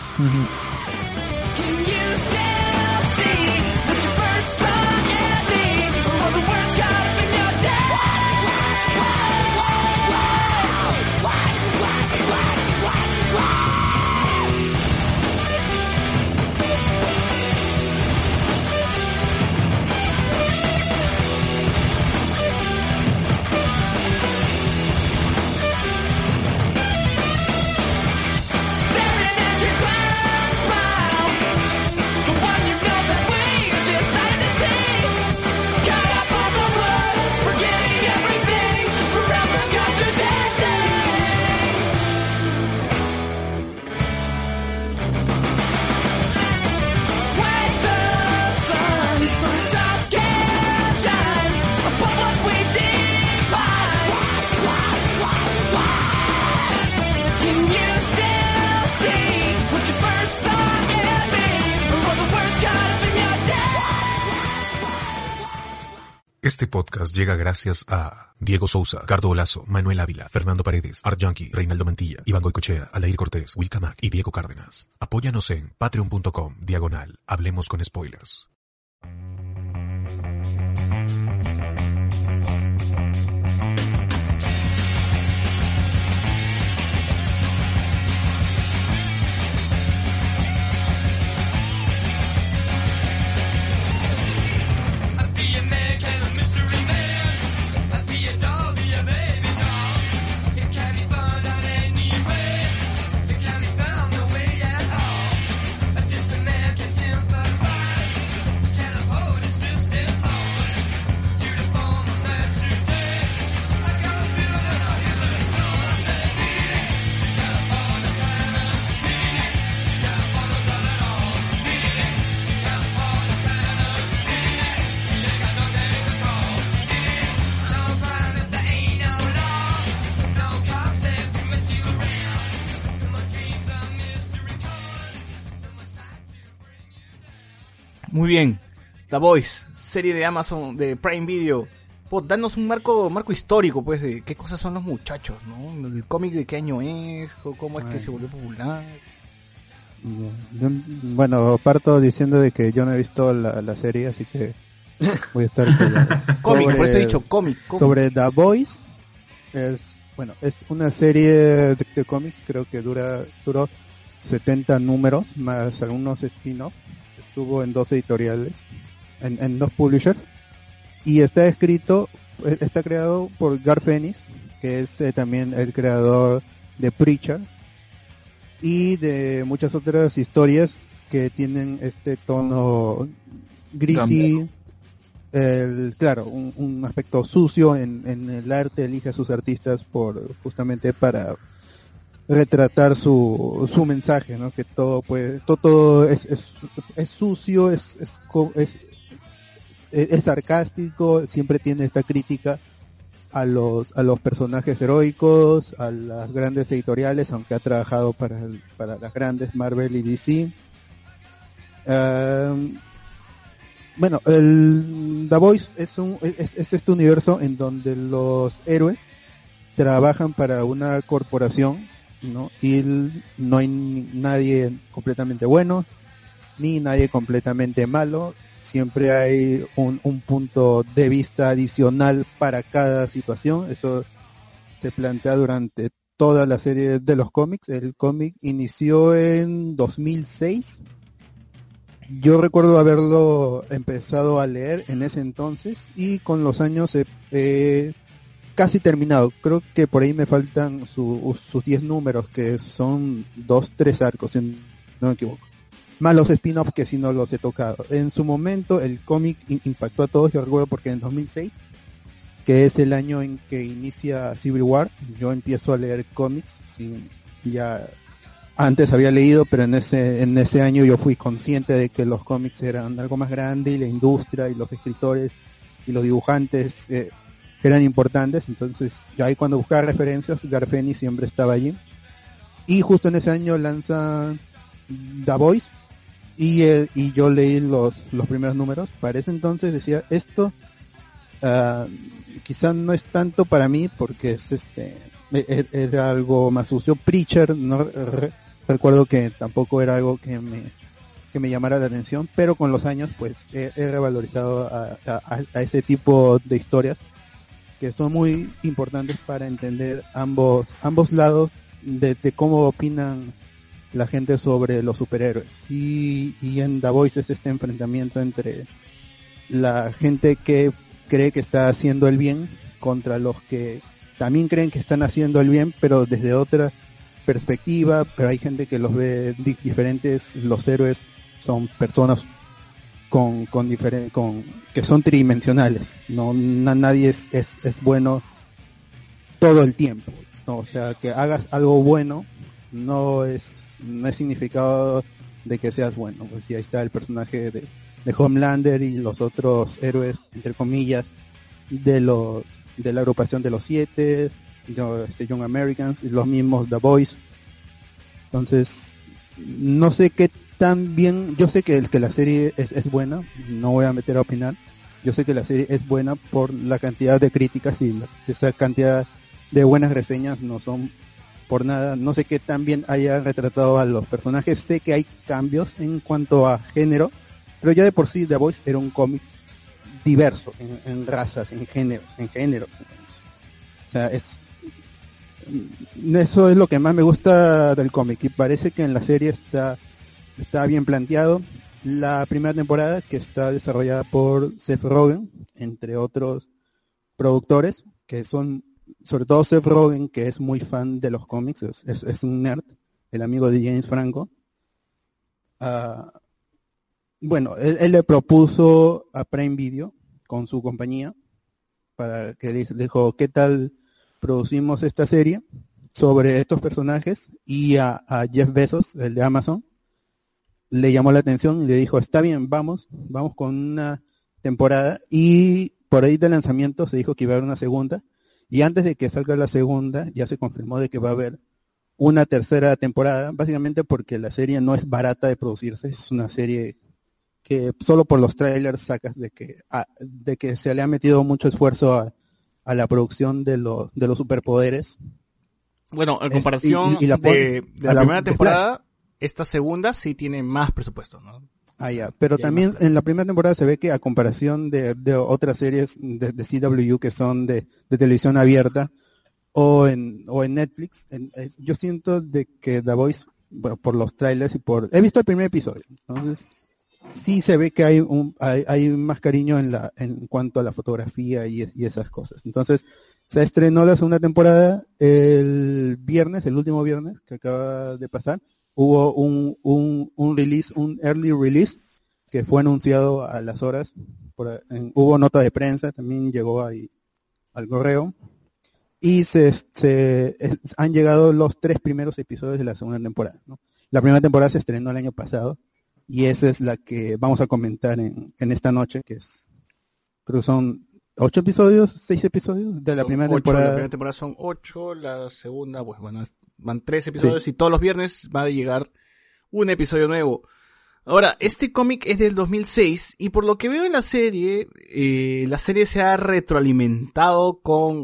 Este podcast llega gracias a Diego Souza, Cardo Olazo, Manuel Ávila, Fernando Paredes, Art Yankee, Reinaldo Mantilla, Iván Goicoechea, Aldair Cortés, Wilcamac y Diego Cárdenas. Apóyanos en patreon.com/Hablemos con Spoilers. Muy bien. The Boys, serie de Amazon, de Prime Video. Danos un marco histórico, pues, de qué cosas son los muchachos, ¿no? El cómic de qué año es, cómo es que se volvió popular. Bueno, parto diciendo de que yo no he visto la serie, así que voy a estar cómic, por eso he dicho cómic. Sobre The Boys, es una serie de cómics, creo que duró 70 números, más algunos spin-off. Estuvo en 2 editoriales, en 2 publishers, y está creado por Garth Ennis, que es también el creador de Preacher y de muchas otras historias que tienen este tono gritty, un aspecto sucio en el arte. Elige a sus artistas justamente para retratar su mensaje, ¿no? Que todo es sucio, es sarcástico, siempre tiene esta crítica a los personajes heroicos, a las grandes editoriales, aunque ha trabajado para las grandes Marvel y DC. The Boys es este universo en donde los héroes trabajan para una corporación, ¿no? Y no hay nadie completamente bueno ni nadie completamente malo. Siempre hay un punto de vista adicional para cada situación. Eso se plantea durante toda la serie de los cómics. El cómic inició en 2006. Yo recuerdo haberlo empezado a leer en ese entonces y con los años casi terminado. Creo que por ahí me faltan sus 10 números, que son 2-3 arcos, si no me equivoco. Más los spin-offs que si no los he tocado. En su momento el cómic impactó a todos. Yo recuerdo porque en 2006, que es el año en que inicia Civil War, yo empiezo a leer cómics. Ya antes había leído, pero en ese año yo fui consciente de que los cómics eran algo más grande y la industria y los escritores y los dibujantes eran importantes. Entonces yo ahí, cuando buscaba referencias, Garth Ennis siempre estaba allí. Y justo en ese año lanza The Boys. Y yo leí los primeros números. Para ese entonces decía, esto quizás no es tanto para mí, porque era algo más sucio. Preacher, no recuerdo que tampoco era algo que me llamara la atención, pero con los años pues he revalorizado a ese tipo de historias, que son muy importantes para entender ambos lados de cómo opinan la gente sobre los superhéroes. Y en The Voice es este enfrentamiento entre la gente que cree que está haciendo el bien contra los que también creen que están haciendo el bien, pero desde otra perspectiva. Pero hay gente que los ve diferentes. Los héroes son personas que son tridimensionales. No, nadie es bueno todo el tiempo, ¿no? O sea, que hagas algo bueno no es significado de que seas bueno. Pues sí, ahí está el personaje de Homelander y los otros héroes, entre comillas, de la agrupación de los 7, Young Americans, y los mismos The Boys. Entonces, no sé qué tan bien. Yo sé que la serie es buena, no voy a meter a opinar. Yo sé que la serie es buena por la cantidad de críticas, y esa cantidad de buenas reseñas no son por nada. No sé qué tan bien haya retratado a los personajes. Sé que hay cambios en cuanto a género, pero ya de por sí The Boys era un cómic diverso en razas, en géneros. O sea, eso es lo que más me gusta del cómic, y parece que en la serie está bien planteado. La primera temporada, que está desarrollada por Seth Rogen, entre otros productores, que son, sobre todo Seth Rogen, que es muy fan de los cómics, es un nerd, el amigo de James Franco. Bueno, él le propuso a Prime Video, con su compañía, para que dijo, ¿qué tal producimos esta serie sobre estos personajes? Y a Jeff Bezos, el de Amazon, le llamó la atención y le dijo, está bien, vamos con una temporada. Y por ahí de lanzamiento se dijo que iba a haber una segunda, y antes de que salga la segunda ya se confirmó de que va a haber una tercera temporada, básicamente porque la serie no es barata de producirse. Es una serie que solo por los trailers sacas de que se le ha metido mucho esfuerzo a la producción de los superpoderes. Bueno, en comparación de la primera temporada, esta segunda sí tiene más presupuesto, ¿no? Ah, ya. Pero también en la primera temporada se ve que a comparación de otras series de CW que son de televisión abierta o en Netflix, yo siento de que The Voice, bueno, por los trailers he visto el primer episodio, entonces sí se ve que hay más cariño en cuanto a la fotografía y esas cosas. Entonces, se estrenó la segunda temporada el último viernes que acaba de pasar. Hubo un release, un early release, que fue anunciado a las horas. Hubo nota de prensa, también llegó ahí al correo. Y han llegado los 3 primeros episodios de la segunda temporada, ¿no? La primera temporada se estrenó el año pasado. Y esa es la que vamos a comentar en esta noche, creo que son 8 episodios, 6 episodios de la primera temporada. La primera temporada son 8, la segunda, pues bueno, van 3 episodios, sí. Y todos los viernes va a llegar un episodio nuevo. Ahora, este cómic es del 2006 y por lo que veo en la serie se ha retroalimentado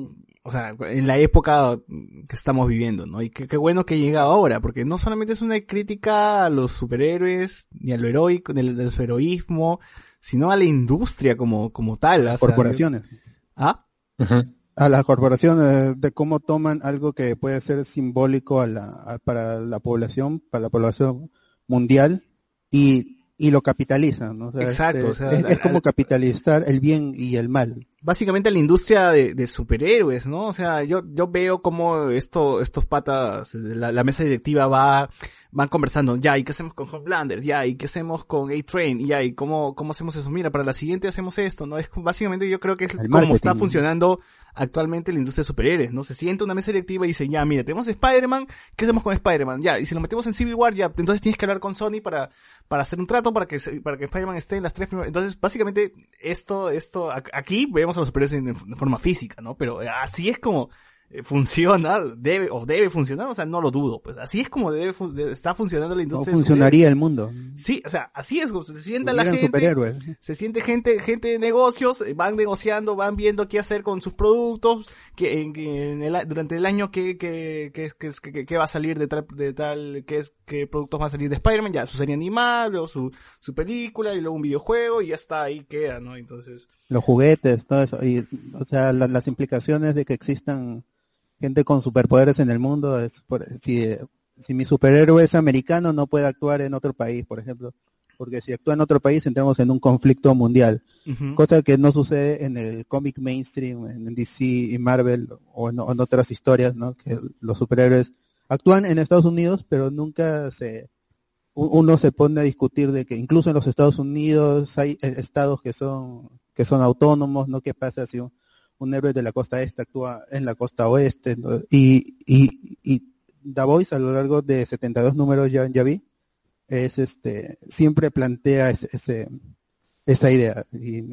en la época que estamos viviendo, ¿no? Y qué bueno que llega ahora, porque no solamente es una crítica a los superhéroes, ni a lo heroico, del su heroísmo, sino a la industria como tal. A las corporaciones. ¿Ah? Uh-huh. A las corporaciones, de cómo toman algo que puede ser simbólico para la población mundial y lo capitalizan, ¿no? O sea, exacto. Es como capitalizar el bien y el mal. Básicamente la industria de superhéroes, ¿no? O sea, yo veo cómo estos patas, la mesa directiva van conversando, ya, ¿y qué hacemos con Homelander? Ya, ¿y qué hacemos con A-Train? Ya, ¿y cómo hacemos eso? Mira, para la siguiente hacemos esto, ¿no? Es básicamente yo creo que es como está funcionando actualmente la industria de superhéroes, ¿no? Se sienta una mesa directiva y dice, ya, mira, tenemos Spider-Man, ¿qué hacemos con Spider-Man? Ya, y si lo metemos en Civil War, ya, entonces tienes que hablar con Sony para hacer un trato para que Spider-Man esté en las 3 primeras. Entonces, básicamente, aquí vemos a los superhéroes de forma física, ¿no? Pero así es como funciona, debe funcionar, o sea, no lo dudo, pues así es como está funcionando la industria. ¿Cómo funcionaría el mundo? Sí, o sea, así es, se sienta la gente, se siente gente de negocios, van negociando, van viendo qué hacer con sus productos, durante el año qué va a salir de tal, qué productos van a salir de Spider-Man, ya, su serie animada, luego su película, y luego un videojuego, y ya está, ahí queda, ¿no? Entonces... Los juguetes, todo eso, y, o sea, las implicaciones de que existan gente con superpoderes en el mundo, si mi superhéroe es americano, no puede actuar en otro país, por ejemplo, porque si actúa en otro país entramos en un conflicto mundial, uh-huh. Cosa que no sucede en el cómic mainstream, en DC y Marvel, o en otras historias, ¿no? Que los superhéroes actúan en Estados Unidos, pero nunca uno se pone a discutir de que incluso en los Estados Unidos hay estados que son autónomos, ¿no? ¿Qué pasa si un héroe de la costa este actúa en la costa oeste, ¿no? Y The Voice a lo largo de 72 números ya vi, siempre plantea esa idea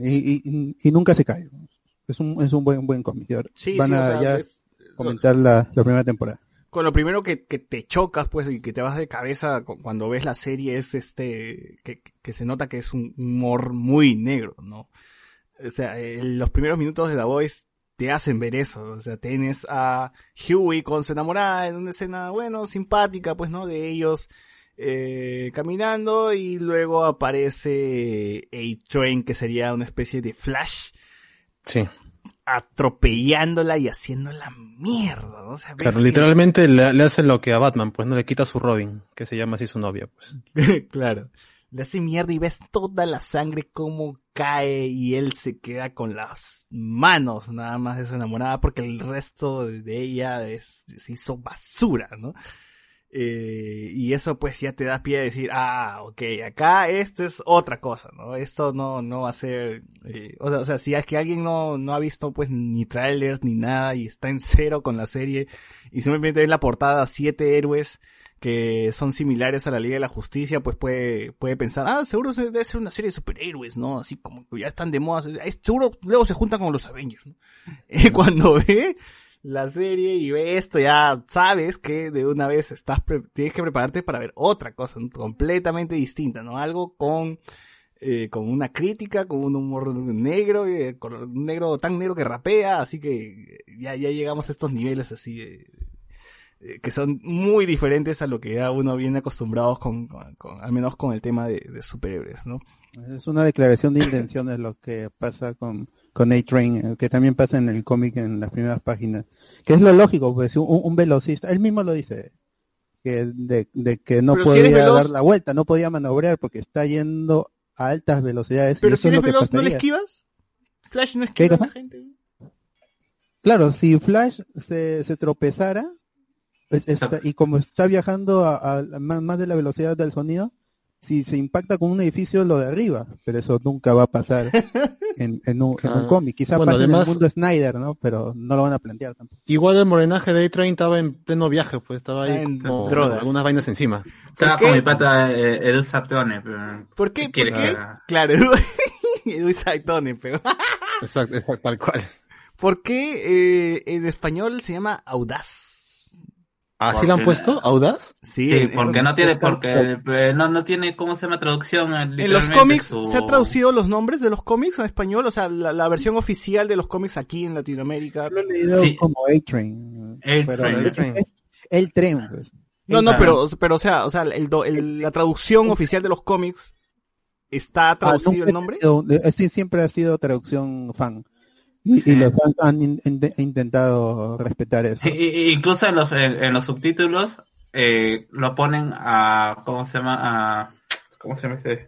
y nunca se cae. Es un buen cómic. Sí, van a comentar la primera temporada. Con lo primero que te chocas, pues, y que te vas de cabeza cuando ves la serie es que se nota que es un humor muy negro, ¿no? O sea, los primeros minutos de The Voice te hacen ver eso. O sea, tienes a Huey con su enamorada en una escena, bueno, simpática, pues, ¿no? De ellos caminando, y luego aparece A-Train, que sería una especie de Flash. Sí. Atropellándola y haciéndola mierda, ¿no? O sea, claro, literalmente le hace lo que a Batman, pues, no le quita su Robin, que se llama así su novia, pues. Claro. Le hace mierda y ves toda la sangre como cae, y él se queda con las manos nada más de su enamorada, porque el resto de ella se hizo basura, ¿no? Y eso pues ya te da pie a decir, ok, acá esto es otra cosa, ¿no? Esto no va a ser, o sea, si es que alguien no ha visto pues ni trailers ni nada y está en cero con la serie y simplemente ve en la portada 7 héroes que son similares a la Liga de la Justicia, pues puede pensar, seguro debe ser una serie de superhéroes, ¿no? Así como que ya están de moda, seguro luego se juntan con los Avengers, ¿no? Cuando ve la serie y ve esto, ya sabes que de una vez tienes que prepararte para ver otra cosa, ¿no? Completamente distinta, ¿no? Algo con con una crítica, con un humor negro, con un negro tan negro que rapea, así que ya llegamos a estos niveles así que son muy diferentes a lo que ya uno viene acostumbrados con al menos con el tema de superhéroes, ¿no? Es una declaración de intenciones lo que pasa con A-Train, que también pasa en el cómic en las primeras páginas, que es lo lógico, pues un velocista, él mismo lo dice, que de que no podía dar la vuelta, no podía maniobrar porque está yendo a altas velocidades. Pero si eres veloz, ¿no le esquivas? Flash no esquiva a la gente. Claro, si Flash se tropezara, y como está viajando a más de la velocidad del sonido, si se impacta con un edificio lo derriba, pero eso nunca va a pasar en un cómic. Quizá pase además, en el mundo Snyder, ¿no? Pero no lo van a plantear tampoco. Igual el morenaje de A-Train estaba en pleno viaje, pues estaba ahí con algunas vainas encima. Estaba con mi pata Edu Saptone. ¿Por qué? ¿Por qué? Claro, Edu Saptone, pero... Exacto, tal cual. ¿Por qué en español se llama Audaz? ¿Así lo han puesto? ¿Audaz? Sí, porque no tiene, no tiene, ¿cómo se llama? Traducción. En los cómics, ¿se ha traducido los nombres de los cómics en español? O sea, la versión oficial de los cómics aquí en Latinoamérica. Lo he leído como A-Train. El tren, pues. No, pero o sea, la traducción oficial de los cómics, ¿está traducido el nombre? Sí, siempre ha sido traducción fan. Y los fans han intentado respetar eso. Incluso en los subtítulos lo ponen a ¿cómo se llama ese?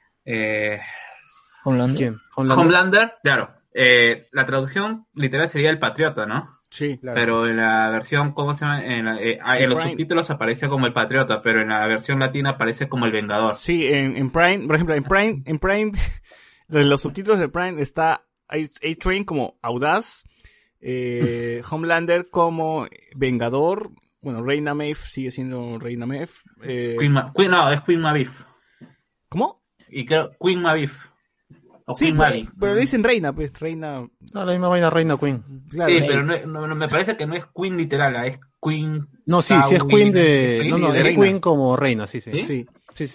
Homelander. ¿Quién? Homelander, claro. La traducción literal sería el patriota, ¿no? Sí, claro. Pero en la versión, ¿cómo se llama? En los subtítulos aparece como el patriota, pero en la versión latina aparece como el vengador. Sí, en Prime, por ejemplo, en Prime, en los subtítulos de Prime está A-Train como Audaz, Homelander como Vengador, bueno, Reina Maeve sigue siendo Reina Maeve. Es Queen Maeve. ¿Cómo? Y creo Queen Maeve. O sí, Queen Maeve. Pero le dicen Reina, pues, Reina. No, la misma vaina Reina Queen. Claro, sí, pero no, me parece que no es Queen literal, es Queen. No, sí es Queen de... No, es Queen como Reina, sí. Sí.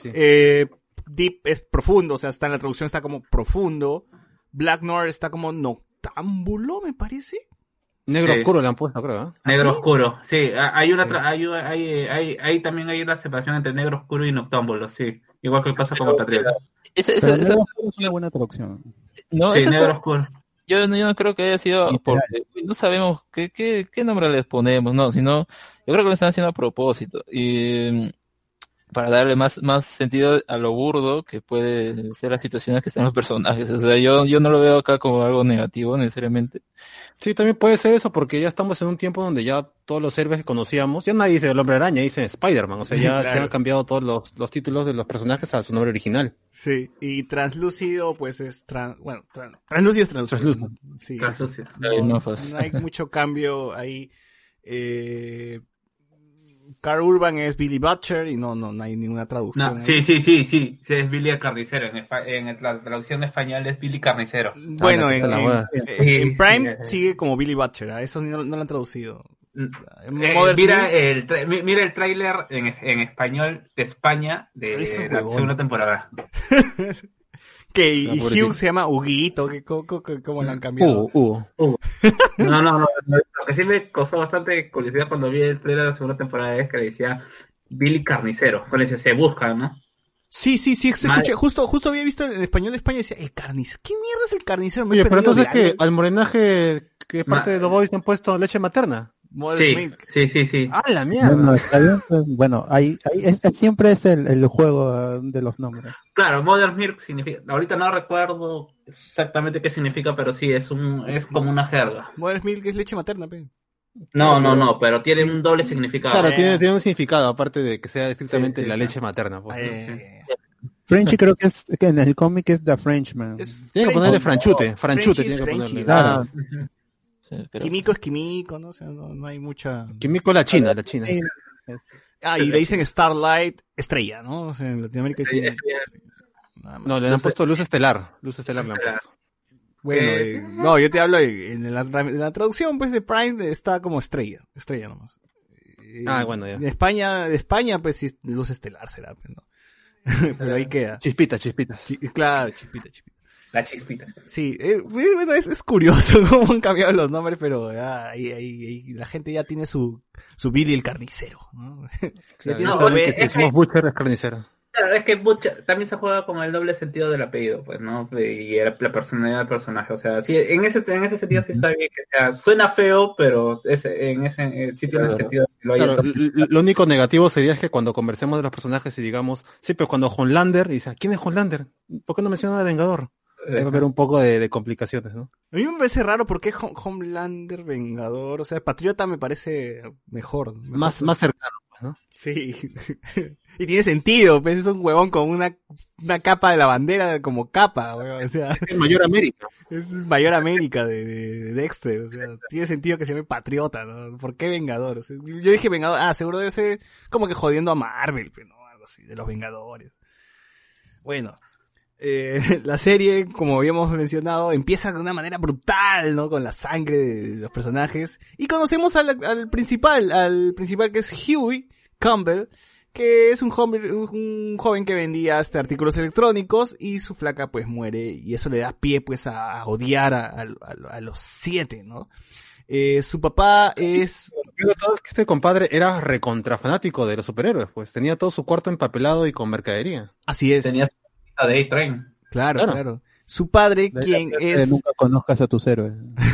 Deep es profundo, o sea, está en la traducción, está como profundo. Black Noir está como noctámbulo, me parece. Negro oscuro le han puesto, creo. Negro oscuro, sí. Hay también hay una separación entre negro oscuro y noctámbulo, sí. Igual que pasa como Patriota. Esa es una buena traducción. No, sí, negro oscuro. Yo no creo que haya sido porque no sabemos qué nombre les ponemos, no, sino yo creo que lo están haciendo a propósito y para darle más sentido a lo burdo que puede ser las situaciones que están los personajes. O sea, yo no lo veo acá como algo negativo necesariamente. Sí, también puede ser eso porque ya estamos en un tiempo donde ya todos los héroes que conocíamos, ya nadie dice el Hombre Araña, dice Spider-Man, o sea, ya claro. Se han cambiado todos los títulos de los personajes a su nombre original. Sí, y Translúcido pues es Translúcido es Translúcido. Sí, Translúcido. No hay mucho cambio ahí. Carl Urban es Billy Butcher y no hay ninguna traducción. No, sí, es Billy el Carnicero. En la traducción española es Billy Carnicero. Bueno, en Prime sigue como Billy Butcher, a eso no lo han traducido. Mira el tráiler en español de España de la segunda temporada. Y Hugh se llama Huguito, ¿cómo lo han cambiado? No, lo que sí me causó bastante curiosidad cuando vi el trailer de la segunda temporada es que decía Billy Carnicero, con ese se busca, ¿no? Sí, se escucha, justo había visto en español de España y decía, el carnicero, ¿qué mierda es el carnicero? Oye, pero entonces que al morenaje que es parte de The Boys han puesto leche materna. Sí. ¡Ah, la mierda! Bueno, siempre es el juego de los nombres. Claro, Mother's Milk significa, ahorita no recuerdo exactamente qué significa, pero sí, es como una jerga. Mother's Milk es leche materna, pe. No, pero tiene un doble significado. Claro, tiene un significado, aparte de que sea estrictamente la leche materna. Pues. Frenchy creo que en el cómic es The Frenchman. Tiene que ponerle franchute tiene que ponerle. Claro. Sí, pero... Químico es químico, ¿no? O sea, no hay mucha... Químico la China. Y le dicen Starlight, estrella, ¿no? O sea, en Latinoamérica dicen... No, le han puesto luz estelar le han puesto. Bueno, yo te hablo en la traducción, pues, de Prime está como estrella nomás. Bueno, ya. De España, pues, sí, luz estelar será, pues, ¿no? Pero ahí queda. Chispitas. Claro, chispita. La chispita. Sí, bueno, es curioso cómo han cambiado los nombres, pero ahí la gente ya tiene su Billy el carnicero, ¿no? Ya tiene su que decimos Butcher es carnicero. Claro, es que Butcher también se juega con el doble sentido del apellido, pues, ¿no? Y la personalidad del personaje, o sea, sí, en ese sentido sí está bien, que sea, suena feo, pero sí tiene sentido que lo haya. Claro, lo único negativo sería es que cuando conversemos de los personajes y digamos, sí, pero cuando Homelander dice, ¿quién es Homelander? ¿Por qué no menciona de Vengador? Ahí va a haber un poco de complicaciones, ¿no? A mí me parece raro porque Homelander, Vengador, o sea, Patriota me parece mejor. Más cercano, pues, ¿no? Sí. Y tiene sentido, pues es un huevón con una capa de la bandera como capa, huevón, o sea. Es Mayor América. Es Mayor América de Dexter, o sea, tiene sentido que se llame Patriota, ¿no? ¿Por qué Vengador? O sea, yo dije Vengador, seguro debe ser como que jodiendo a Marvel, pero no, algo así, de los Vengadores. Bueno. La serie, como habíamos mencionado, empieza de una manera brutal, ¿no? Con la sangre de los personajes. Y conocemos al principal que es Huey Campbell, que es un joven que vendía artículos electrónicos y su flaca pues muere y eso le da pie pues a odiar a los 7, ¿no? Su papá es... Este compadre era recontrafanático de los superhéroes, pues tenía todo su cuarto empapelado y con mercadería. Así es. Tenía de A-Train. Claro. Su padre, quien es... Nunca conozcas a tus héroes.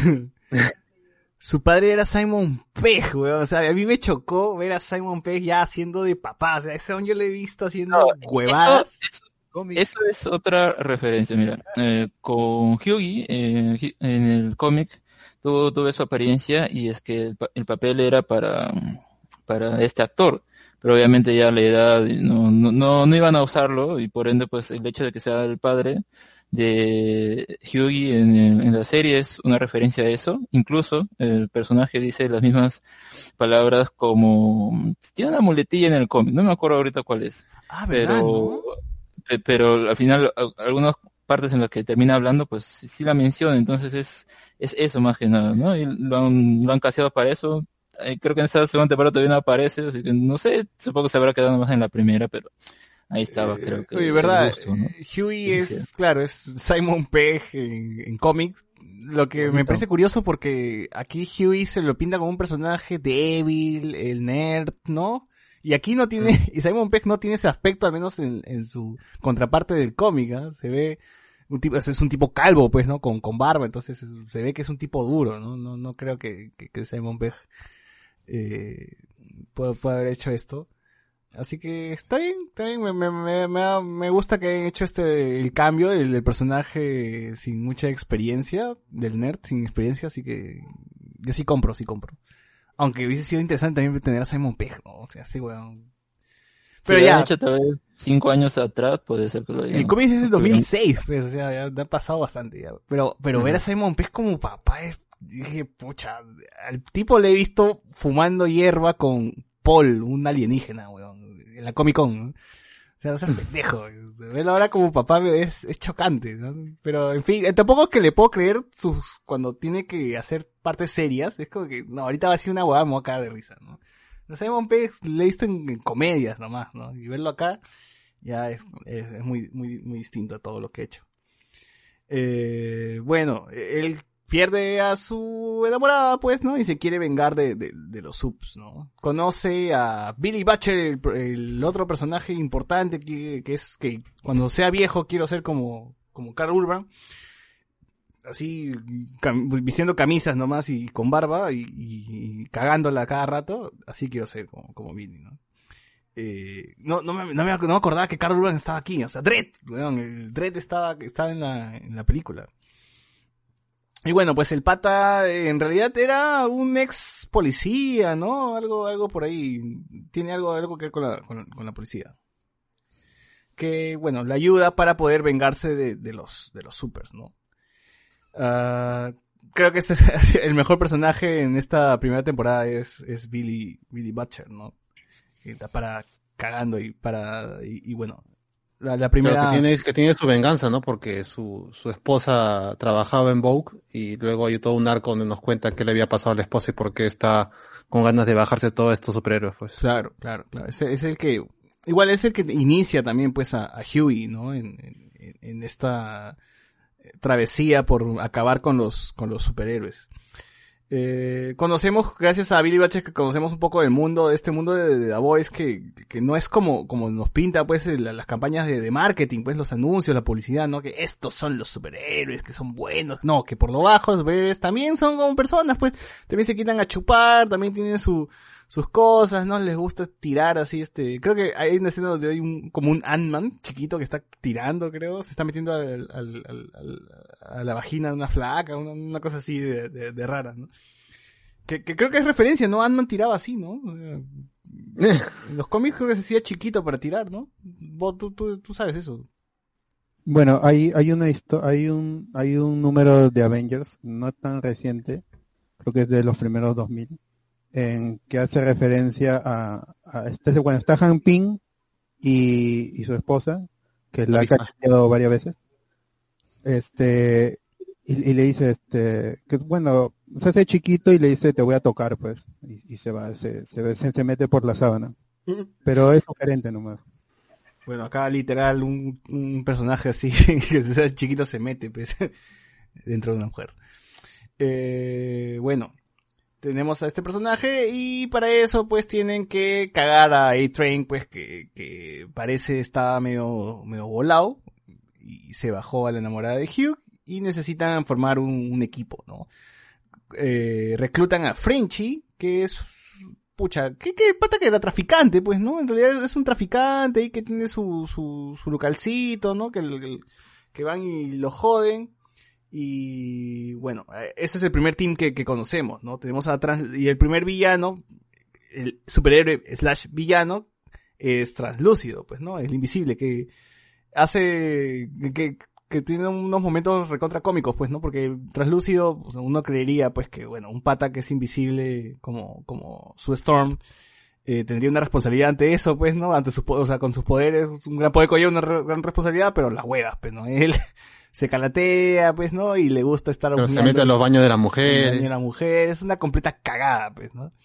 Su padre era Simon Pegg, weón. O sea, a mí me chocó ver a Simon Pegg ya haciendo de papá. O sea, ese hombre yo lo he visto haciendo huevadas. Eso es otra referencia, mira. Con Hughie, en el cómic, tuve su apariencia y es que el papel era para este actor. Pero obviamente ya la edad no iban a usarlo y por ende pues el hecho de que sea el padre de Hughie en la serie es una referencia a eso. Incluso el personaje dice las mismas palabras como... Tiene una muletilla en el cómic, no me acuerdo ahorita cuál es. ¿Verdad, no? Pero al final algunas partes en las que termina hablando pues sí la menciona, entonces es eso más que nada, ¿no? Y lo han casteado para eso. Creo que en esa segunda temporada todavía no aparece, así que no sé, supongo que se habrá quedado más en la primera, pero ahí estaba, creo que. Oye, ¿verdad? Gusto, ¿no? Huey es Simon Pegg en cómics, lo que me parece curioso porque aquí Huey se lo pinta como un personaje débil, el nerd, ¿no? Y aquí no tiene, y Simon Pegg no tiene ese aspecto, al menos en su contraparte del cómic, ¿eh? Se ve es un tipo calvo, pues, ¿no? Con barba, entonces se ve que es un tipo duro, ¿no? No creo que Simon Pegg puede haber hecho esto. Así que está bien, me gusta que hayan hecho el cambio del personaje sin mucha experiencia, del nerd sin experiencia, así que yo sí compro. Aunque hubiese sido interesante también tener a Simon Pegg, ¿no? O sea, sí, weón. Pero si ya. De hecho, tal vez 5 años atrás puede ser que lo hayan. El cómic es de 2006, pues, o sea, ya ha pasado bastante ya. Pero ver a Simon Pegg como papá dije, pucha, al tipo le he visto fumando hierba con Paul, un alienígena, weón, en la Comic Con, ¿no? O sea, no seas pendejo. Verlo ahora como papá es chocante, ¿no? Pero, en fin, tampoco es que le puedo creer cuando tiene que hacer partes serias. Es como que, no, ahorita va a ser una huevada, me voy a caer de risa, ¿no? No sé, Simon Pegg le he visto en comedias nomás, ¿no? Y verlo acá ya es muy, muy, muy distinto a todo lo que he hecho. Bueno, él pierde a su enamorada, pues, ¿no? Y se quiere vengar de los subs, ¿no? Conoce a Billy Butcher, el otro personaje importante que es que cuando sea viejo quiero ser como Karl Urban. Así, vistiendo camisas nomás y con barba y cagándola cada rato. Así quiero ser como Billy, ¿no? No me acordaba que Karl Urban estaba aquí. O sea, Dredd, weón, el Dredd estaba en la película. Y bueno, pues el pata en realidad era un ex policía, ¿no? Algo por ahí. Tiene algo que ver con la policía. Que, bueno, le ayuda para poder vengarse de los supers, ¿no? Creo que este es el mejor personaje en esta primera temporada es Billy Butcher, ¿no? Que está para cagando y bueno. La primera... Claro, que tiene su venganza, ¿no? Porque su esposa trabajaba en Vogue y luego hay todo un arco donde nos cuenta qué le había pasado a la esposa y por qué está con ganas de bajarse todos estos superhéroes, pues. Claro. Es el que igual es el que inicia también pues a Huey, ¿no? En esta travesía por acabar con los superhéroes. Conocemos, gracias a Billy Batches, que conocemos un poco del mundo, de este mundo de The Boys, que no es como nos pinta, pues, las campañas de marketing, pues, los anuncios, la publicidad, ¿no? Que estos son los superhéroes, que son buenos. No, que por lo bajo los superhéroes también son como personas, pues, también se quitan a chupar, también tienen sus cosas, ¿no? Les gusta tirar así, creo que hay una escena donde hay como un Ant-Man chiquito que está tirando, creo, se está metiendo a la vagina de una flaca, una cosa así de rara, ¿no? Que creo que es referencia, ¿no? Ant-Man tiraba así, ¿no? En los cómics creo que se hacía chiquito para tirar, ¿no? Vos, tú sabes eso. Bueno, hay un número de Avengers, no tan reciente, creo que es de los primeros 2000, en que hace referencia a cuando está Hank Pym y su esposa, que la ha cacheteado varias veces, y le dice, que bueno, se hace chiquito y le dice, te voy a tocar, pues, y se va, se mete por la sábana, pero es sugerente nomás. Bueno, acá literal un personaje así, que se hace chiquito se mete, pues, dentro de una mujer. Bueno, tenemos a este personaje y para eso pues tienen que cagar a A-Train, pues que parece estaba medio volado y se bajó a la enamorada de Hugh y necesitan formar un equipo, ¿no? Reclutan a Frenchie, que es qué pata que era traficante, pues, ¿no? En realidad es un traficante y que tiene su localcito, ¿no? Que van y lo joden. Y bueno, ese es el primer team que conocemos, ¿no? Tenemos y el primer villano, el superhéroe / villano, es Translúcido, pues, ¿no? El invisible, que hace, que tiene unos momentos recontra cómicos, pues, ¿no? Porque Translúcido, o sea, uno creería, pues, que, bueno, un pata que es invisible como Sue Storm, tendría una responsabilidad ante eso, pues, ¿no? O sea, con sus poderes, un gran poder conlleva una gran responsabilidad, pero las huevas, pues, ¿no? Él se calatea, pues, ¿no? Y le gusta estar... Pero se mete en los baños de la mujer. Es una completa cagada, pues, ¿no?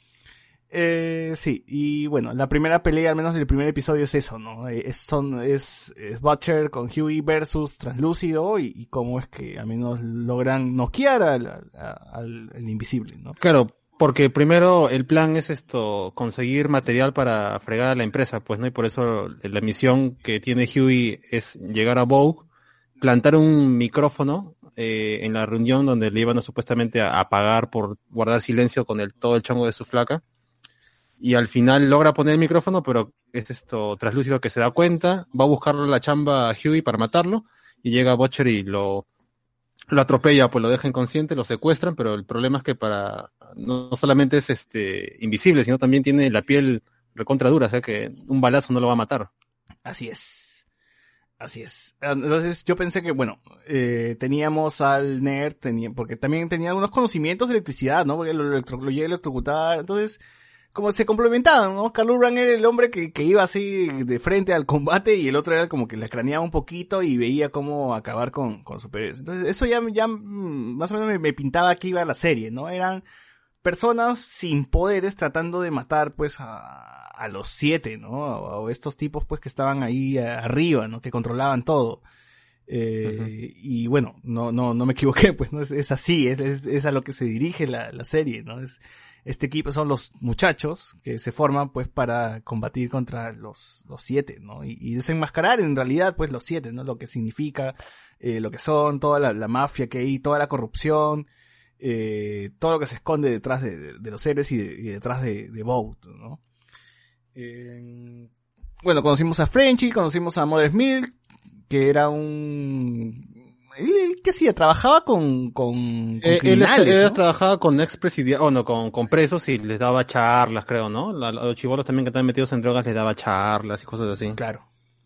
Sí, y bueno, la primera pelea, al menos del primer episodio, es eso, ¿no? Es Butcher con Huey versus Translúcido y cómo es que al menos logran noquear al invisible, ¿no? Claro, porque primero el plan es conseguir material para fregar a la empresa, pues, ¿no? Y por eso la misión que tiene Huey es llegar a Vogue, plantar un micrófono en la reunión donde le iban supuestamente a pagar por guardar silencio con todo el chongo de su flaca. Y al final logra poner el micrófono, pero es Translúcido que se da cuenta, va a buscarlo la chamba a Huey para matarlo, y llega Butcher y lo atropella, pues lo deja inconsciente, lo secuestran, pero el problema es que no solamente es invisible, sino también tiene la piel recontra dura, o sea que un balazo no lo va a matar. Así es. Entonces yo pensé que, bueno, teníamos al nerd, porque también tenía algunos conocimientos de electricidad, ¿no? Porque lo llega a electrocutar, entonces, como se complementaban, ¿no? Carl Urban era el hombre que iba así de frente al combate y el otro era como que le craneaba un poquito y veía cómo acabar con superhéroes. Entonces eso ya más o menos me pintaba que iba la serie, ¿no? Eran personas sin poderes tratando de matar, pues, a los 7, ¿no? O estos tipos, pues, que estaban ahí arriba, ¿no? Que controlaban todo. Y bueno, no me equivoqué, pues, ¿no? Es así, es a lo que se dirige la serie, ¿no? Este equipo son los muchachos que se forman, pues, para combatir contra los 7, ¿no? Y desenmascarar en realidad, pues, los 7, ¿no? Lo que significa, lo que son, toda la mafia que hay, toda la corrupción, todo lo que se esconde detrás de los héroes y detrás de Vought, ¿no? Bueno, conocimos a Frenchie, conocimos a Mother's Milk, que era ¿qué hacía? Trabajaba con criminales, él ¿no? trabajaba con con presos y les daba charlas, creo, ¿no? A los chibolos también que estaban metidos en drogas les daba charlas y cosas así. Claro.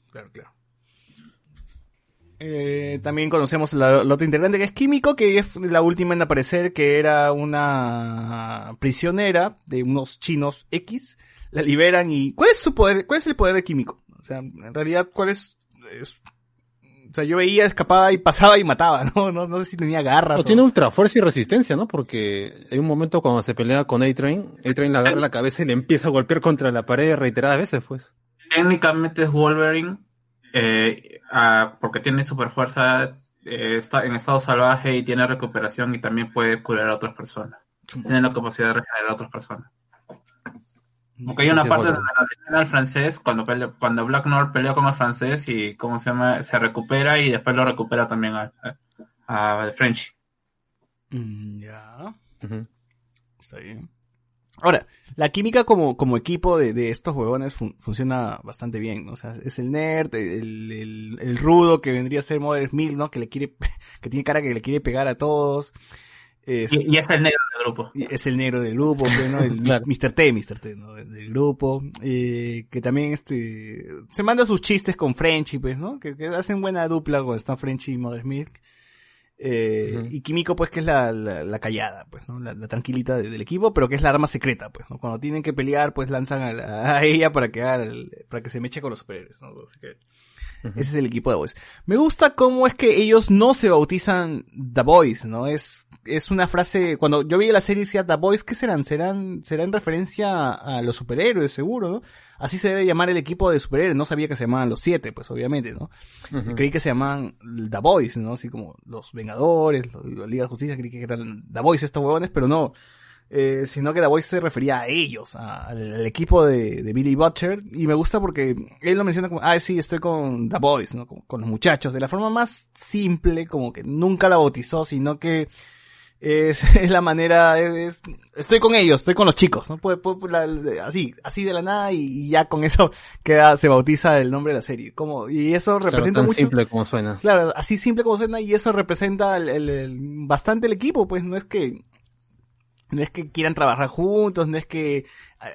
También conocemos la otra integrante que es Químico, que es la última en aparecer, que era una prisionera de unos chinos X. La liberan y... ¿Cuál es su poder? ¿Cuál es el poder de Químico? O sea, en realidad, ¿cuál es? O sea, yo veía, escapaba y pasaba y mataba, ¿no? No sé si tenía garras. Tiene ultra fuerza y resistencia, ¿no? Porque hay un momento cuando se pelea con A-Train le agarra la cabeza y le empieza a golpear contra la pared reiteradas veces, pues. técnicamente es Wolverine, porque tiene super fuerza, está en estado salvaje y tiene recuperación y también puede curar a otras personas. Tiene la capacidad de regenerar a otras personas. Porque hay una parte donde la leyenda al francés, cuando Black North pelea con el francés y se recupera y después lo recupera también a Frenchy. Ya. Está bien. Ahora, la química como equipo de estos huevones funciona bastante bien, ¿no? O sea, es el nerd, el rudo que vendría a ser Mother Milk, ¿no? Que tiene cara que le quiere pegar a todos. Y es el negro del grupo. Es el negro del grupo, pues, ¿no? El claro. Mr. T, ¿no? Del grupo. Que también se manda sus chistes con Frenchy, pues, ¿no? Que hacen buena dupla cuando están Frenchy y Mother Milk. Y Kimiko, pues, que es la callada, pues, ¿no? La tranquilita del equipo, pero que es la arma secreta, pues, ¿no? Cuando tienen que pelear, pues lanzan a ella para que se meche con los superhéroes, ¿no? Así que ese es el equipo de Boys. Me gusta cómo es que ellos no se bautizan The Boys, ¿no? Es una frase, cuando yo vi la serie decía The Boys, ¿qué serán? Serán en referencia a los superhéroes, seguro, ¿no? Así se debe llamar el equipo de superhéroes, no sabía que se llamaban los 7, pues obviamente, ¿no? Creí que se llamaban The Boys, ¿no? Así como los Vengadores, la Liga de Justicia, creí que eran The Boys estos huevones, pero no. Sino que The Boys se refería a ellos, al equipo de Billy Butcher, y me gusta porque él lo menciona como, sí, estoy con The Boys, ¿no? Con los muchachos, de la forma más simple, como que nunca la bautizó, sino que es la manera, estoy con ellos, estoy con los chicos, ¿no? Así de la nada y ya con eso se bautiza el nombre de la serie. Y eso representa tan mucho. Simple como suena. Claro, así simple como suena y eso representa bastante el equipo, pues no es que quieran trabajar juntos, no es que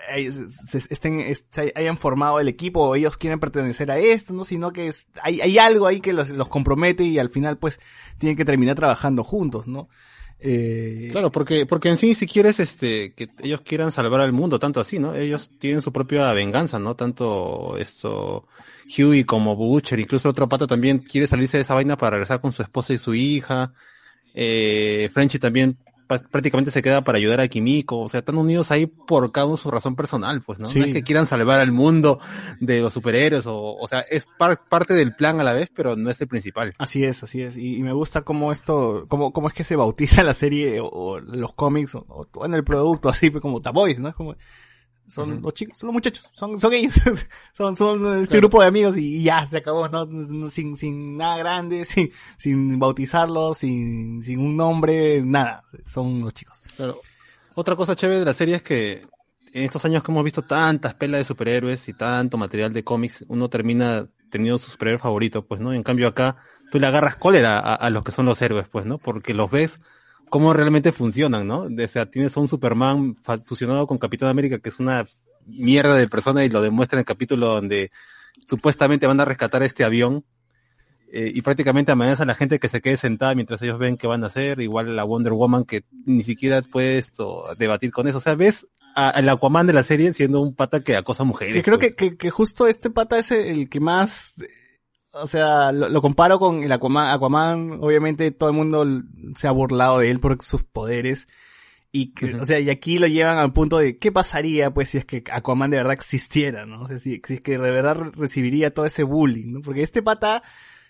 hayan formado el equipo o ellos quieren pertenecer a esto, ¿no? Sino que hay algo ahí que los compromete y al final pues tienen que terminar trabajando juntos, ¿no? Claro, porque en sí, si quieres que ellos quieran salvar al mundo, tanto así, ¿no? Ellos tienen su propia venganza, ¿no? Tanto Hughie como Butcher, incluso otro pata también quiere salirse de esa vaina para regresar con su esposa y su hija. Frenchy también prácticamente se queda para ayudar a Kimiko, o sea, están unidos ahí por cada uno su razón personal, pues, ¿no? Sí. No es que quieran salvar al mundo de los superhéroes, o sea, es parte del plan a la vez, pero no es el principal. Así es, y me gusta cómo es que se bautiza la serie, o los cómics, o en el producto, así como The Boys, ¿no? Es como, son los chicos, son los muchachos, son ellos, son este grupo de amigos y ya, se acabó, ¿no? Sin nada grande, sin bautizarlos, sin un nombre, nada, son los chicos. Claro. Otra cosa chévere de la serie es que en estos años que hemos visto tantas pelas de superhéroes y tanto material de cómics, uno termina teniendo su superhéroe favorito, pues, ¿no? En cambio acá, tú le agarras cólera a los que son los héroes, pues, ¿no? Porque los ves cómo realmente funcionan, ¿no? O sea, tienes a un Superman fusionado con Capitán América, que es una mierda de persona, y lo demuestra en el capítulo donde supuestamente van a rescatar este avión, y prácticamente amenaza a la gente que se quede sentada mientras ellos ven qué van a hacer. Igual la Wonder Woman, que ni siquiera puedes debatir con eso. O sea, ves al Aquaman de la serie siendo un pata que acosa mujeres. Que creo que justo este pata es el que más... O sea, lo comparo con el Aquaman, obviamente todo el mundo se ha burlado de él por sus poderes. Y o sea, y aquí lo llevan al punto de ¿qué pasaría pues si es que Aquaman de verdad existiera, ¿no? O sea, si es que de verdad recibiría todo ese bullying, ¿no? Porque este pata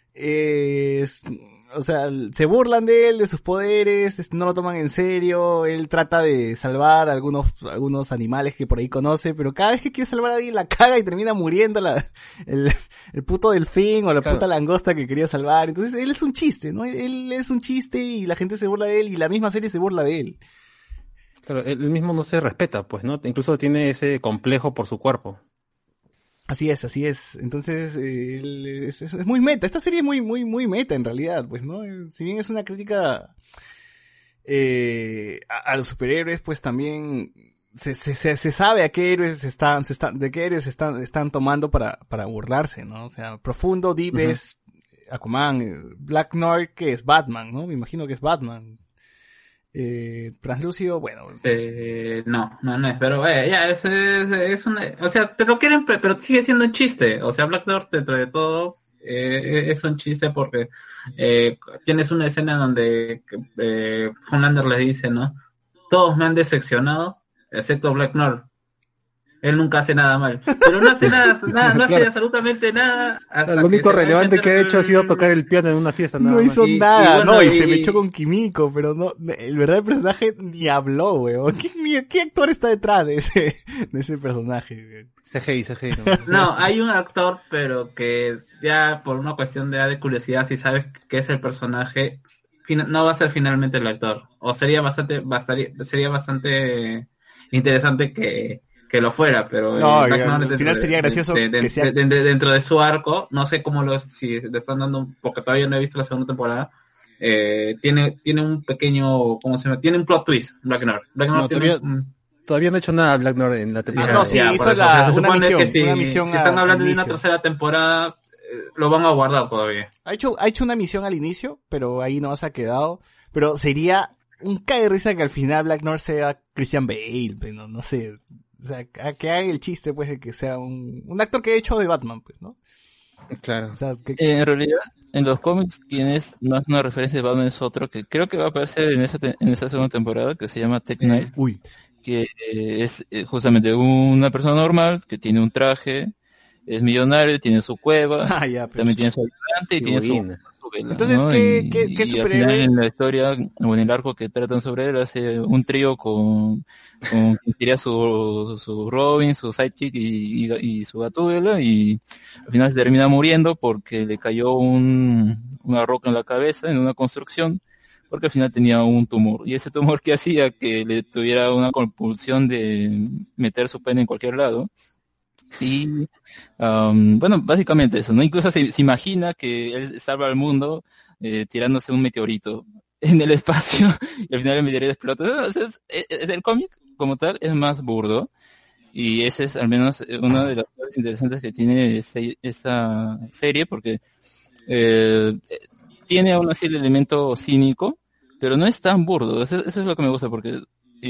o sea, se burlan de él, de sus poderes, no lo toman en serio, él trata de salvar algunos animales que por ahí conoce, pero cada vez que quiere salvar a alguien la caga y termina muriendo el puto delfín o la puta langosta que quería salvar. Entonces él es un chiste, ¿no? Él es un chiste y la gente se burla de él y la misma serie se burla de él. Claro, él mismo no se respeta, pues, ¿no? Incluso tiene ese complejo por su cuerpo. Así es. Entonces, es muy meta. Esta serie es muy, muy, muy meta en realidad, pues, ¿no? Si bien es una crítica a los superhéroes, pues también se sabe a qué héroes de qué héroes están tomando para burlarse, ¿no? O sea, Profundo, Deep es Aquaman, Black North, que es Batman, ¿no? Me imagino que es Batman. Translúcido, bueno. No es, pero ya, es una, o sea, te lo quieren, pero sigue siendo un chiste. O sea, Black North, dentro de todo, es un chiste porque tienes una escena donde Homelander le dice, ¿no? Todos me han decepcionado, excepto Black North. Él nunca hace nada mal. Pero no hace nada, no hace absolutamente nada. Lo único relevante que ha hecho ha sido tocar el piano en una fiesta. No hizo nada, y se me echó con Kimiko, pero no, el verdadero personaje ni habló, weón. ¿Qué actor está detrás de ese personaje, weón? CGI. No, hay un actor, pero que ya por una cuestión de curiosidad, si sabes qué es el personaje, no va a ser finalmente el actor. O sería bastante interesante que lo fuera, pero al final sería gracioso que sea dentro de su arco. No sé si le están dando, porque todavía no he visto la segunda temporada. Tiene un pequeño, ¿cómo se llama? Tiene un plot twist, Black Noir. Todavía no ha hecho nada Black Noir en la temporada. Hizo una misión. Si están hablando de una tercera temporada, lo van a guardar todavía. Ha hecho una misión al inicio, pero ahí no se ha quedado. Pero sería un cae de risa que al final Black Noir sea Christian Bale, pero no sé. O sea, que haga el chiste, pues, de que sea un actor que ha hecho de Batman, pues, ¿no? Claro. O sea, en realidad, en los cómics, quien es más una referencia de Batman es otro que creo que va a aparecer en esta segunda temporada, que se llama Tek Knight. Que es justamente una persona normal que tiene un traje, es millonario, tiene su cueva, también tiene su ayudante y tiene su vela. Entonces, ¿no? ¿qué superhéroe? Al final, en la historia, o en el arco que tratan sobre él, hace un trío con quien sería su Robin, su sidekick y su Gatúbela, y al final se termina muriendo porque le cayó una roca en la cabeza en una construcción, porque al final tenía un tumor, y ese tumor que hacía que le tuviera una compulsión de meter su pene en cualquier lado. Y bueno, básicamente eso, ¿no? Incluso se imagina que él salva al mundo tirándose un meteorito en el espacio y al final el meteorito explota. Es el cómic como tal es más burdo, y ese es al menos una de las cosas interesantes que tiene esta serie, porque tiene aún así el elemento cínico, pero no es tan burdo. Eso es lo que me gusta, porque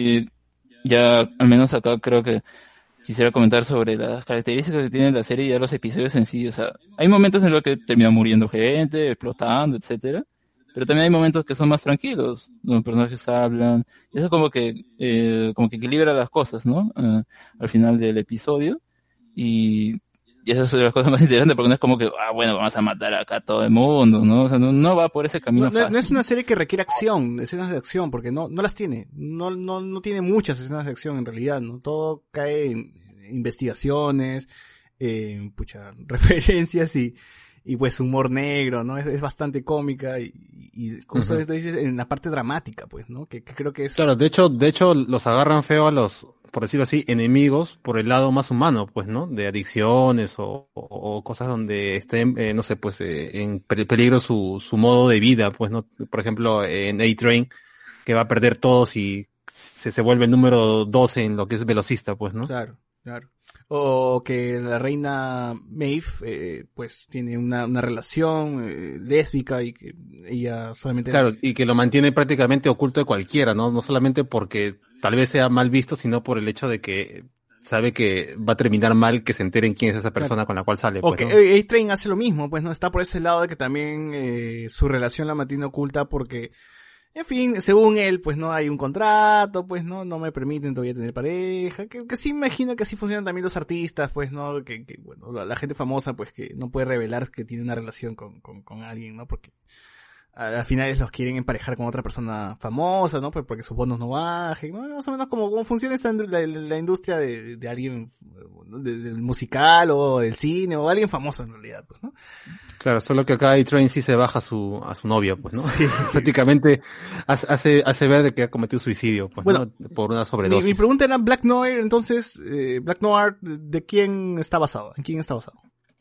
ya al menos acá creo que quisiera comentar sobre las características que tiene la serie y ya los episodios en sí. O sea, hay momentos en los que termina muriendo gente, explotando, etcétera, pero también hay momentos que son más tranquilos, los personajes hablan, y eso como que equilibra las cosas, ¿no? Al final del episodio, y eso es una de las cosas más interesantes, porque no es como que, bueno, vamos a matar acá a todo el mundo, ¿no? O sea, no va por ese camino fácil. No es una serie que requiere acción, escenas de acción, porque no las tiene. No tiene muchas escenas de acción en realidad, ¿no? Todo cae en investigaciones, referencias y pues humor negro, ¿no? Es bastante cómica y justo esto dices en la parte dramática, pues, ¿no? Que creo que es... Claro, de hecho los agarran feo a los, por decirlo así, enemigos por el lado más humano, pues, ¿no? De adicciones o cosas donde estén, no sé, pues, en peligro su modo de vida, pues, ¿no? Por ejemplo, en A-Train, que va a perder todos y se vuelve el número 12 en lo que es velocista, pues, ¿no? Claro. O que la reina Maeve, pues, tiene una relación lésbica y que ella solamente... Claro, y que lo mantiene prácticamente oculto de cualquiera, ¿no? No solamente porque tal vez sea mal visto, sino por el hecho de que sabe que va a terminar mal que se enteren quién es esa persona con la cual sale. O pues, que ¿no? A-Train hace lo mismo, pues, ¿no? Está por ese lado de que también su relación la mantiene oculta porque... En fin, según él, pues no hay un contrato, pues no me permiten todavía tener pareja, que sí imagino que así funcionan también los artistas, pues no, que bueno, la gente famosa, pues que no puede revelar que tiene una relación con alguien, ¿no? Porque al final los quieren emparejar con otra persona famosa, ¿no? Pues porque sus bonos no bajen, ¿no? Más o menos como funciona la industria de alguien, del musical o del cine o alguien famoso en realidad, pues, ¿no? Claro, solo que acá A-Train sí se baja a su novia, pues, ¿no? Sí. Prácticamente hace ver de que ha cometido suicidio, pues, bueno, ¿no? Por una sobredosis. Mi pregunta era Black Noir, entonces, Black Noir, ¿de quién está basado? ¿En quién está basado?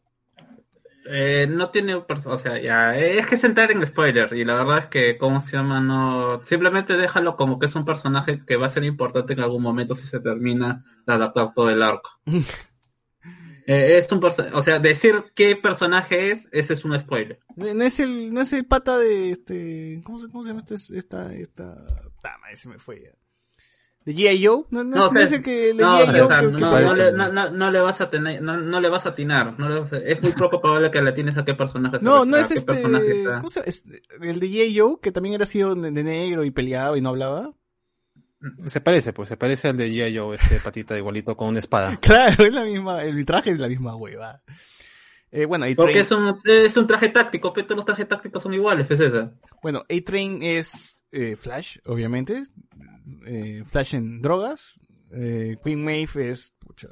No tiene, o sea, ya, es que es entrar en spoiler, y la verdad es que, ¿cómo se llama? No, simplemente déjalo como que es un personaje que va a ser importante en algún momento si se termina de adaptar todo el arco. Es un o sea, decir qué personaje ese es un spoiler. No es el pata de ¿cómo se llama esta ese me fue ya. ¿De G.I. Joe? No es el que de G.I. Joe. No le vas a tener, no le vas a atinar, es muy poco probable que le atines a qué personaje no es ¿cómo se llama? El de G.I. Joe, que también era sido de negro y peleado y no hablaba. Se parece al de G.I. Joe, este patita igualito con una espada. Claro, es la misma, el traje es la misma hueva. Bueno, porque es un traje táctico, pero todos los trajes tácticos son iguales, pues esa. Bueno, A-Train es Flash, obviamente. Flash en drogas. Queen Maeve es...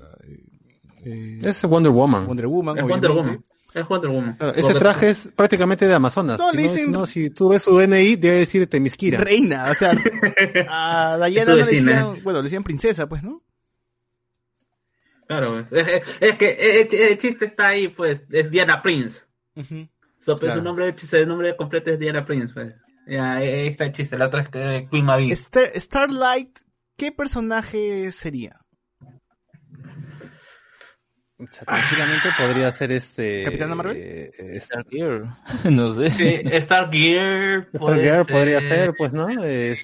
es Wonder Woman. Es Wonder Woman. Claro, ese traje es prácticamente de Amazonas. No, le dicen... si tú ves su DNI, debe decir Themyscira. Reina, o sea, a Diana le decían, le decían princesa, pues, ¿no? Claro, es que el chiste está ahí, pues, es Diana Prince. Uh-huh. Pues, su nombre completo es Diana Prince, pues. Ya, ahí está el chiste, la otra es Queen Maeve. Starlight, ¿qué personaje sería? O sea, tranquilamente podría ser ¿Capitana Marvel? Stargear, no sé. Sí, Stargear podría ser, pues, ¿no?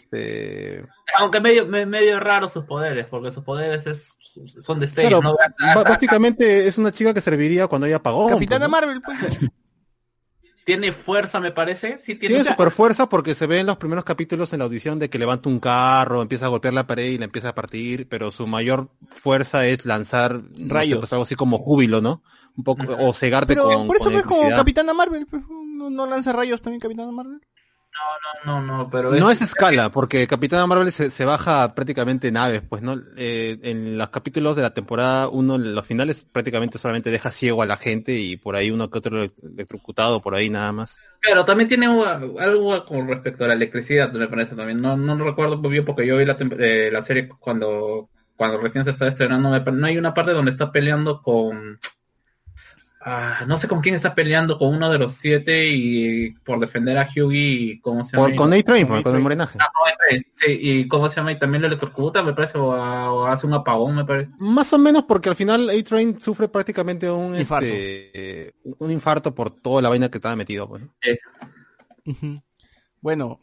Aunque medio raro sus poderes, porque sus poderes son de Stage, claro, ¿no? Básicamente es una chica que serviría cuando haya apagón. Capitana pues, ¿no? Marvel, pues. Tiene fuerza, me parece. Sí, tiene super fuerza porque se ve en los primeros capítulos en la audición de que levanta un carro, empieza a golpear la pared y la empieza a partir, pero su mayor fuerza es lanzar rayos. Pues algo así como júbilo, ¿no? Un poco, o cegarte pero con por eso es como electricidad. Capitana Marvel, pues, ¿no lanza rayos también Capitana Marvel? No, pero no es escala, porque Capitana Marvel se baja prácticamente naves, pues, ¿no? En los capítulos de la temporada 1, en los finales, prácticamente solamente deja ciego a la gente y por ahí uno que otro electrocutado, por ahí nada más. Pero también tiene algo con respecto a la electricidad, me parece también. No lo recuerdo muy bien porque yo vi la serie cuando recién se estaba estrenando. No hay una parte donde está peleando con... no sé con quién está peleando, con uno de los 7 y por defender a Hughie, ¿cómo se llama? Con A-Train, con el morenaje. Sí, y ¿cómo se llama? Y también lo electrocuta, me parece, o hace un apagón, me parece. Más o menos porque al final A-Train sufre prácticamente un infarto por toda la vaina que estaba metido, pues. Uh-huh. Bueno,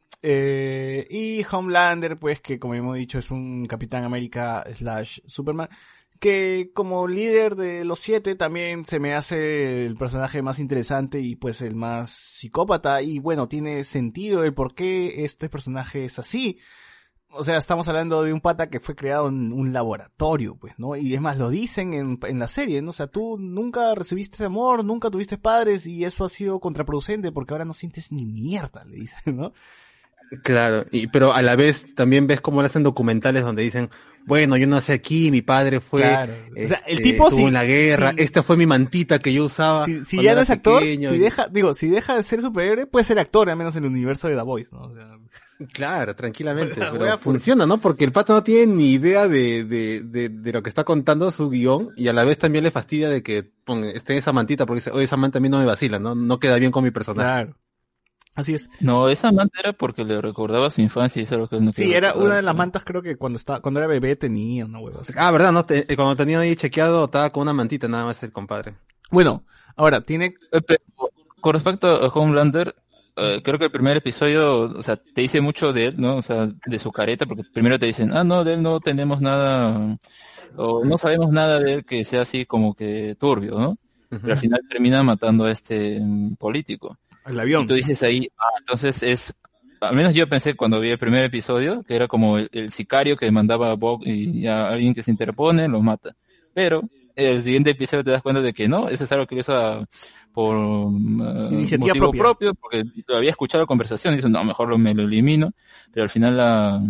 y Homelander, pues, que como hemos dicho es un Capitán América / Superman, que como líder de los 7 también se me hace el personaje más interesante y pues el más psicópata, y bueno, tiene sentido el por qué este personaje es así. O sea, estamos hablando de un pata que fue creado en un laboratorio, pues, ¿no? Y es más, lo dicen en la serie, ¿no? O sea, tú nunca recibiste amor, nunca tuviste padres y eso ha sido contraproducente porque ahora no sientes ni mierda, le dicen, ¿no? Claro, pero a la vez también ves cómo le hacen documentales donde dicen, bueno, yo nací aquí, mi padre fue, o sea, el tipo estuvo en la guerra, esta fue mi mantita que yo usaba. Si ya no es actor, si deja de ser superhéroe, puede ser actor, al menos en el universo de The Voice, ¿no? O sea, claro, tranquilamente, pero funciona, ¿no? Porque el pato no tiene ni idea de lo que está contando su guión y a la vez también le fastidia de que esté en esa mantita porque dice, oye, esa manta a mí no me vacila, no queda bien con mi personaje. Claro. Así es. No, esa manta era porque le recordaba su infancia y eso es lo que no sí, era recordar, una de las mantas, creo que cuando era bebé tenía una hueva así. ¿Verdad? No, cuando tenía ahí chequeado estaba con una mantita nada más el compadre. Bueno, ahora tiene... Con respecto a Homelander, creo que el primer episodio, o sea, te dice mucho de él, ¿no? O sea, de su careta, porque primero te dicen, no, de él no tenemos nada, o no sabemos nada de él que sea así como que turbio, ¿no? Uh-huh. Pero al final termina matando a este político. El avión. Y tú dices ahí, entonces es, al menos yo pensé cuando vi el primer episodio, que era como el sicario que mandaba a Bob y a alguien que se interpone, lo mata. Pero el siguiente episodio te das cuenta de que no, eso es algo que usa por iniciativa motivo propio, porque lo había escuchado la conversación y dice, no, mejor me lo elimino. Pero al final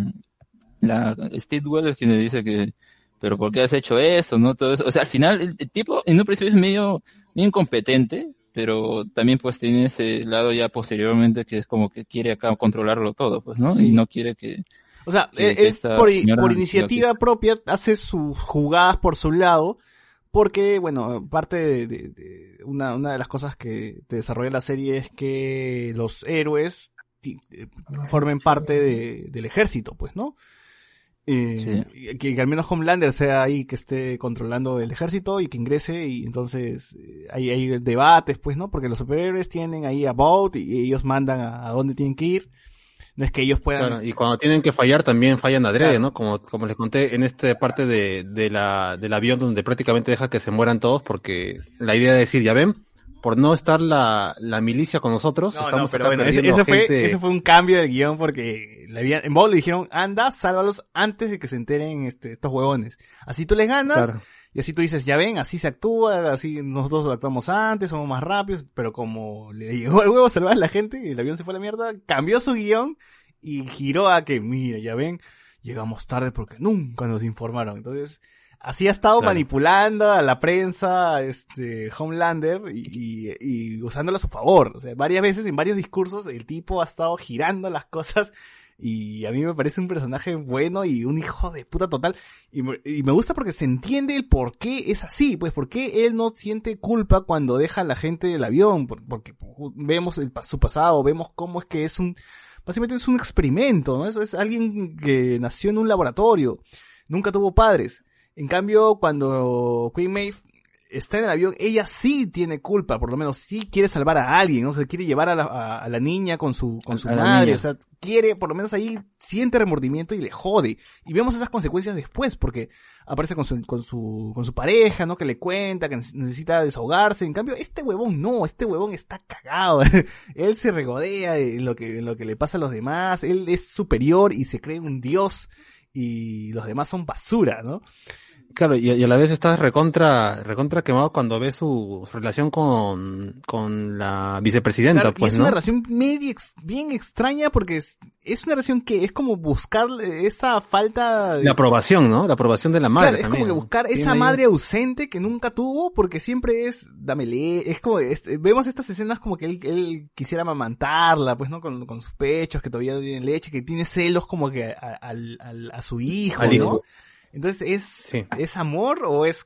la Stidwell es quien le dice que, pero ¿por qué has hecho eso? ¿No? Todo eso. O sea, al final el tipo en un principio es medio incompetente, pero también pues tiene ese lado ya posteriormente que es como que quiere acá controlarlo todo, pues, ¿no? Sí. Y no quiere que... O sea, él por iniciativa propia hace sus jugadas por su lado, porque, bueno, parte de una de las cosas que te desarrolla la serie es que los héroes formen parte del ejército, pues, ¿no? Sí. Que al menos Homelander sea ahí que esté controlando el ejército y que ingrese y entonces hay debates, pues, ¿no? Porque los superhéroes tienen ahí a Bolt y ellos mandan a dónde tienen que ir. No es que ellos puedan... Claro, y cuando tienen que fallar también fallan adrede, claro, ¿no? Como les conté en esta parte del avión donde prácticamente deja que se mueran todos porque la idea de decir, ya ven, por no estar la milicia con nosotros, estamos pero bueno, ese fue un cambio de guión porque en Bob le dijeron, anda, sálvalos antes de que se enteren estos huevones. Así tú les ganas, claro. Y así tú dices, ya ven, así se actúa, así nosotros actuamos antes, somos más rápidos, pero como le llegó el huevo a salvar a la gente y el avión se fue a la mierda, cambió su guión y giró a que, mira, ya ven, llegamos tarde porque nunca nos informaron. Entonces, así ha estado manipulando a la prensa, Homelander, y usándola a su favor. O sea, varias veces, en varios discursos, el tipo ha estado girando las cosas, y a mí me parece un personaje bueno y un hijo de puta total. Y me gusta porque se entiende el por qué es así, pues, por qué él no siente culpa cuando deja a la gente del avión, porque vemos su pasado, vemos cómo es que básicamente es un experimento, ¿no? Eso es alguien que nació en un laboratorio, nunca tuvo padres. En cambio, cuando Queen Maeve está en el avión, ella sí tiene culpa, por lo menos sí quiere salvar a alguien, ¿no? O sea, quiere llevar a la niña con su madre, o sea, quiere, por lo menos ahí siente remordimiento y le jode. Y vemos esas consecuencias después, porque aparece con su pareja, ¿no? Que le cuenta que necesita desahogarse. En cambio, este huevón está cagado. Él se regodea en lo que le pasa a los demás, él es superior y se cree un dios, y los demás son basura, ¿no? Claro, y a la vez estás recontra quemado cuando ves su relación con la vicepresidenta, claro, pues, y es una relación bien extraña porque es una relación que es como buscar esa falta de... La aprobación, ¿no? La aprobación de la madre, claro, también. Es como que buscar esa madre ausente que nunca tuvo, porque siempre es, dámele, es como, vemos estas escenas como que él quisiera amamantarla, pues, ¿no? Con sus pechos, que todavía no tienen leche, que tiene celos como que a su hijo, ¿no? Hijo. Entonces, ¿es amor o es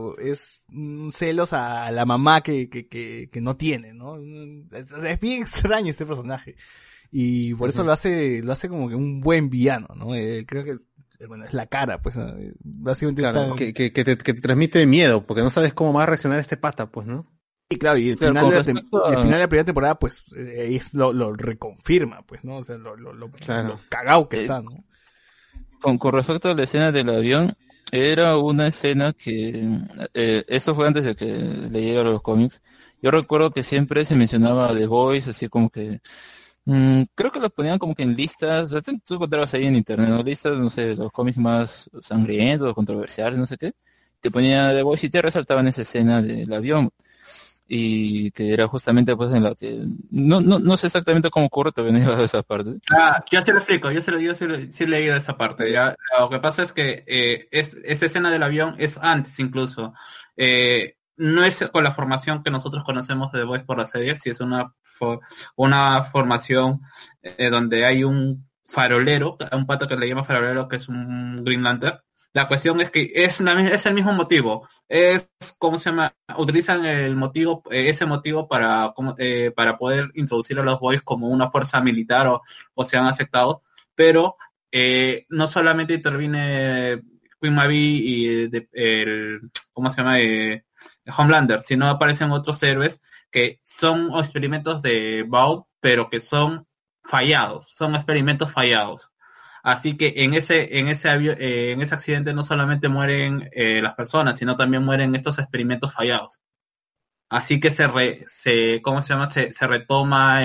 celos a la mamá que no tiene, ¿no? Es bien extraño este personaje. Y por eso lo hace como que un buen villano, ¿no? Creo que es la cara, pues, básicamente claro, que te transmite miedo, porque no sabes cómo va a reaccionar este pata, pues, ¿no? Sí, claro, y el final de la primera temporada, pues, lo reconfirma, pues, ¿no? O sea, lo cagao que está, ¿no? Con respecto a la escena del avión, era una escena que, eso fue antes de que leyera los cómics. Yo recuerdo que siempre se mencionaba The Voice, así como que, creo que los ponían como que en listas, o sea, tú encontrabas ahí en internet, ¿no? Listas, no sé, los cómics más sangrientos, controversiales, no sé qué. Te ponía The Voice y te resaltaban esa escena del avión. Y que era justamente pues en la que no sé exactamente cómo ocurre, todavía no he llegado a esa parte. Yo se lo explico, yo sí he leído esa parte. Ya lo que pasa es que esa escena del avión es antes incluso. No es con la formación que nosotros conocemos de The Voice por la serie, si es una formación donde hay un farolero, un pato que le llama farolero, que es un Green Lantern. La cuestión es que es el mismo motivo. Es, ¿cómo se llama? Utilizan ese motivo para poder introducir a los Boys como una fuerza militar o se han aceptado. Pero no solamente interviene Queen Maeve y ¿cómo se llama? Homelander, sino aparecen otros héroes que son experimentos de Baud, pero que son fallados. Son experimentos fallados. Así que en ese accidente no solamente mueren las personas, sino también mueren estos experimentos fallados. Así que se retoma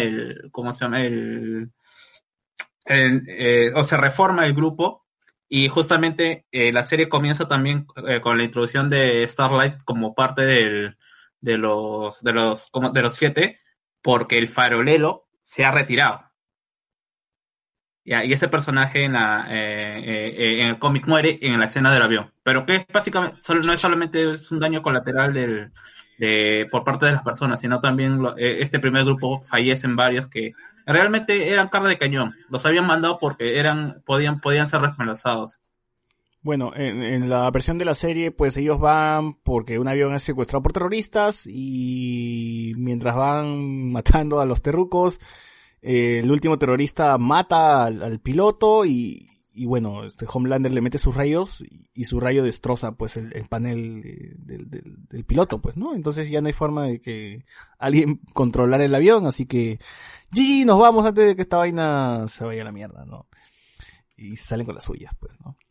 o se reforma el grupo, y justamente la serie comienza también con la introducción de Starlight como parte de los 7, porque el farolero se ha retirado. Y ese personaje en el cómic muere en la escena del avión, pero que básicamente no es solamente un daño colateral por parte de las personas, sino también este primer grupo fallecen varios que realmente eran carne de cañón, los habían mandado porque podían ser reemplazados. Bueno, en la versión de la serie, pues ellos van porque un avión es secuestrado por terroristas, y mientras van matando a los terrucos, el último terrorista mata al piloto y bueno, Homelander le mete sus rayos y su rayo destroza pues el panel del piloto, pues, ¿no? Entonces ya no hay forma de que alguien controlara el avión, así que GG, nos vamos antes de que esta vaina se vaya a la mierda, ¿no? Y salen con las suyas, pues, ¿no?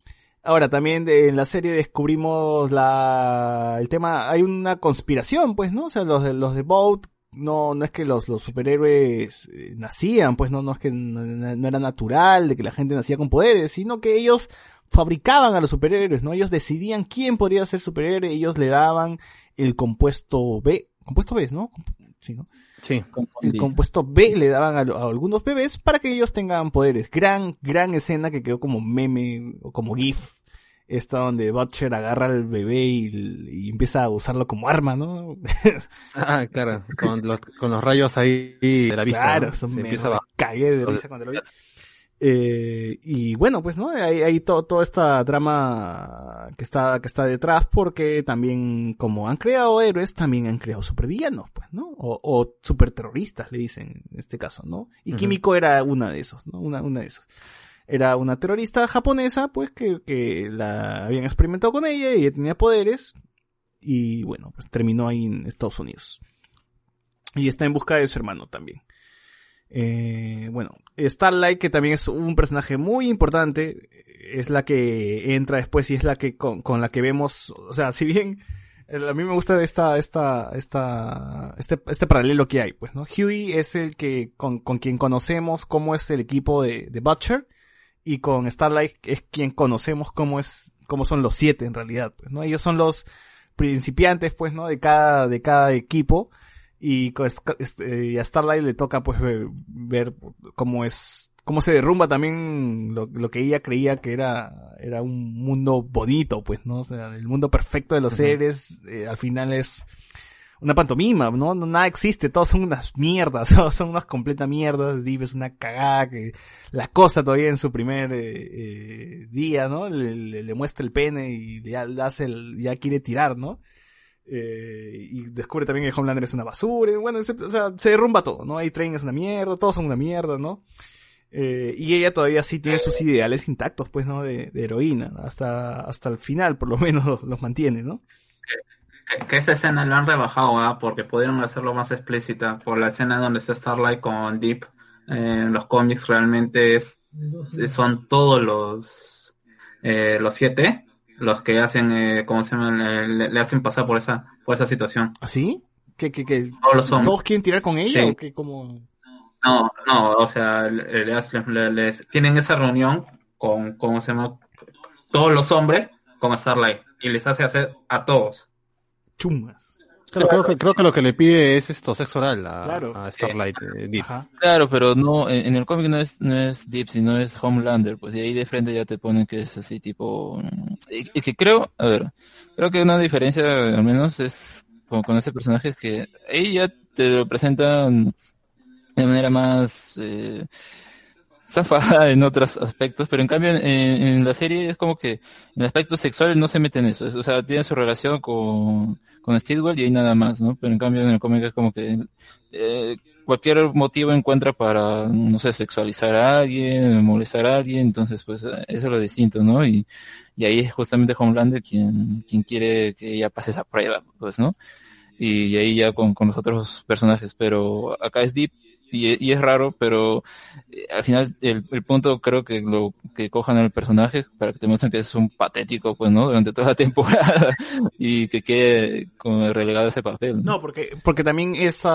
Ahora, también en la serie descubrimos el tema, hay una conspiración, pues, ¿no? O sea, los de Bolt, no es que los superhéroes nacían, pues, no es que no era natural de que la gente nacía con poderes, sino que ellos fabricaban a los superhéroes, ¿no? Ellos decidían quién podría ser superhéroe, ellos le daban el compuesto B, ¿no? Sí, ¿no? Sí. El compuesto B le daban a algunos bebés para que ellos tengan poderes. Gran escena que quedó como meme o como GIF. Esta donde Butcher agarra al bebé y empieza a usarlo como arma, ¿no? Claro, con los rayos ahí de la vista. Claro, ¿no? se me cagué de risa cuando lo vi. Y bueno, pues, ¿no? Hay toda esta trama que está detrás, porque también, como han creado héroes, también han creado supervillanos, pues, ¿no? O superterroristas, le dicen, en este caso, ¿no? Y Kimiko era una de esos, ¿no? Una de esos. Era una terrorista japonesa, pues, que la habían experimentado con ella y ella tenía poderes. Y bueno, pues terminó ahí en Estados Unidos. Y está en busca de su hermano también. Bueno, Starlight, que también es un personaje muy importante, es la que entra después y es la que con la que vemos, o sea, si bien a mí me gusta este paralelo que hay, pues, ¿no? Huey es el que con quien conocemos cómo es el equipo de Butcher, y con Starlight es quien conocemos cómo son los 7 en realidad, pues, ¿no? Ellos son los principiantes, pues, ¿no? De cada equipo. Y a Starlight le toca, pues, ver cómo se derrumba también lo que ella creía que era un mundo bonito, pues, ¿no? O sea, el mundo perfecto de los seres, al final es una pantomima, ¿no? Nada existe, todos son unas mierdas, todos son unas completas mierdas. Deep es una cagada que la cosa todavía en su primer día, ¿no? Le muestra el pene y ya quiere tirar, ¿no? Y descubre también que Homelander es una basura. Bueno, o sea, se derrumba todo, ¿no? A-Train es una mierda, todos son una mierda, ¿no? Y ella todavía sí tiene sus ideales intactos, pues, ¿no? De heroína, ¿no? Hasta el final, por lo menos, los mantiene, ¿no? Que esa escena la han rebajado, porque pudieron hacerlo más explícita. Por la escena donde está Starlight con Deep en los cómics, realmente son todos los 7 los que hacen, ¿cómo se llama? Le hacen pasar por esa situación. ¿Ah, sí? ¿Que todos quieren tirar con ella? Sí. ¿O que como...? No, o sea, tienen esa reunión con, ¿cómo se llama? Todos los hombres con Starlight, y les hace hacer a todos. Chumas. Claro, creo que lo que le pide es sexo oral a Starlight. Deep. Claro, pero no, en el cómic no es Deep, sino es Homelander, pues, y ahí de frente ya te ponen que es así tipo, y que creo que una diferencia al menos es con ese personaje, es que ahí ya te lo presentan de manera más zafada en otros aspectos, pero en cambio en la serie es como que en el aspecto sexual no se mete en eso, o sea, tiene su relación con Steadwell y ahí nada más, ¿no? Pero en cambio en el cómic es como que cualquier motivo encuentra para, no sé, sexualizar a alguien, molestar a alguien, entonces pues eso es lo distinto, ¿no? Y ahí es justamente Homelander quien quiere que ella pase esa prueba, pues, ¿no? Y ahí ya con los otros personajes, pero acá es Deep. Y es raro, pero al final el punto creo que lo que cojan al personaje para que te muestren que es un patético, pues, ¿no? Durante toda la temporada y que quede como relegado a ese papel, ¿no? No, porque también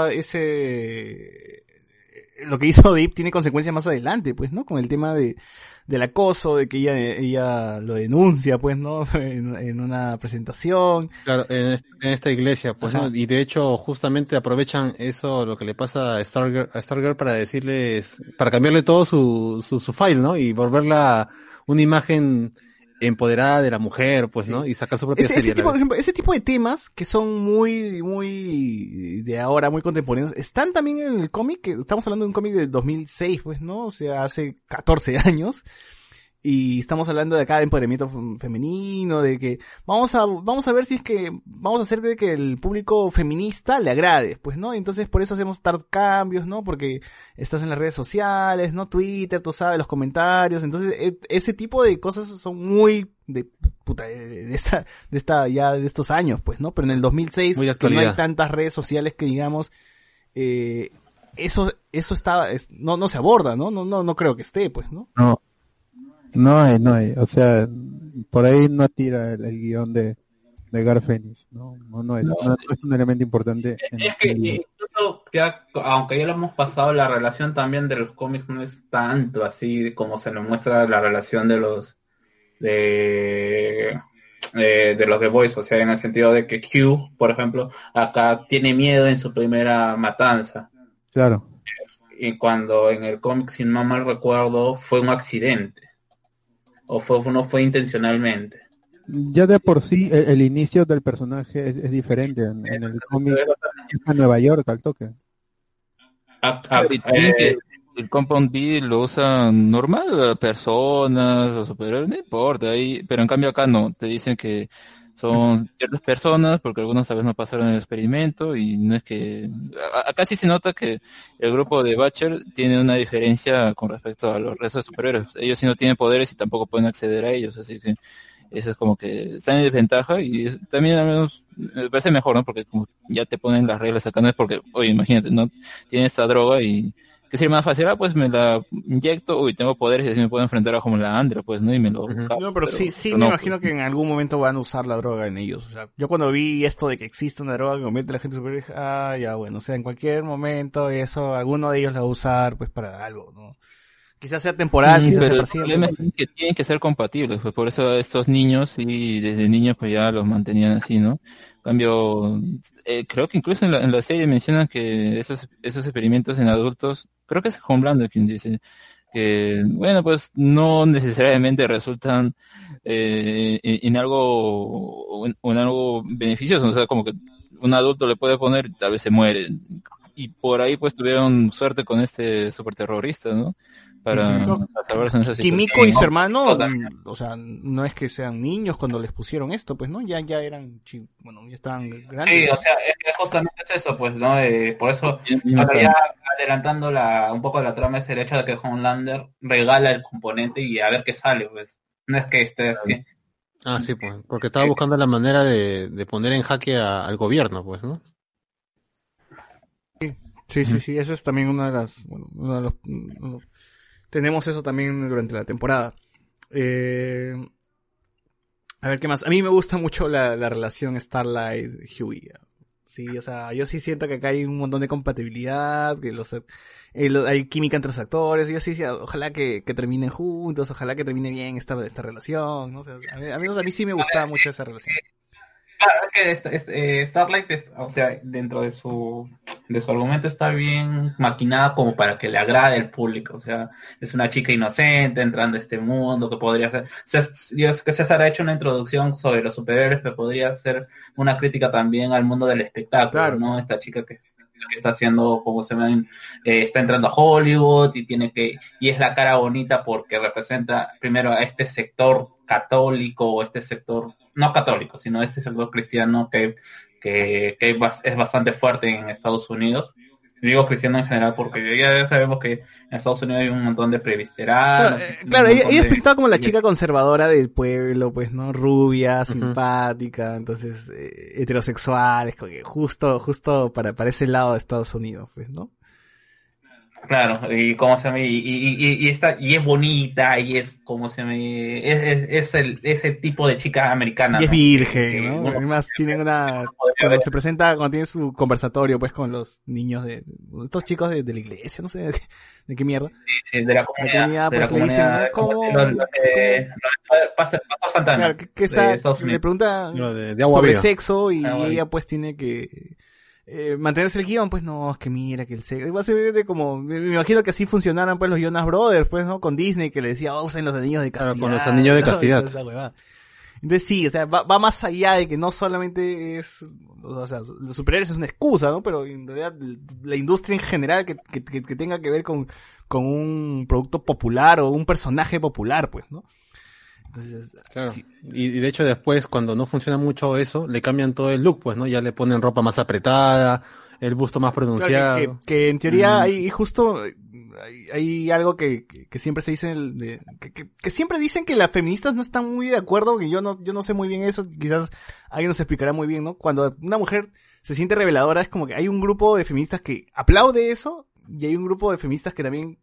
lo que hizo Deep tiene consecuencias más adelante, pues, ¿no? Con el tema del acoso, de que ella lo denuncia, pues, ¿no? En una presentación. Claro, en esta iglesia, pues, ¿no? Y de hecho, justamente aprovechan eso, lo que le pasa a Stargirl para para cambiarle todo su file, ¿no? Y volverla una imagen empoderada de la mujer, pues, ¿no? Y sacar su propia serie. Ese tipo de temas que son muy de ahora, muy contemporáneos, están también en el cómic, que estamos hablando de un cómic del 2006, pues, ¿no? O sea, hace 14 años. Y estamos hablando de acá de empoderamiento femenino, de que vamos a ver si es que vamos a hacer de que el público feminista le agrade, pues, ¿no? Entonces por eso hacemos cambios, ¿no? Porque estás en las redes sociales, ¿no? Twitter, tú sabes, los comentarios, entonces ese tipo de cosas son muy de estos años, pues, ¿no? Pero en el 2006, que no hay tantas redes sociales que digamos, eso no se aborda, ¿no? No creo que esté, pues, ¿no? No. No hay, o sea, por ahí no tira el guión de Gar Fenix, no es un elemento importante. Es que incluso ya, aunque ya lo hemos pasado, la relación también de los cómics no es tanto así como se nos muestra la relación de los de los The Boys, o sea, en el sentido de que Q, por ejemplo, acá tiene miedo en su primera matanza. Claro. Y cuando en el cómic, si no mal recuerdo, fue un accidente. O no fue intencionalmente. Ya de por sí el inicio del personaje es diferente. En el cómic es a Nueva York al toque. El Compound B lo usan normal, personas, los superhéroes, no importa, pero en cambio acá no, te dicen que son ciertas personas, porque algunos tal vez no pasaron el experimento, y no es que... Acá sí se nota que el grupo de Butcher tiene una diferencia con respecto a los restos de superhéroes. Ellos sí no tienen poderes y tampoco pueden acceder a ellos, así que eso es como que están en desventaja, y también al menos me parece mejor, ¿no? Porque como ya te ponen las reglas acá, no es porque, oye, imagínate, ¿no? Tiene esta droga y... que sería más fácil, pues me la inyecto, tengo poderes y así me puedo enfrentar a como la Andra, pues, ¿no? Y me lo... No, pero sí me imagino que en algún momento van a usar la droga en ellos. O sea, yo cuando vi esto de que existe una droga que convierte a la gente superior, dije, ya bueno, o sea, en cualquier momento eso, alguno de ellos la va a usar, pues, para algo, ¿no? Quizás sea temporal, quizás sea para siempre. El problema es que tienen que ser compatibles, pues por eso estos niños, sí, desde niños pues ya los mantenían así, ¿no? En cambio, creo que incluso en la serie mencionan que esos experimentos en adultos, creo que es Homelander quien dice que, bueno, pues no necesariamente resultan en algo beneficioso, o sea, como que un adulto le puede poner y tal vez se muere. Y por ahí pues tuvieron suerte con este superterrorista, ¿no? Para salvarse en esa situación. Kimiko y su hermano, o sea, no es que sean niños cuando les pusieron esto, pues, ¿no? Ya eran, ya estaban grandes. Sí, o sea, justamente es eso, pues, ¿no? Por eso, ya adelantando un poco la trama, es el hecho de que Homelander regala el componente y a ver qué sale, pues. No es que esté así. Sí, pues, porque estaba buscando la manera de poner en jaque al gobierno, pues, ¿no? Sí, eso es también una de las... tenemos eso también durante la temporada. A ver, ¿qué más? A mí me gusta mucho la relación Starlight-Hughie. Sí, o sea, yo sí siento que acá hay un montón de compatibilidad, que hay química entre los actores, y yo sí, ojalá que terminen juntos, ojalá que termine bien esta relación, ¿no? O sea, a mí sí me gustaba mucho esa relación. Claro, es que Starlight, o sea, dentro de su argumento está bien maquinada como para que le agrade al público, o sea, es una chica inocente entrando a este mundo que podría ser, que César ha hecho una introducción sobre los superhéroes, que podría ser una crítica también al mundo del espectáculo, claro, ¿no? Esta chica que está haciendo, como se ven, está entrando a Hollywood y es la cara bonita porque representa primero a este sector católico, o este sector no católico, sino este sector cristiano que es bastante fuerte en Estados Unidos. Digo cristiano en general porque ya sabemos que en Estados Unidos hay un montón de presbiteranos. Claro, ella es presentada como la chica conservadora del pueblo, pues, ¿no? Rubia, simpática, entonces heterosexual, es como que justo para ese lado de Estados Unidos, pues, ¿no? Claro, y cómo se me y es bonita, y es como se me ese tipo de chica americana, y es virgen, ¿no? Además tienen cuando tiene su conversatorio pues con los niños de estos chicos de la iglesia, no sé de qué mierda. Sí, de la comunidad, pues le dicen, claro, que le pregunta sobre sexo y ella pues tiene que mantenerse el guión, pues no, es que mira que el sexo, igual se ve como, me imagino que así funcionaran pues los Jonas Brothers, pues, ¿no? Con Disney, que le decía, usen los anillos de castidad. Con los anillos de castidad. Entonces sí, o sea, va más allá de que no solamente es, o sea, los superhéroes es una excusa, ¿no? Pero en realidad la industria en general que tenga que ver con un producto popular o un personaje popular, pues, ¿no? Entonces, claro. Sí. Y de hecho después, cuando no funciona mucho eso, le cambian todo el look, pues, ¿no? Ya le ponen ropa más apretada, el busto más pronunciado. Claro, que en teoría hay algo que siempre se dice, que siempre dicen que las feministas no están muy de acuerdo, que yo no sé muy bien eso, quizás alguien nos explicará muy bien, ¿no? Cuando una mujer se siente reveladora, es como que hay un grupo de feministas que aplaude eso, y hay un grupo de feministas que también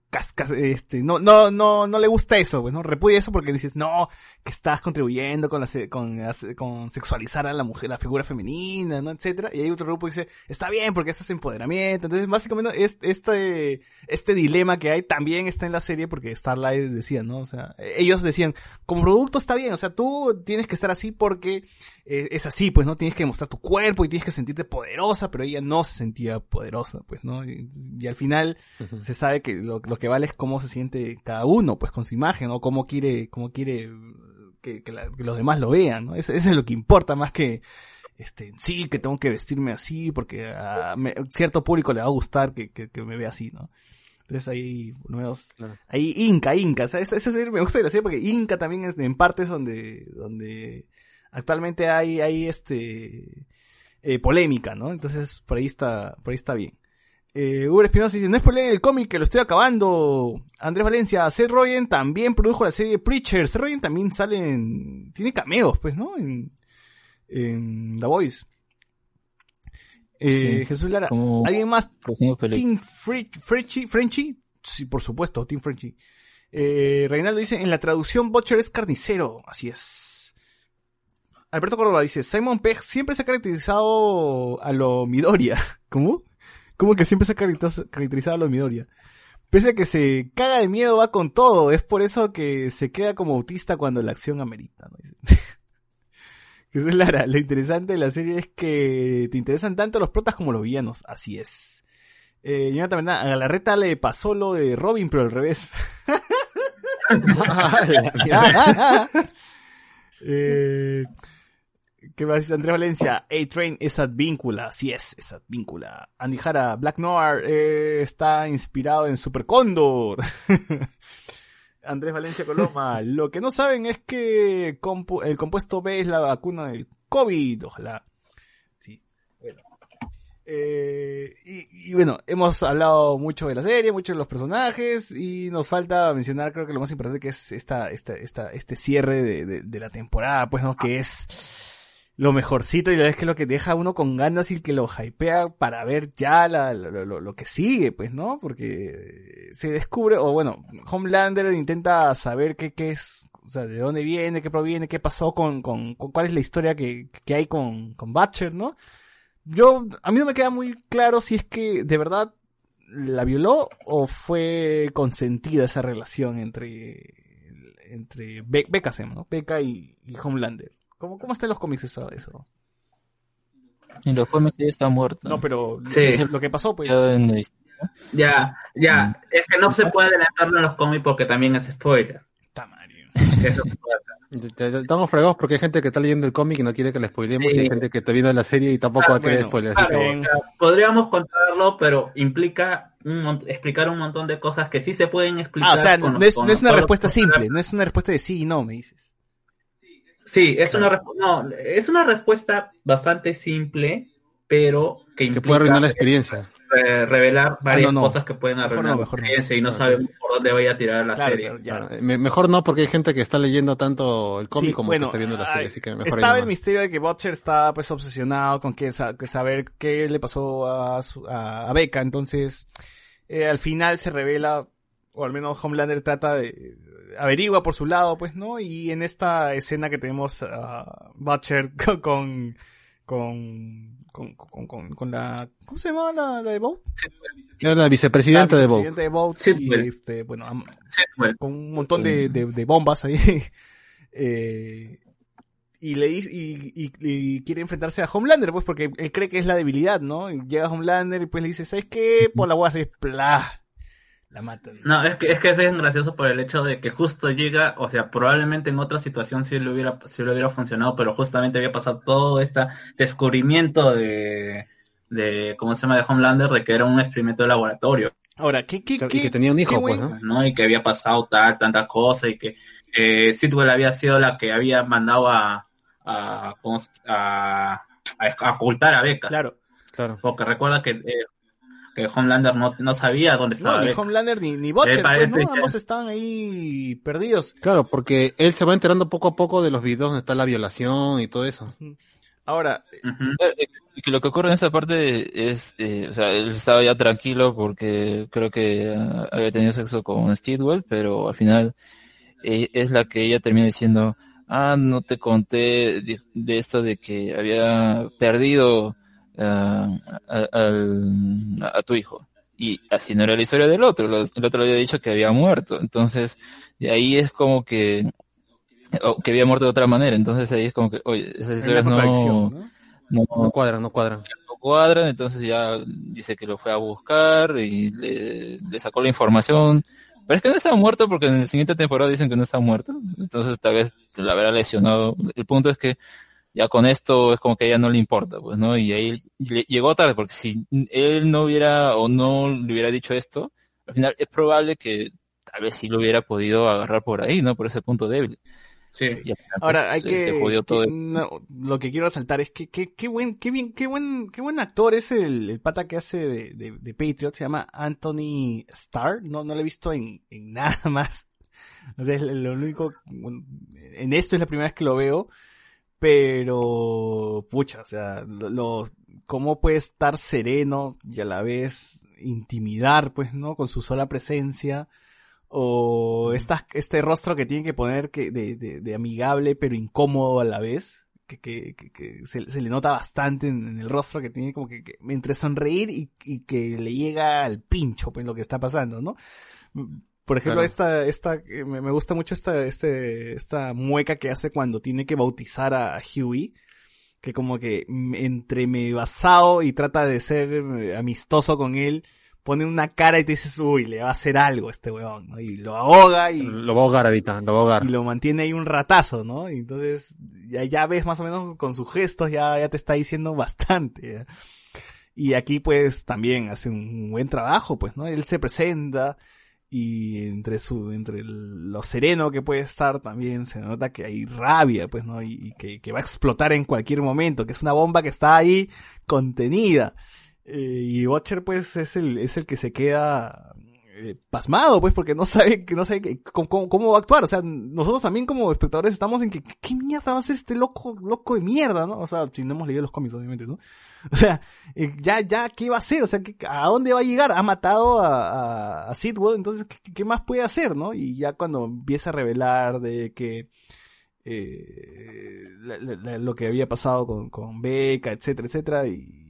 no le gusta eso, pues, ¿no? Repudia eso porque dices, no, que estás contribuyendo con sexualizar a la mujer, la figura femenina, ¿no? Etcétera. Y hay otro grupo que dice, está bien porque eso es empoderamiento. Entonces, básicamente, este dilema que hay también está en la serie porque Starlight decía, ¿no? O sea, ellos decían, como producto está bien, o sea, tú tienes que estar así porque es así, pues, ¿no? Tienes que mostrar tu cuerpo y tienes que sentirte poderosa, pero ella no se sentía poderosa, pues, ¿no? Y al final se sabe que lo que vale es cómo se siente cada uno, pues, con su imagen, ¿no? Cómo quiere que los demás lo vean, ¿no? Eso es lo que importa más que, sí, que tengo que vestirme así porque a cierto público le va a gustar que me vea así, ¿no? Entonces ahí, por lo menos, ahí Inca, o sea, esa serie me gusta de la serie porque Inca también es en partes donde actualmente hay polémica, ¿no? Entonces por ahí está bien. Uber Espinosa dice, no es por leer el cómic que lo estoy acabando. Andrés Valencia, Seth Rogen también produjo la serie Preacher. Seth Rogen también tiene cameos, pues, ¿no? En The Voice. Sí, Jesús Lara, ¿alguien más? Team Frenchy? Sí, por supuesto, Team Frenchy. Reinaldo dice, en la traducción Butcher es carnicero. Así es. Alberto Córdoba dice, Simon Pegg siempre se ha caracterizado a lo Midoriya. ¿Cómo? ¿Cómo que siempre se ha caracterizado a lo Midoriya? Pese a que se caga de miedo, va con todo. Es por eso que se queda como autista cuando la acción amerita, ¿no? Jesús Lara, lo interesante de la serie es que te interesan tanto los protas como los villanos. Así es. Jonathan Bernal, a Galarreta le pasó lo de Robin, pero al revés. ¿Qué más dice Andrés Valencia? A-Train es Advíncula. Así es Advíncula. Andy Jara, Black Noir está inspirado en Super Cóndor. Andrés Valencia Coloma, lo que no saben es que el compuesto B es la vacuna del COVID. Ojalá. Sí, bueno. Y bueno, hemos hablado mucho de la serie, mucho de los personajes, y nos falta mencionar, creo que lo más importante, que es este cierre de la temporada, pues, ¿no? Que es lo mejorcito y la verdad es que lo que deja a uno con ganas y que lo hypea para ver ya lo que sigue, pues, ¿no? Porque se descubre, o bueno, Homelander intenta saber qué es, o sea, de dónde viene, qué proviene, qué pasó con cuál es la historia que hay con Butcher, ¿no? A mí no me queda muy claro si es que de verdad la violó o fue consentida esa relación entre Becca, ¿no? Becca y Homelander. ¿Cómo está en los cómics eso? En los cómics ya está muerto. No, pero sí. Lo que pasó, pues. Ya. Es que no se puede adelantarlo en los cómics porque también es spoiler. Tamario. Eso Estamos fregados porque hay gente que está leyendo el cómic y no quiere que le spoilemos, y hay gente que está viendo la serie y tampoco va a querer spoiler. Claro, podríamos contarlo, pero implica explicar un montón de cosas que sí se pueden explicar. O sea, no es una respuesta simple, no es una respuesta de sí y no, me dices. Sí, es una respuesta bastante simple, pero que implica puede arruinar la experiencia. Revelar varias cosas que pueden arruinar la experiencia y no sabemos por dónde vaya a tirar la serie. Claro. Mejor no, porque hay gente que está leyendo tanto el cómic como que está viendo la serie, así que mejor estaba el misterio de que Butcher está pues obsesionado con que saber qué le pasó a Becca, entonces al final se revela, o al menos Homelander trata de averigua por su lado, pues, ¿no? Y en esta escena que tenemos a Butcher con la, ¿cómo se llama la de Bolt? Era la vicepresidenta de Bolt. Y bueno, con un montón de bombas ahí. Y le dice, y quiere enfrentarse a Homelander, pues, porque él cree que es la debilidad, ¿no? Y llega Homelander y pues le dice, ¿sabes qué? Por la voy a hacer ¡plá! La matan. No, es que es bien gracioso por el hecho de que justo llega, o sea, probablemente en otra situación sí le hubiera funcionado, pero justamente había pasado todo este descubrimiento de ¿cómo se llama? De Homelander, de que era un experimento de laboratorio. Ahora, ¿qué? Y que tenía un hijo, pues, ¿no? Y que había pasado tanta cosa, y que Sitwell había sido la que había mandado a ocultar a Becca. Claro. Porque recuerda que Homelander no sabía dónde estaba. No, ni Homelander ni Butcher, pues, ¿no? Ambos estaban ahí perdidos. Claro, porque él se va enterando poco a poco de los videos donde está la violación y todo eso. Ahora, que lo que ocurre en esa parte es, o sea, él estaba ya tranquilo porque creo que había tenido sexo con Steadwell, pero al final es la que ella termina diciendo, no te conté de esto de que había perdido a tu hijo. Y así no era la historia del otro, el otro le había dicho que había muerto. Entonces, de ahí es como que había muerto de otra manera. Entonces ahí es como que, oye, esas historias no cuadran, entonces ya dice que lo fue a buscar y le sacó la información. Pero es que no estaba muerto porque en la siguiente temporada dicen que no está muerto. Entonces tal vez la habrá lesionado. El punto es que ya con esto es como que a ella no le importa, pues, ¿no? Y ahí llegó tarde, porque si él no hubiera o no le hubiera dicho esto, al final es probable que tal vez sí lo hubiera podido agarrar por ahí, ¿no? Por ese punto débil. Sí. Ahora hay lo que quiero resaltar es que qué buen actor es el pata que hace de Patriot. Se llama Anthony Starr. No lo he visto en nada más. O sea, es lo único, en esto es la primera vez que lo veo, pero pucha, o sea, cómo puede estar sereno y a la vez intimidar, pues, ¿no? Con su sola presencia. O este rostro que tiene que poner de amigable pero incómodo a la vez, que se le nota bastante en el rostro, que tiene como que entre sonreír y que le llega al pincho, pues, lo que está pasando, ¿no? Por ejemplo, claro. Me gusta mucho esta mueca que hace cuando tiene que bautizar a Huey, que como que entre medio basado y trata de ser amistoso con él, pone una cara y te dices, uy, le va a hacer algo a este weón, ¿no? Y lo ahoga y... Lo va a ahogar ahorita, lo va a ahogar. Y lo mantiene ahí un ratazo, ¿no? Y entonces ya ves más o menos con sus gestos, ya te está diciendo bastante, ¿ya? Y aquí pues también hace un buen trabajo, pues, ¿no? Él se presenta y entre lo sereno que puede estar también se nota que hay rabia, pues, ¿no? Y que va a explotar en cualquier momento, que es una bomba que está ahí contenida. Y Butcher pues es el que se queda pasmado, pues, porque no sabe cómo va a actuar. O sea, nosotros también como espectadores estamos en que ¿qué mierda va a ser este loco de mierda, ¿no? O sea, si no hemos leído los cómics, obviamente, ¿no? O sea, ya ¿qué va a hacer? O sea, ¿a dónde va a llegar? Ha matado a Sidwell, entonces ¿qué más puede hacer, no? Y ya cuando empieza a revelar de que lo que había pasado con Becca, etcétera,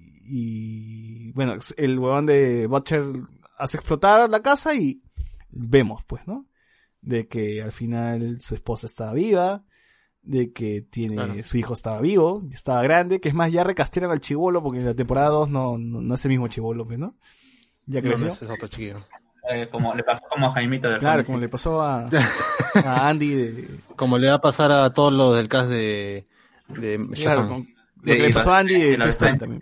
y bueno, el huevón de Butcher hace explotar la casa y vemos, pues, ¿no? De que al final su esposa estaba viva, de que su hijo estaba vivo, estaba grande, que es más, ya recastearon al chibolo, porque en la temporada 2 no es el mismo chibolo, pues, ¿no? Ya creció. No, ese es otro chiquillo. Como le pasó como a Jaimito del Claro, como le pasó a Andy como le va a pasar a todos los del cast de claro, lo que le pasó a Andy de Toy Story también.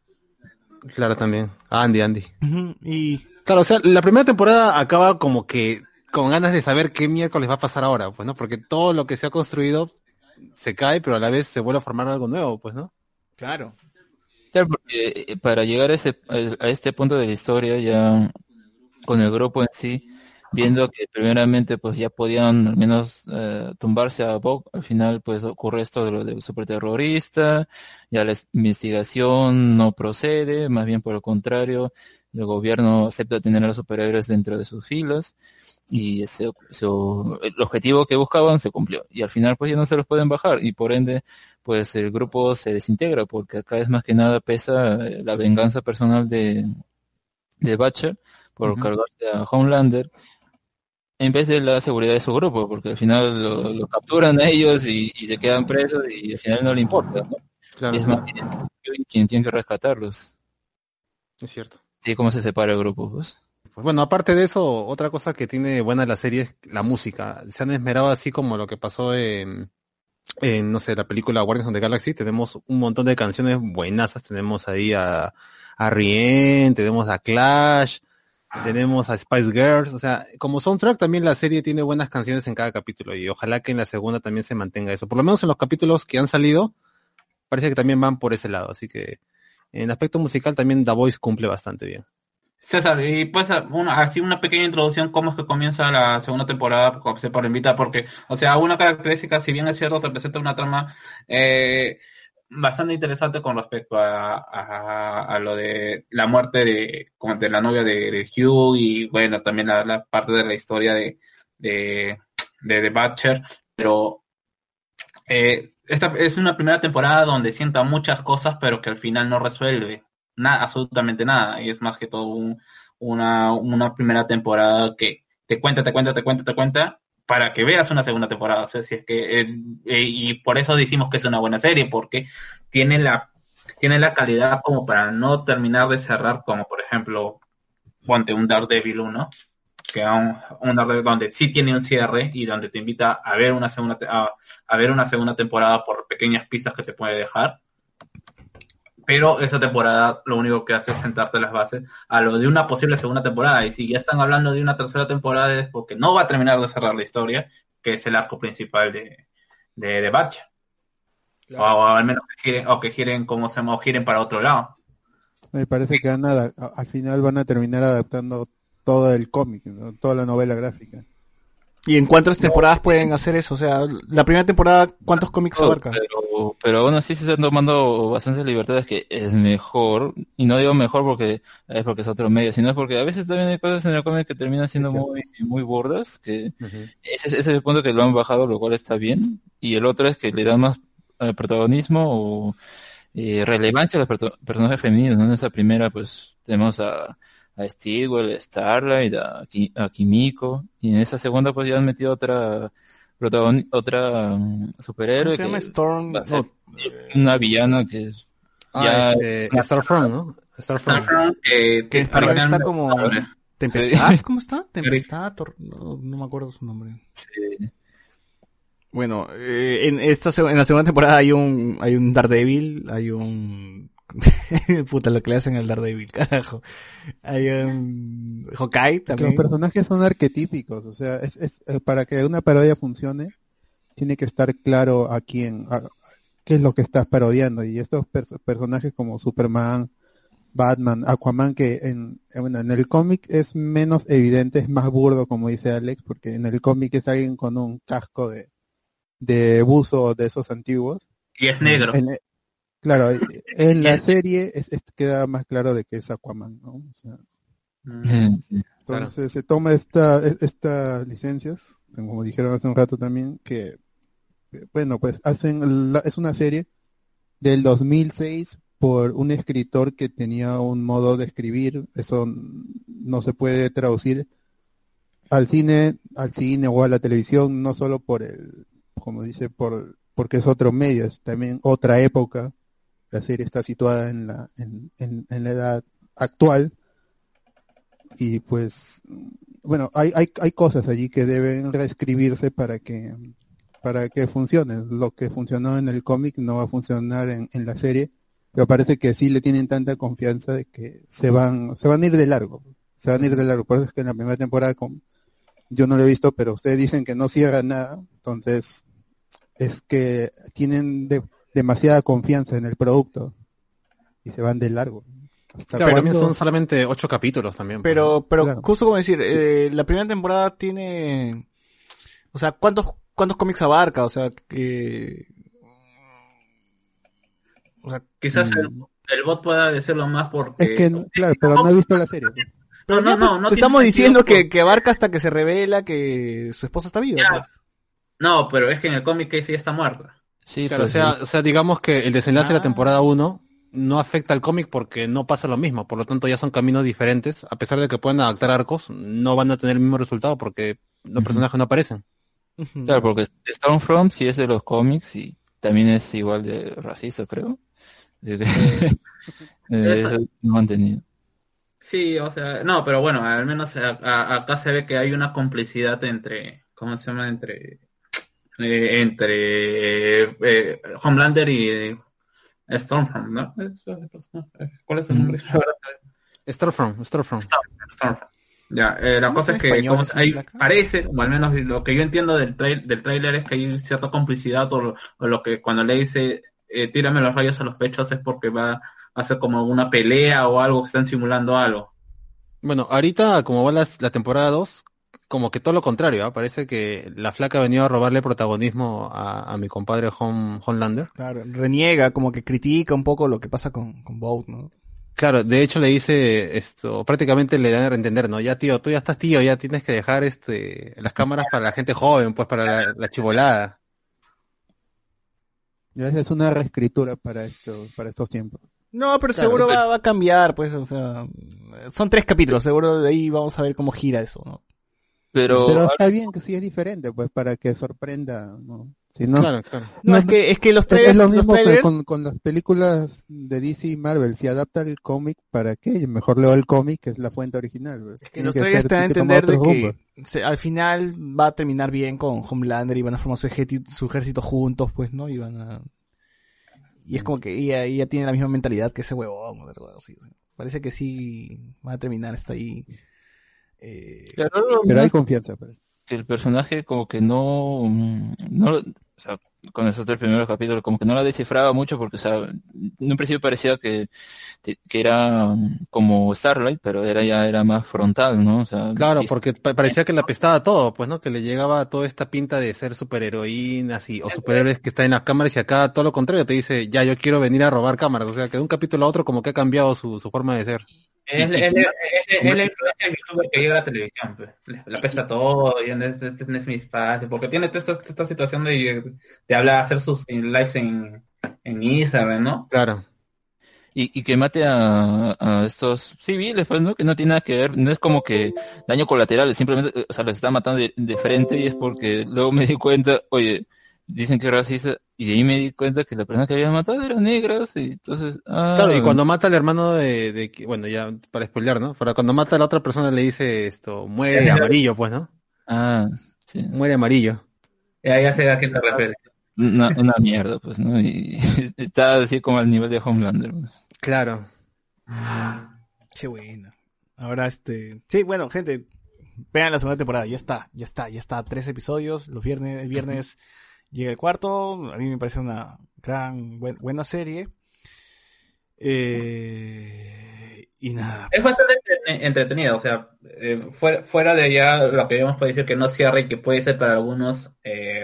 Claro, también. Andy. Uh-huh. Y claro, o sea, la primera temporada acaba como que con ganas de saber qué miércoles va a pasar ahora, pues, ¿no? Porque todo lo que se ha construido se cae, pero a la vez se vuelve a formar algo nuevo, pues, ¿no? Claro. Claro, porque para llegar a este punto de la historia, ya con el grupo en sí, viendo que primeramente pues ya podían al menos tumbarse a Bob, al final pues ocurre esto de lo del superterrorista, ya la investigación no procede, más bien por el contrario, el gobierno acepta tener a los superhéroes dentro de sus filas y el objetivo que buscaban se cumplió y al final pues ya no se los pueden bajar y por ende pues el grupo se desintegra porque acá es más que nada pesa la venganza personal de Butcher por cargarse a Homelander en vez de la seguridad de su grupo, porque al final lo capturan a ellos y se quedan presos y al final no le importa, ¿no? Claro. Y es más bien quien tiene que rescatarlos. Es cierto. Sí, cómo se separa el grupo, pues. Pues bueno, aparte de eso, otra cosa que tiene buena la serie es la música. Se han esmerado así como lo que pasó en no sé, la película Guardians of the Galaxy. Tenemos un montón de canciones buenazas. Tenemos ahí a R.E.M., tenemos a Clash, tenemos a Spice Girls, o sea, como soundtrack también la serie tiene buenas canciones en cada capítulo y ojalá que en la segunda también se mantenga eso. Por lo menos en los capítulos que han salido, parece que también van por ese lado, así que en aspecto musical también The Voice cumple bastante bien. César, y pues así una pequeña introducción, cómo es que comienza la segunda temporada por invita, porque, o sea, una característica, si bien es cierto, te presenta una trama, bastante interesante con respecto a lo de la muerte de la novia de Hugh, y bueno, también la parte de la historia de Butcher, pero esta es una primera temporada donde sienta muchas cosas, pero que al final no resuelve nada, absolutamente nada, y es más que todo una primera temporada que te cuenta para que veas una segunda temporada. O sea, si es que y por eso decimos que es una buena serie, porque tiene la calidad como para no terminar de cerrar, como por ejemplo ponte un Daredevil 1, que un Daredevil donde sí tiene un cierre y donde te invita a ver una segunda temporada por pequeñas pistas que te puede dejar. Pero esta temporada lo único que hace es sentarte las bases a lo de una posible segunda temporada. Y si ya están hablando de una tercera temporada es porque no va a terminar de cerrar la historia, que es el arco principal de Butcher. Claro. O al menos que giren como se llama, o giren para otro lado. Me parece que al final van a terminar adaptando todo el cómic, ¿no? Toda la novela gráfica. ¿Y en cuántas temporadas pueden hacer eso? O sea, la primera temporada, ¿cuántos cómics abarca? Pero aún así se están tomando bastantes libertades, que es mejor, y no digo mejor porque es otro medio, sino porque a veces también hay cosas en el cómic que terminan siendo muy gordas, que ese es el punto que lo han bajado, lo cual está bien, y el otro es que le dan más protagonismo o relevancia a los personajes femeninos, ¿no? En esa primera pues tenemos a Steadwell, Starlight, a Kimiko, y en esa segunda pues ya han metido otra superhéroe que Storm, va a ser una villana que es Starfront, ¿no? Starfront, que ahora está como Tempestad, ¿cómo está? Tempestad, no me acuerdo su nombre. Sí. Bueno, en la segunda temporada hay un Daredevil, hay un puta, lo que le hacen al Daredevil, carajo. Hay un Hawkeye también. Los personajes son arquetípicos, o sea, para que una parodia funcione, tiene que estar claro qué es lo que estás parodiando. Y estos personajes como Superman, Batman, Aquaman, que en el cómic es menos evidente, es más burdo, como dice Alex, porque en el cómic es alguien con un casco de buzo de esos antiguos. Y es negro. Claro, en la serie queda más claro de que es Aquaman, ¿no? O sea, entonces se toma estas licencias, como dijeron hace un rato también, que bueno, pues es una serie del 2006 por un escritor que tenía un modo de escribir, eso no se puede traducir al cine o a la televisión, no solo como dice, porque es otro medio, es también otra época. La serie está situada en la edad actual y pues bueno, hay cosas allí que deben reescribirse para que funcione. Lo que funcionó en el cómic no va a funcionar en la serie, pero parece que sí le tienen tanta confianza de que se van a ir de largo. Por eso es que en la primera temporada yo no lo he visto, pero ustedes dicen que no cierra nada, entonces es que tienen demasiada confianza en el producto y se van de largo. Claro, también son solamente 8 capítulos también. Pero claro. Justo como decir, la primera temporada tiene, o sea, ¿cuántos cómics abarca? O sea, quizás el bot pueda decirlo más porque... Es que, claro, pero no he visto la serie. No. Te estamos diciendo que abarca hasta que se revela que su esposa está viva. Pues. No, pero es que en el cómic Casey ya está muerta. Sí, claro, pues, o sea, digamos que el desenlace de la temporada 1 no afecta al cómic porque no pasa lo mismo, por lo tanto ya son caminos diferentes, a pesar de que puedan adaptar arcos, no van a tener el mismo resultado porque los personajes no aparecen. Claro, porque Stormfront sí es de los cómics y también es igual de racista, creo. Eso no mantenido. Sí, o sea, no, pero bueno, al menos acá se ve que hay una complicidad entre, ¿cómo se llama? Entre Homelander y Stormfront, ¿no? ¿Cuál es su nombre? Stormfront. Ya, la cosa es que parece, o al menos lo que yo entiendo del tráiler es que hay cierta complicidad o lo que cuando le dice tírame los rayos a los pechos es porque va a ser como una pelea o algo, que están simulando algo. Bueno, ahorita como va la temporada 2, como que todo lo contrario, ¿ah? Parece que la flaca ha venido a robarle protagonismo a mi compadre Homelander. Claro, reniega, como que critica un poco lo que pasa con Vought, ¿no? Claro, de hecho le dice esto, prácticamente le dan a entender, ¿no? Ya tío, tú ya estás tío, ya tienes que dejar las cámaras para la gente joven, pues para la chibolada. Y esa es una reescritura para estos tiempos. No, pero Claro, seguro pero- va a cambiar, pues, o sea, son 3 capítulos, seguro de ahí vamos a ver cómo gira eso, ¿no? Pero está bien que sí es diferente, pues, para que sorprenda, ¿no? Si no, Claro. No, es que los es trailers, lo los mismo que trailers, con las películas de DC y Marvel. Si adapta el cómic, ¿para qué? Mejor leo el cómic, que es la fuente original. Pues. que Tiene los que trailers ser- te dan a tiene que tomar entender de otro que rumbo. al final va a terminar bien con Homelander y van a formar su ejército juntos, pues, ¿no? Y es como que ella tiene la misma mentalidad que ese huevón, ¿no? ¿Verdad? Sí, o sea, parece que sí va a terminar hasta ahí. Claro, Pero hay confianza. Pues. que el personaje como que o sea, con esos 3 primeros capítulos como que no la descifraba mucho porque, o sea, en un principio parecía que era como Starlight, pero era más frontal, ¿no? O sea, Claro, porque parecía que le apestaba todo, pues, ¿no? Que le llegaba toda esta pinta de ser superheroínas o superhéroes que están en las cámaras y acá todo lo contrario, te dice, ya, yo quiero venir a robar cámaras. O sea, que de un capítulo a otro como que ha cambiado su forma de ser. Es la influencia del youtuber que llega a la televisión, pues. Le apesta todo, y este no es mi espacio, porque tiene toda esta situación de hablar, hacer sus lives en Instagram, ¿no? Claro. Y que mate a estos civiles, pues, ¿no? Que no tiene nada que ver, no es como que daño colateral, simplemente, o sea, los está matando de frente y es porque luego me di cuenta, oye, dicen que es racista, y de ahí me di cuenta que la persona que había matado era negra, y entonces, Claro, y cuando mata al hermano bueno, ya para spoilear, ¿no? Pero cuando mata a la otra persona le dice muere amarillo, pues, ¿no? Sí. Muere amarillo. Ya sé a quién te refieres. Una mierda, pues, ¿no? Y está así como al nivel de Homelander, pues. Claro. Qué buena. Ahora sí, bueno, gente, vean la segunda temporada, ya está, 3 episodios, el viernes llega el cuarto, a mí me parece una buena serie. Y nada. Es bastante entretenida, o sea, fuera de ya lo que habíamos podido decir que no cierra y que puede ser para algunos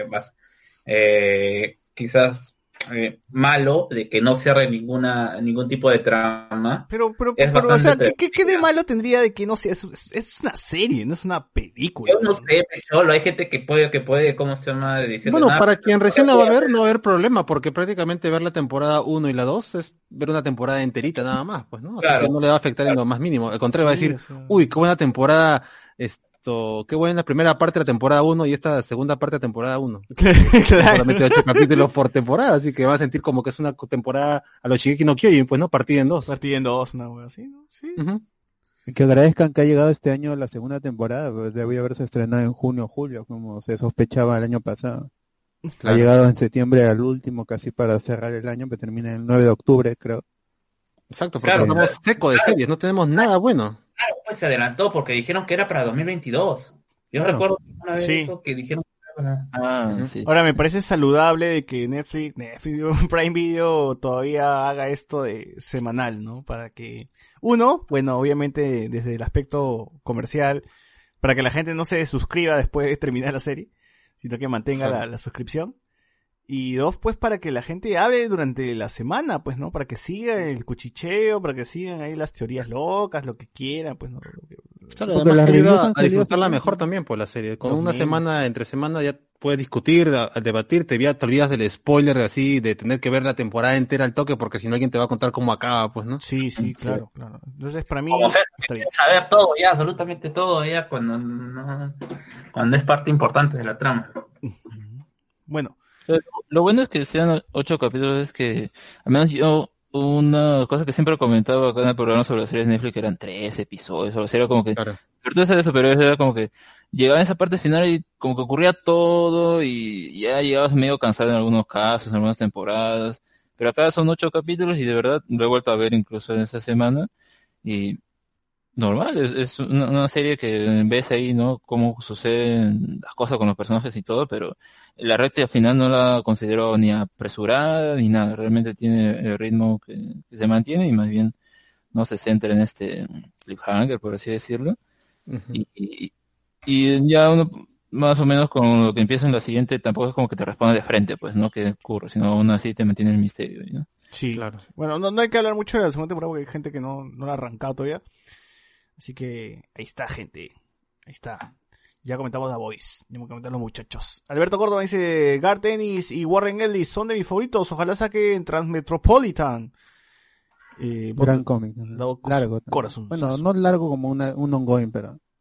quizás malo, de que no cierre ningún tipo de trama. Pero es o sea, bastante ¿qué de malo tendría de que no sea? Es una serie, no es una película. Yo no sé, Cholo, hay gente que puede, ¿cómo se llama? Decirle, Bueno, nada, para quien recién la va a ver, no va a haber problema, porque prácticamente ver la temporada 1 y la 2 es ver una temporada enterita nada más, pues, ¿no? Así Claro, que no le va a afectar en lo más mínimo. Al contrario, va a Sí, decir, o sea. uy, qué buena temporada, qué buena la primera parte de la temporada 1 y esta segunda parte de la temporada 1. Solamente 8 capítulos por temporada, así que va a sentir como que es una temporada a los Shingeki no Kyojin, pues, ¿no? Partida en 2. Partida en 2, una wea así, ¿no? Sí. Ujú. Que agradezcan que ha llegado este año la segunda temporada, pues debía haberse estrenado en junio o julio, como se sospechaba el año pasado. Claro. Ha llegado en septiembre al último, casi para cerrar el año, que termina el 9 de octubre, creo. Exacto, porque Claro. estamos secos de series, no tenemos nada bueno. Claro, pues se adelantó porque dijeron que era para 2022. Yo Claro. recuerdo una vez Sí. eso que dijeron que era para... Sí. Ahora me parece saludable de que Netflix, Prime Video todavía haga esto de semanal, ¿no? Para que bueno, obviamente desde el aspecto comercial, para que la gente no se suscriba después de terminar la serie, sino que mantenga Claro. la suscripción. Y 2, pues para que la gente hable durante la semana, pues, ¿no? Para que siga el cuchicheo, para que sigan ahí las teorías locas, lo que quieran, pues, ¿no? Claro, Porque además las que reviews ayuda han a salido disfrutarla también, mejor sí. también por la serie. Con Los una memes. semana, entre semana ya puedes discutir, a debatir, te olvidas del spoiler así, de tener que ver la temporada entera al toque, porque si no alguien te va a contar cómo acaba, pues, ¿no? Sí, claro. Entonces, para mí, Como sea, está bien. saber todo ya, absolutamente todo ya cuando es parte importante de la trama. Bueno, Pero lo bueno es que sean 8 capítulos, es que, al menos yo, una cosa que siempre comentaba acá en el programa sobre las series de Netflix, que eran 3 episodios, o sea, era como que, Claro. sobre todo esa de superhéroes, era como que, llegaba a esa parte final y como que ocurría todo, y ya llegabas medio cansado en algunos casos, en algunas temporadas, pero acá son 8 capítulos y de verdad lo he vuelto a ver incluso en esta semana, y normal, es una serie que ves ahí, ¿no? Cómo suceden las cosas con los personajes y todo, pero la recta final no la considero ni apresurada ni nada. Realmente tiene el ritmo que se mantiene y más bien no se centra en este cliffhanger, por así decirlo. Ujú. Y Y ya uno, más o menos con lo que empieza en la siguiente, tampoco es como que te responde de frente, pues, ¿no? Que ocurre, sino aún así te mantiene el misterio, ¿no? Sí, claro. Bueno, no hay que hablar mucho de la segunda temporada porque hay gente que no la ha arrancado todavía. Así que ahí está, gente. Ahí está. Ya comentamos The Voice. Ya hemos comentado los muchachos. Alberto Córdoba dice, Garth Ennis y Warren Ellis son de mis favoritos. Ojalá saquen Transmetropolitan. Gran cómic. Largo. Corazón. Bueno, no largo como un ongoing,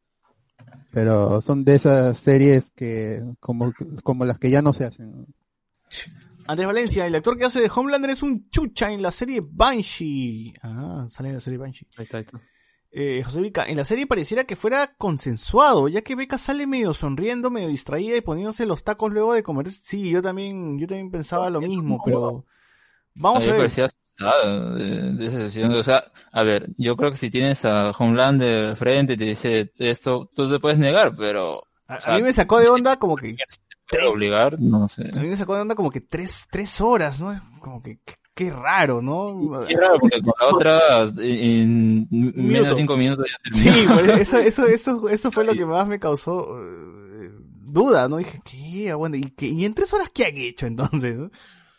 pero son de esas series que como las que ya no se hacen. Andrés Valencia, el actor que hace de Homelander es un chucha en la serie Banshee. Sale en la serie Banshee. Ahí está. José Vica, en la serie pareciera que fuera consensuado, ya que Becca sale medio sonriendo, medio distraída y poniéndose los tacos luego de comer. Sí, yo también pensaba lo mismo, pero vamos a ver. Parecía de esa sesión. O sea, a ver, yo creo que si tienes a Homelander frente y te dice esto, tú te puedes negar, pero... A mí me sacó de onda como que... obligar, no sé. A mí me sacó de onda como que tres horas, ¿no? Como que qué raro, ¿no? Qué raro, porque con la otra en menos de 5 minutos ya terminó. Sí, eso fue lo que más me causó duda, ¿no? Dije, ¿qué? Bueno, ¿y en 3 horas qué han hecho entonces? ¿No?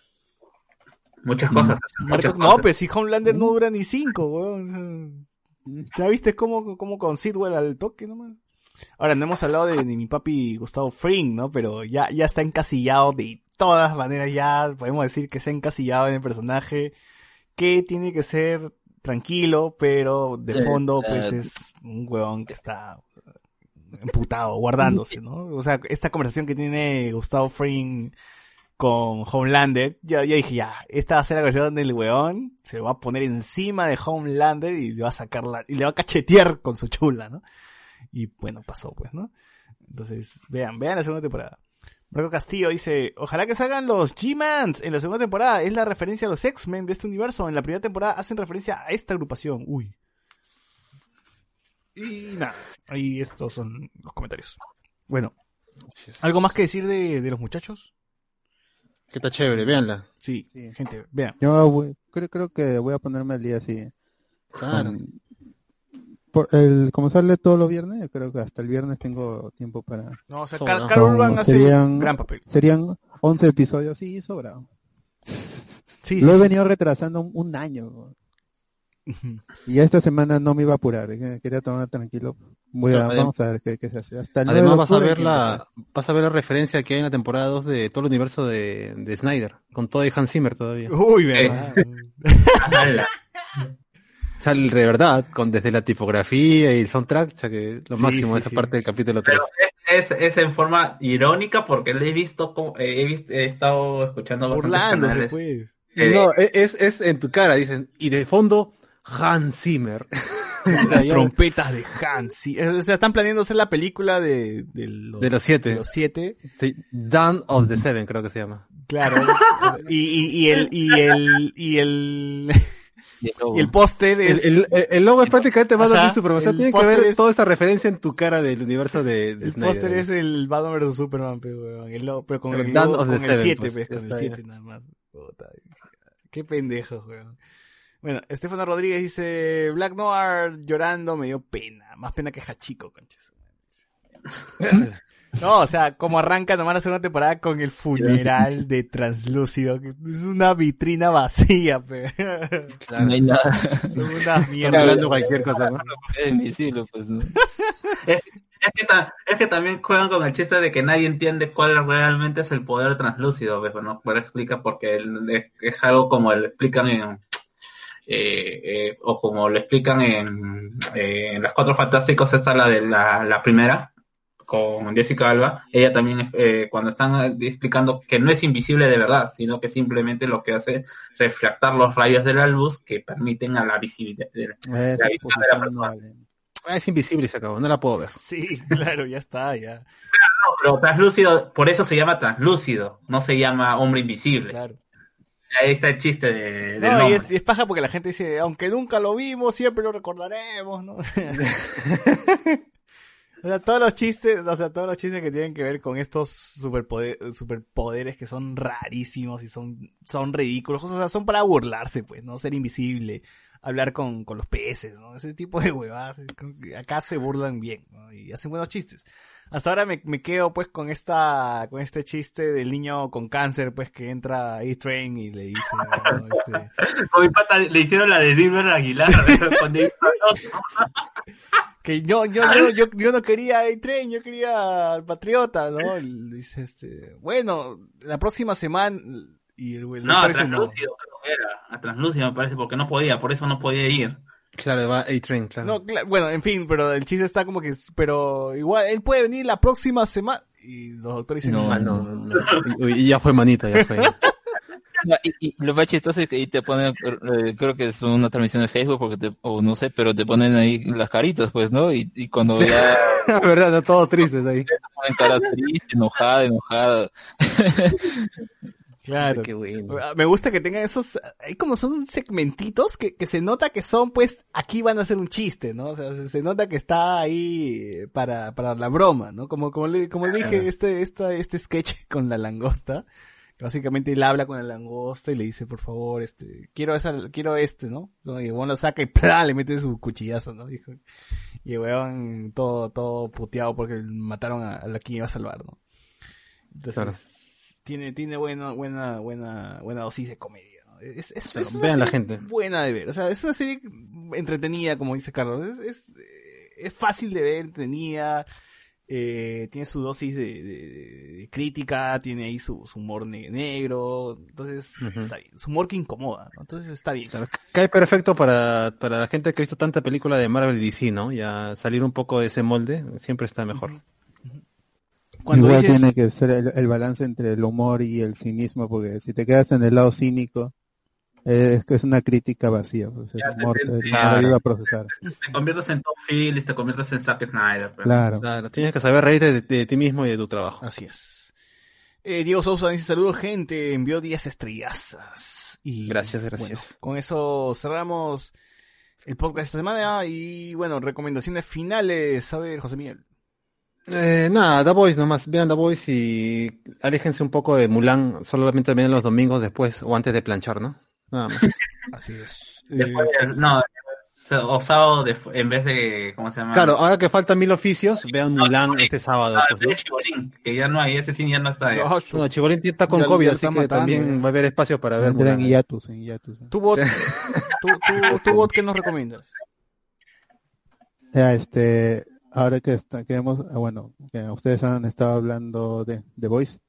Muchas cosas. Pues si Homelander no dura ni 5, weón. ¿Ya viste cómo con Sidwell al toque nomás? Ahora, no hemos hablado de mi papi Gustavo Fring, ¿no? Pero ya está encasillado de todas maneras, ya podemos decir que se ha encasillado en el personaje, que tiene que ser tranquilo, pero de fondo, pues es un huevón que está emputado, guardándose, ¿no? O sea, esta conversación que tiene Gustavo Fring con Homelander, ya dije, esta va a ser la conversación del huevón, se va a poner encima de Homelander y le va a sacarla, y le va a cachetear con su chula, ¿no? Y bueno, pasó pues, ¿no? Entonces, vean la segunda temporada. Marco Castillo dice, ojalá que salgan los G-Mans en la segunda temporada. Es la referencia a los X-Men de este universo. En la primera temporada hacen referencia a esta agrupación. Uy. Y nada, ahí estos son los comentarios. Bueno, ¿algo más que decir de los muchachos? Que está chévere, véanla. Sí, gente, vean. Yo creo que voy a ponerme al día así. Claro. Como sale todos los viernes, yo creo que hasta el viernes tengo tiempo para... No, o sea, Carl Urban hace un gran papel. Serían 11 episodios, sí, sobrado. Sí, Lo he venido retrasando un año. Y esta semana no me iba a apurar, quería tomar tranquilo. Vamos a ver qué se hace. Hasta el además vas a ver la referencia que hay en la temporada 2 de todo el universo de Snyder, con todo y Hans Zimmer todavía. Uy, verdad. Sale de verdad, desde la tipografía y el soundtrack, ya que lo máximo de esa parte del capítulo 3. Pero es en forma irónica porque le he visto, he estado escuchando burlándose, pues. No, es en tu cara, dicen, y de fondo, Hans Zimmer. Las trompetas de Hans. O sea, están planeando hacer la película de los 7. De los 7. Dawn of the Seven, creo que se llama. Claro. Y el póster es... El logo es prácticamente Batman vs Superman. O sea, tiene que ver toda esa referencia en tu cara del universo de el Snyder. El póster es el Batman vs Superman, pero con el 7, pues, con el 7 nada más. Puta, qué pendejo, weón. Bueno, Estefano Rodríguez dice, Black Noir llorando me dio pena. Más pena que Hachiko, conchas. No, o sea, como arranca nomás la segunda temporada con el funeral de Translúcido, que es una vitrina vacía, pe. Claro. No hay nada. Son unas mierdas. Hablando cualquier cosa, ¿no? Es invisible, pues, ¿no? Es que también juegan con el chiste de que nadie entiende cuál realmente es el poder translúcido, ¿ves? ¿No? Pero explica porque es algo como lo explican o como lo explican en Los Cuatro Fantásticos, esta la de la primera, con Jessica Alba. Ella también, cuando están explicando que no es invisible de verdad, sino que simplemente lo que hace es refractar los rayos de la luz que permiten a la visibilidad de la persona. Es invisible y se acabó, no la puedo ver. Sí, claro, ya está, ya. No, pero translúcido, por eso se llama translúcido, no se llama hombre invisible. Claro. Ahí está el chiste del no, nombre. Y es paja porque la gente dice, aunque nunca lo vimos, siempre lo recordaremos, ¿no? O sea, todos los chistes que tienen que ver con estos superpoderes que son rarísimos y son ridículos, o sea, son para burlarse, pues, ¿no? Ser invisible, hablar con los peces, ¿no? Ese tipo de huevadas, acá se burlan bien, ¿no? ¿no? Y hacen buenos chistes. Hasta ahora me quedo pues con este chiste del niño con cáncer, pues que entra a A-Train y le dice, ¿no? Con mi pata le hicieron la de Dilber Aguilar cuando que yo no quería A-Train, yo quería al Patriota, ¿no? Y le dice bueno, la próxima semana y el no, a Translúcido a Translúcido me parece, porque por eso no podía ir. Claro, va A-Train, claro. No, bueno, en fin, pero el chiste está como que, pero igual, él puede venir la próxima semana. Y los doctores dicen, no. Y ya fue manita, ya fue. Y lo más chistoso es que ahí te ponen, creo que es una transmisión de Facebook, o no sé, pero te ponen ahí las caritas, pues, ¿no? Y cuando ya... La verdad, no, todos tristes ahí. Te ponen cara triste, enojada. Claro. Qué bueno. Me gusta que tengan esos, ahí como son segmentitos que se nota que son, pues, aquí van a hacer un chiste, ¿no? O sea, se nota que está ahí para la broma, ¿no? Como dije, este sketch con la langosta, que básicamente él habla con la langosta y le dice, por favor, quiero ¿no? Y el weón lo saca y ¡plá! Le mete su cuchillazo, ¿no? Dijo. Y el weón todo puteado porque mataron a la que iba a salvar, ¿no? Entonces, claro. Tiene buena dosis de comedia, ¿no? Es vean la gente. Buena de ver, o sea, es una serie entretenida, como dice Carlos, es fácil de ver, entretenida, tiene su dosis de crítica, tiene ahí su humor negro, entonces está bien, su humor que incomoda, ¿no? Entonces está bien. Claro, cae perfecto para la gente que ha visto tanta película de Marvel y DC, ¿no? Ya salir un poco de ese molde siempre está mejor. Igual tiene que ser el balance entre el humor y el cinismo, porque si te quedas en el lado cínico, es que es una crítica vacía, pues el humor no ayuda a procesar. Te conviertes en Tom Phillips, te conviertes en Zack Snyder. Pues. Claro, tienes que saber reírte de ti mismo y de tu trabajo. Así es. Diego Sousa dice, saludos gente, envió 10 estrellazas. Y gracias. Bueno, con eso cerramos el podcast de esta semana y bueno, recomendaciones finales, a ver, José Miguel. Nada, The Voice nomás, vean The Voice y aléjense un poco de Mulan, solamente ven los domingos después o antes de planchar, ¿no? Nada más. Así es. Después, o sábado en vez de, ¿cómo se llama? Claro, ahora que faltan 1000 oficios, vean Mulan este sábado. Pues, ¿no? Chibolín, que ya no hay, ese cine ya no está. No, Chibolín está con COVID, así que también va a haber espacio para ver Mulan. En hiatus. ¿Tu bot qué nos recomiendas? Ahora que que ustedes han estado hablando de The Voice,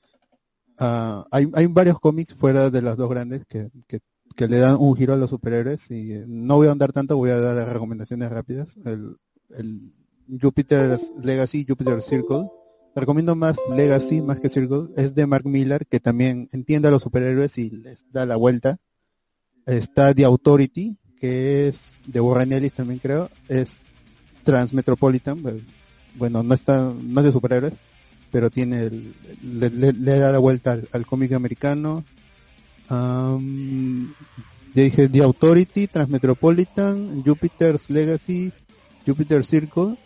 hay varios cómics fuera de las dos grandes que le dan un giro a los superhéroes y no voy a andar tanto, voy a dar recomendaciones rápidas. El Jupiter's Legacy, Jupiter Circle, recomiendo más Legacy más que Circle, es de Mark Millar, que también entiende a los superhéroes y les da la vuelta. Está The Authority, que es de Warren Ellis también creo, es Transmetropolitan, bueno, no es de superhéroes, pero le da la vuelta al cómic americano. Ya dije The Authority, Transmetropolitan, Jupiter's Legacy, Jupiter Circle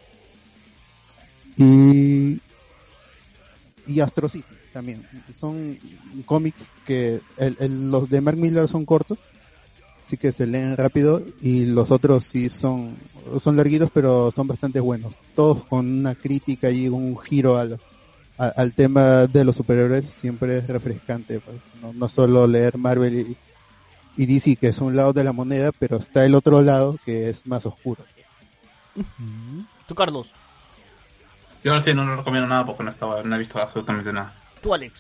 y Astro City también. Son cómics que los de Mark Millar son cortos, así que se leen rápido, y los otros sí son larguitos, pero son bastante buenos. Todos con una crítica y un giro al tema de los superhéroes, siempre es refrescante. Pues. No solo leer Marvel y DC, que es un lado de la moneda, pero está el otro lado que es más oscuro. ¿Tú, Carlos? Yo sí no recomiendo nada porque no he visto absolutamente nada. ¿Tú, Alex?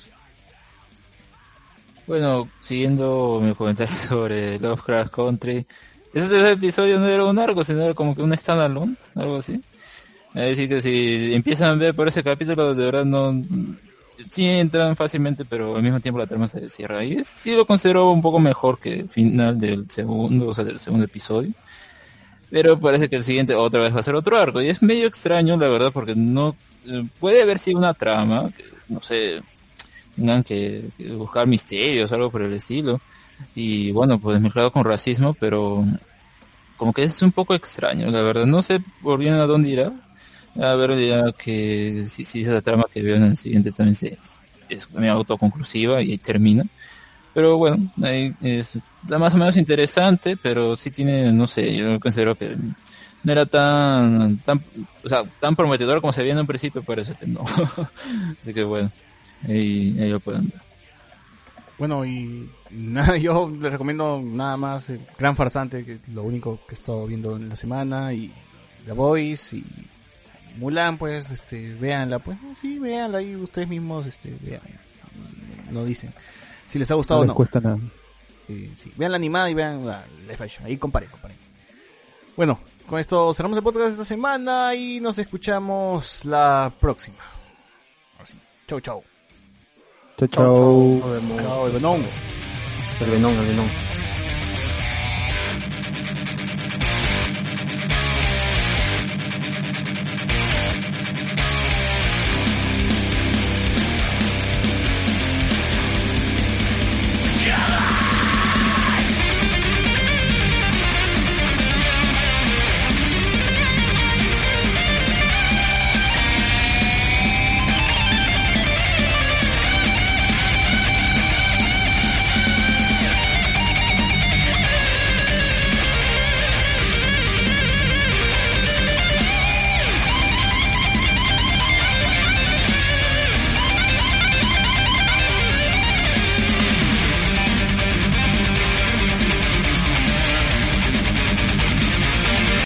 Bueno, siguiendo mi comentario sobre Lovecraft Country, ese tercer episodio no era un arco, sino era como que un standalone, algo así. Es decir, que si empiezan a ver por ese capítulo, de verdad no... Sí entran fácilmente, pero al mismo tiempo la trama se cierra. Y sí lo considero un poco mejor que el final del segundo episodio. Pero parece que el siguiente otra vez va a ser otro arco. Y es medio extraño, la verdad, porque no... puede haber sido una trama, que, no sé... tengan que buscar misterios, algo por el estilo, y bueno, pues mezclado con racismo, pero como que es un poco extraño, la verdad, no sé por bien a dónde irá, a ver ya que si esa trama que veo en el siguiente también es medio autoconclusiva y ahí termina, pero bueno, ahí está más o menos interesante, pero sí tiene, no sé, yo considero que no era tan prometedor como se veía en un principio, parece que no. Así que bueno, ahí lo pueden ver. Bueno, y nada, yo les recomiendo nada más Gran Farsante, que es lo único que he estado viendo en la semana, y The Boys y Mulan, pues, véanla, pues, sí, véanla ahí ustedes mismos, vean, no dicen si les ha gustado o no. No les cuesta nada. Sí, vean la animada y vean la live action, ahí comparen. Bueno, con esto cerramos el podcast de esta semana y nos escuchamos la próxima. Chau. Chau. Chao, el Venón. El Venón.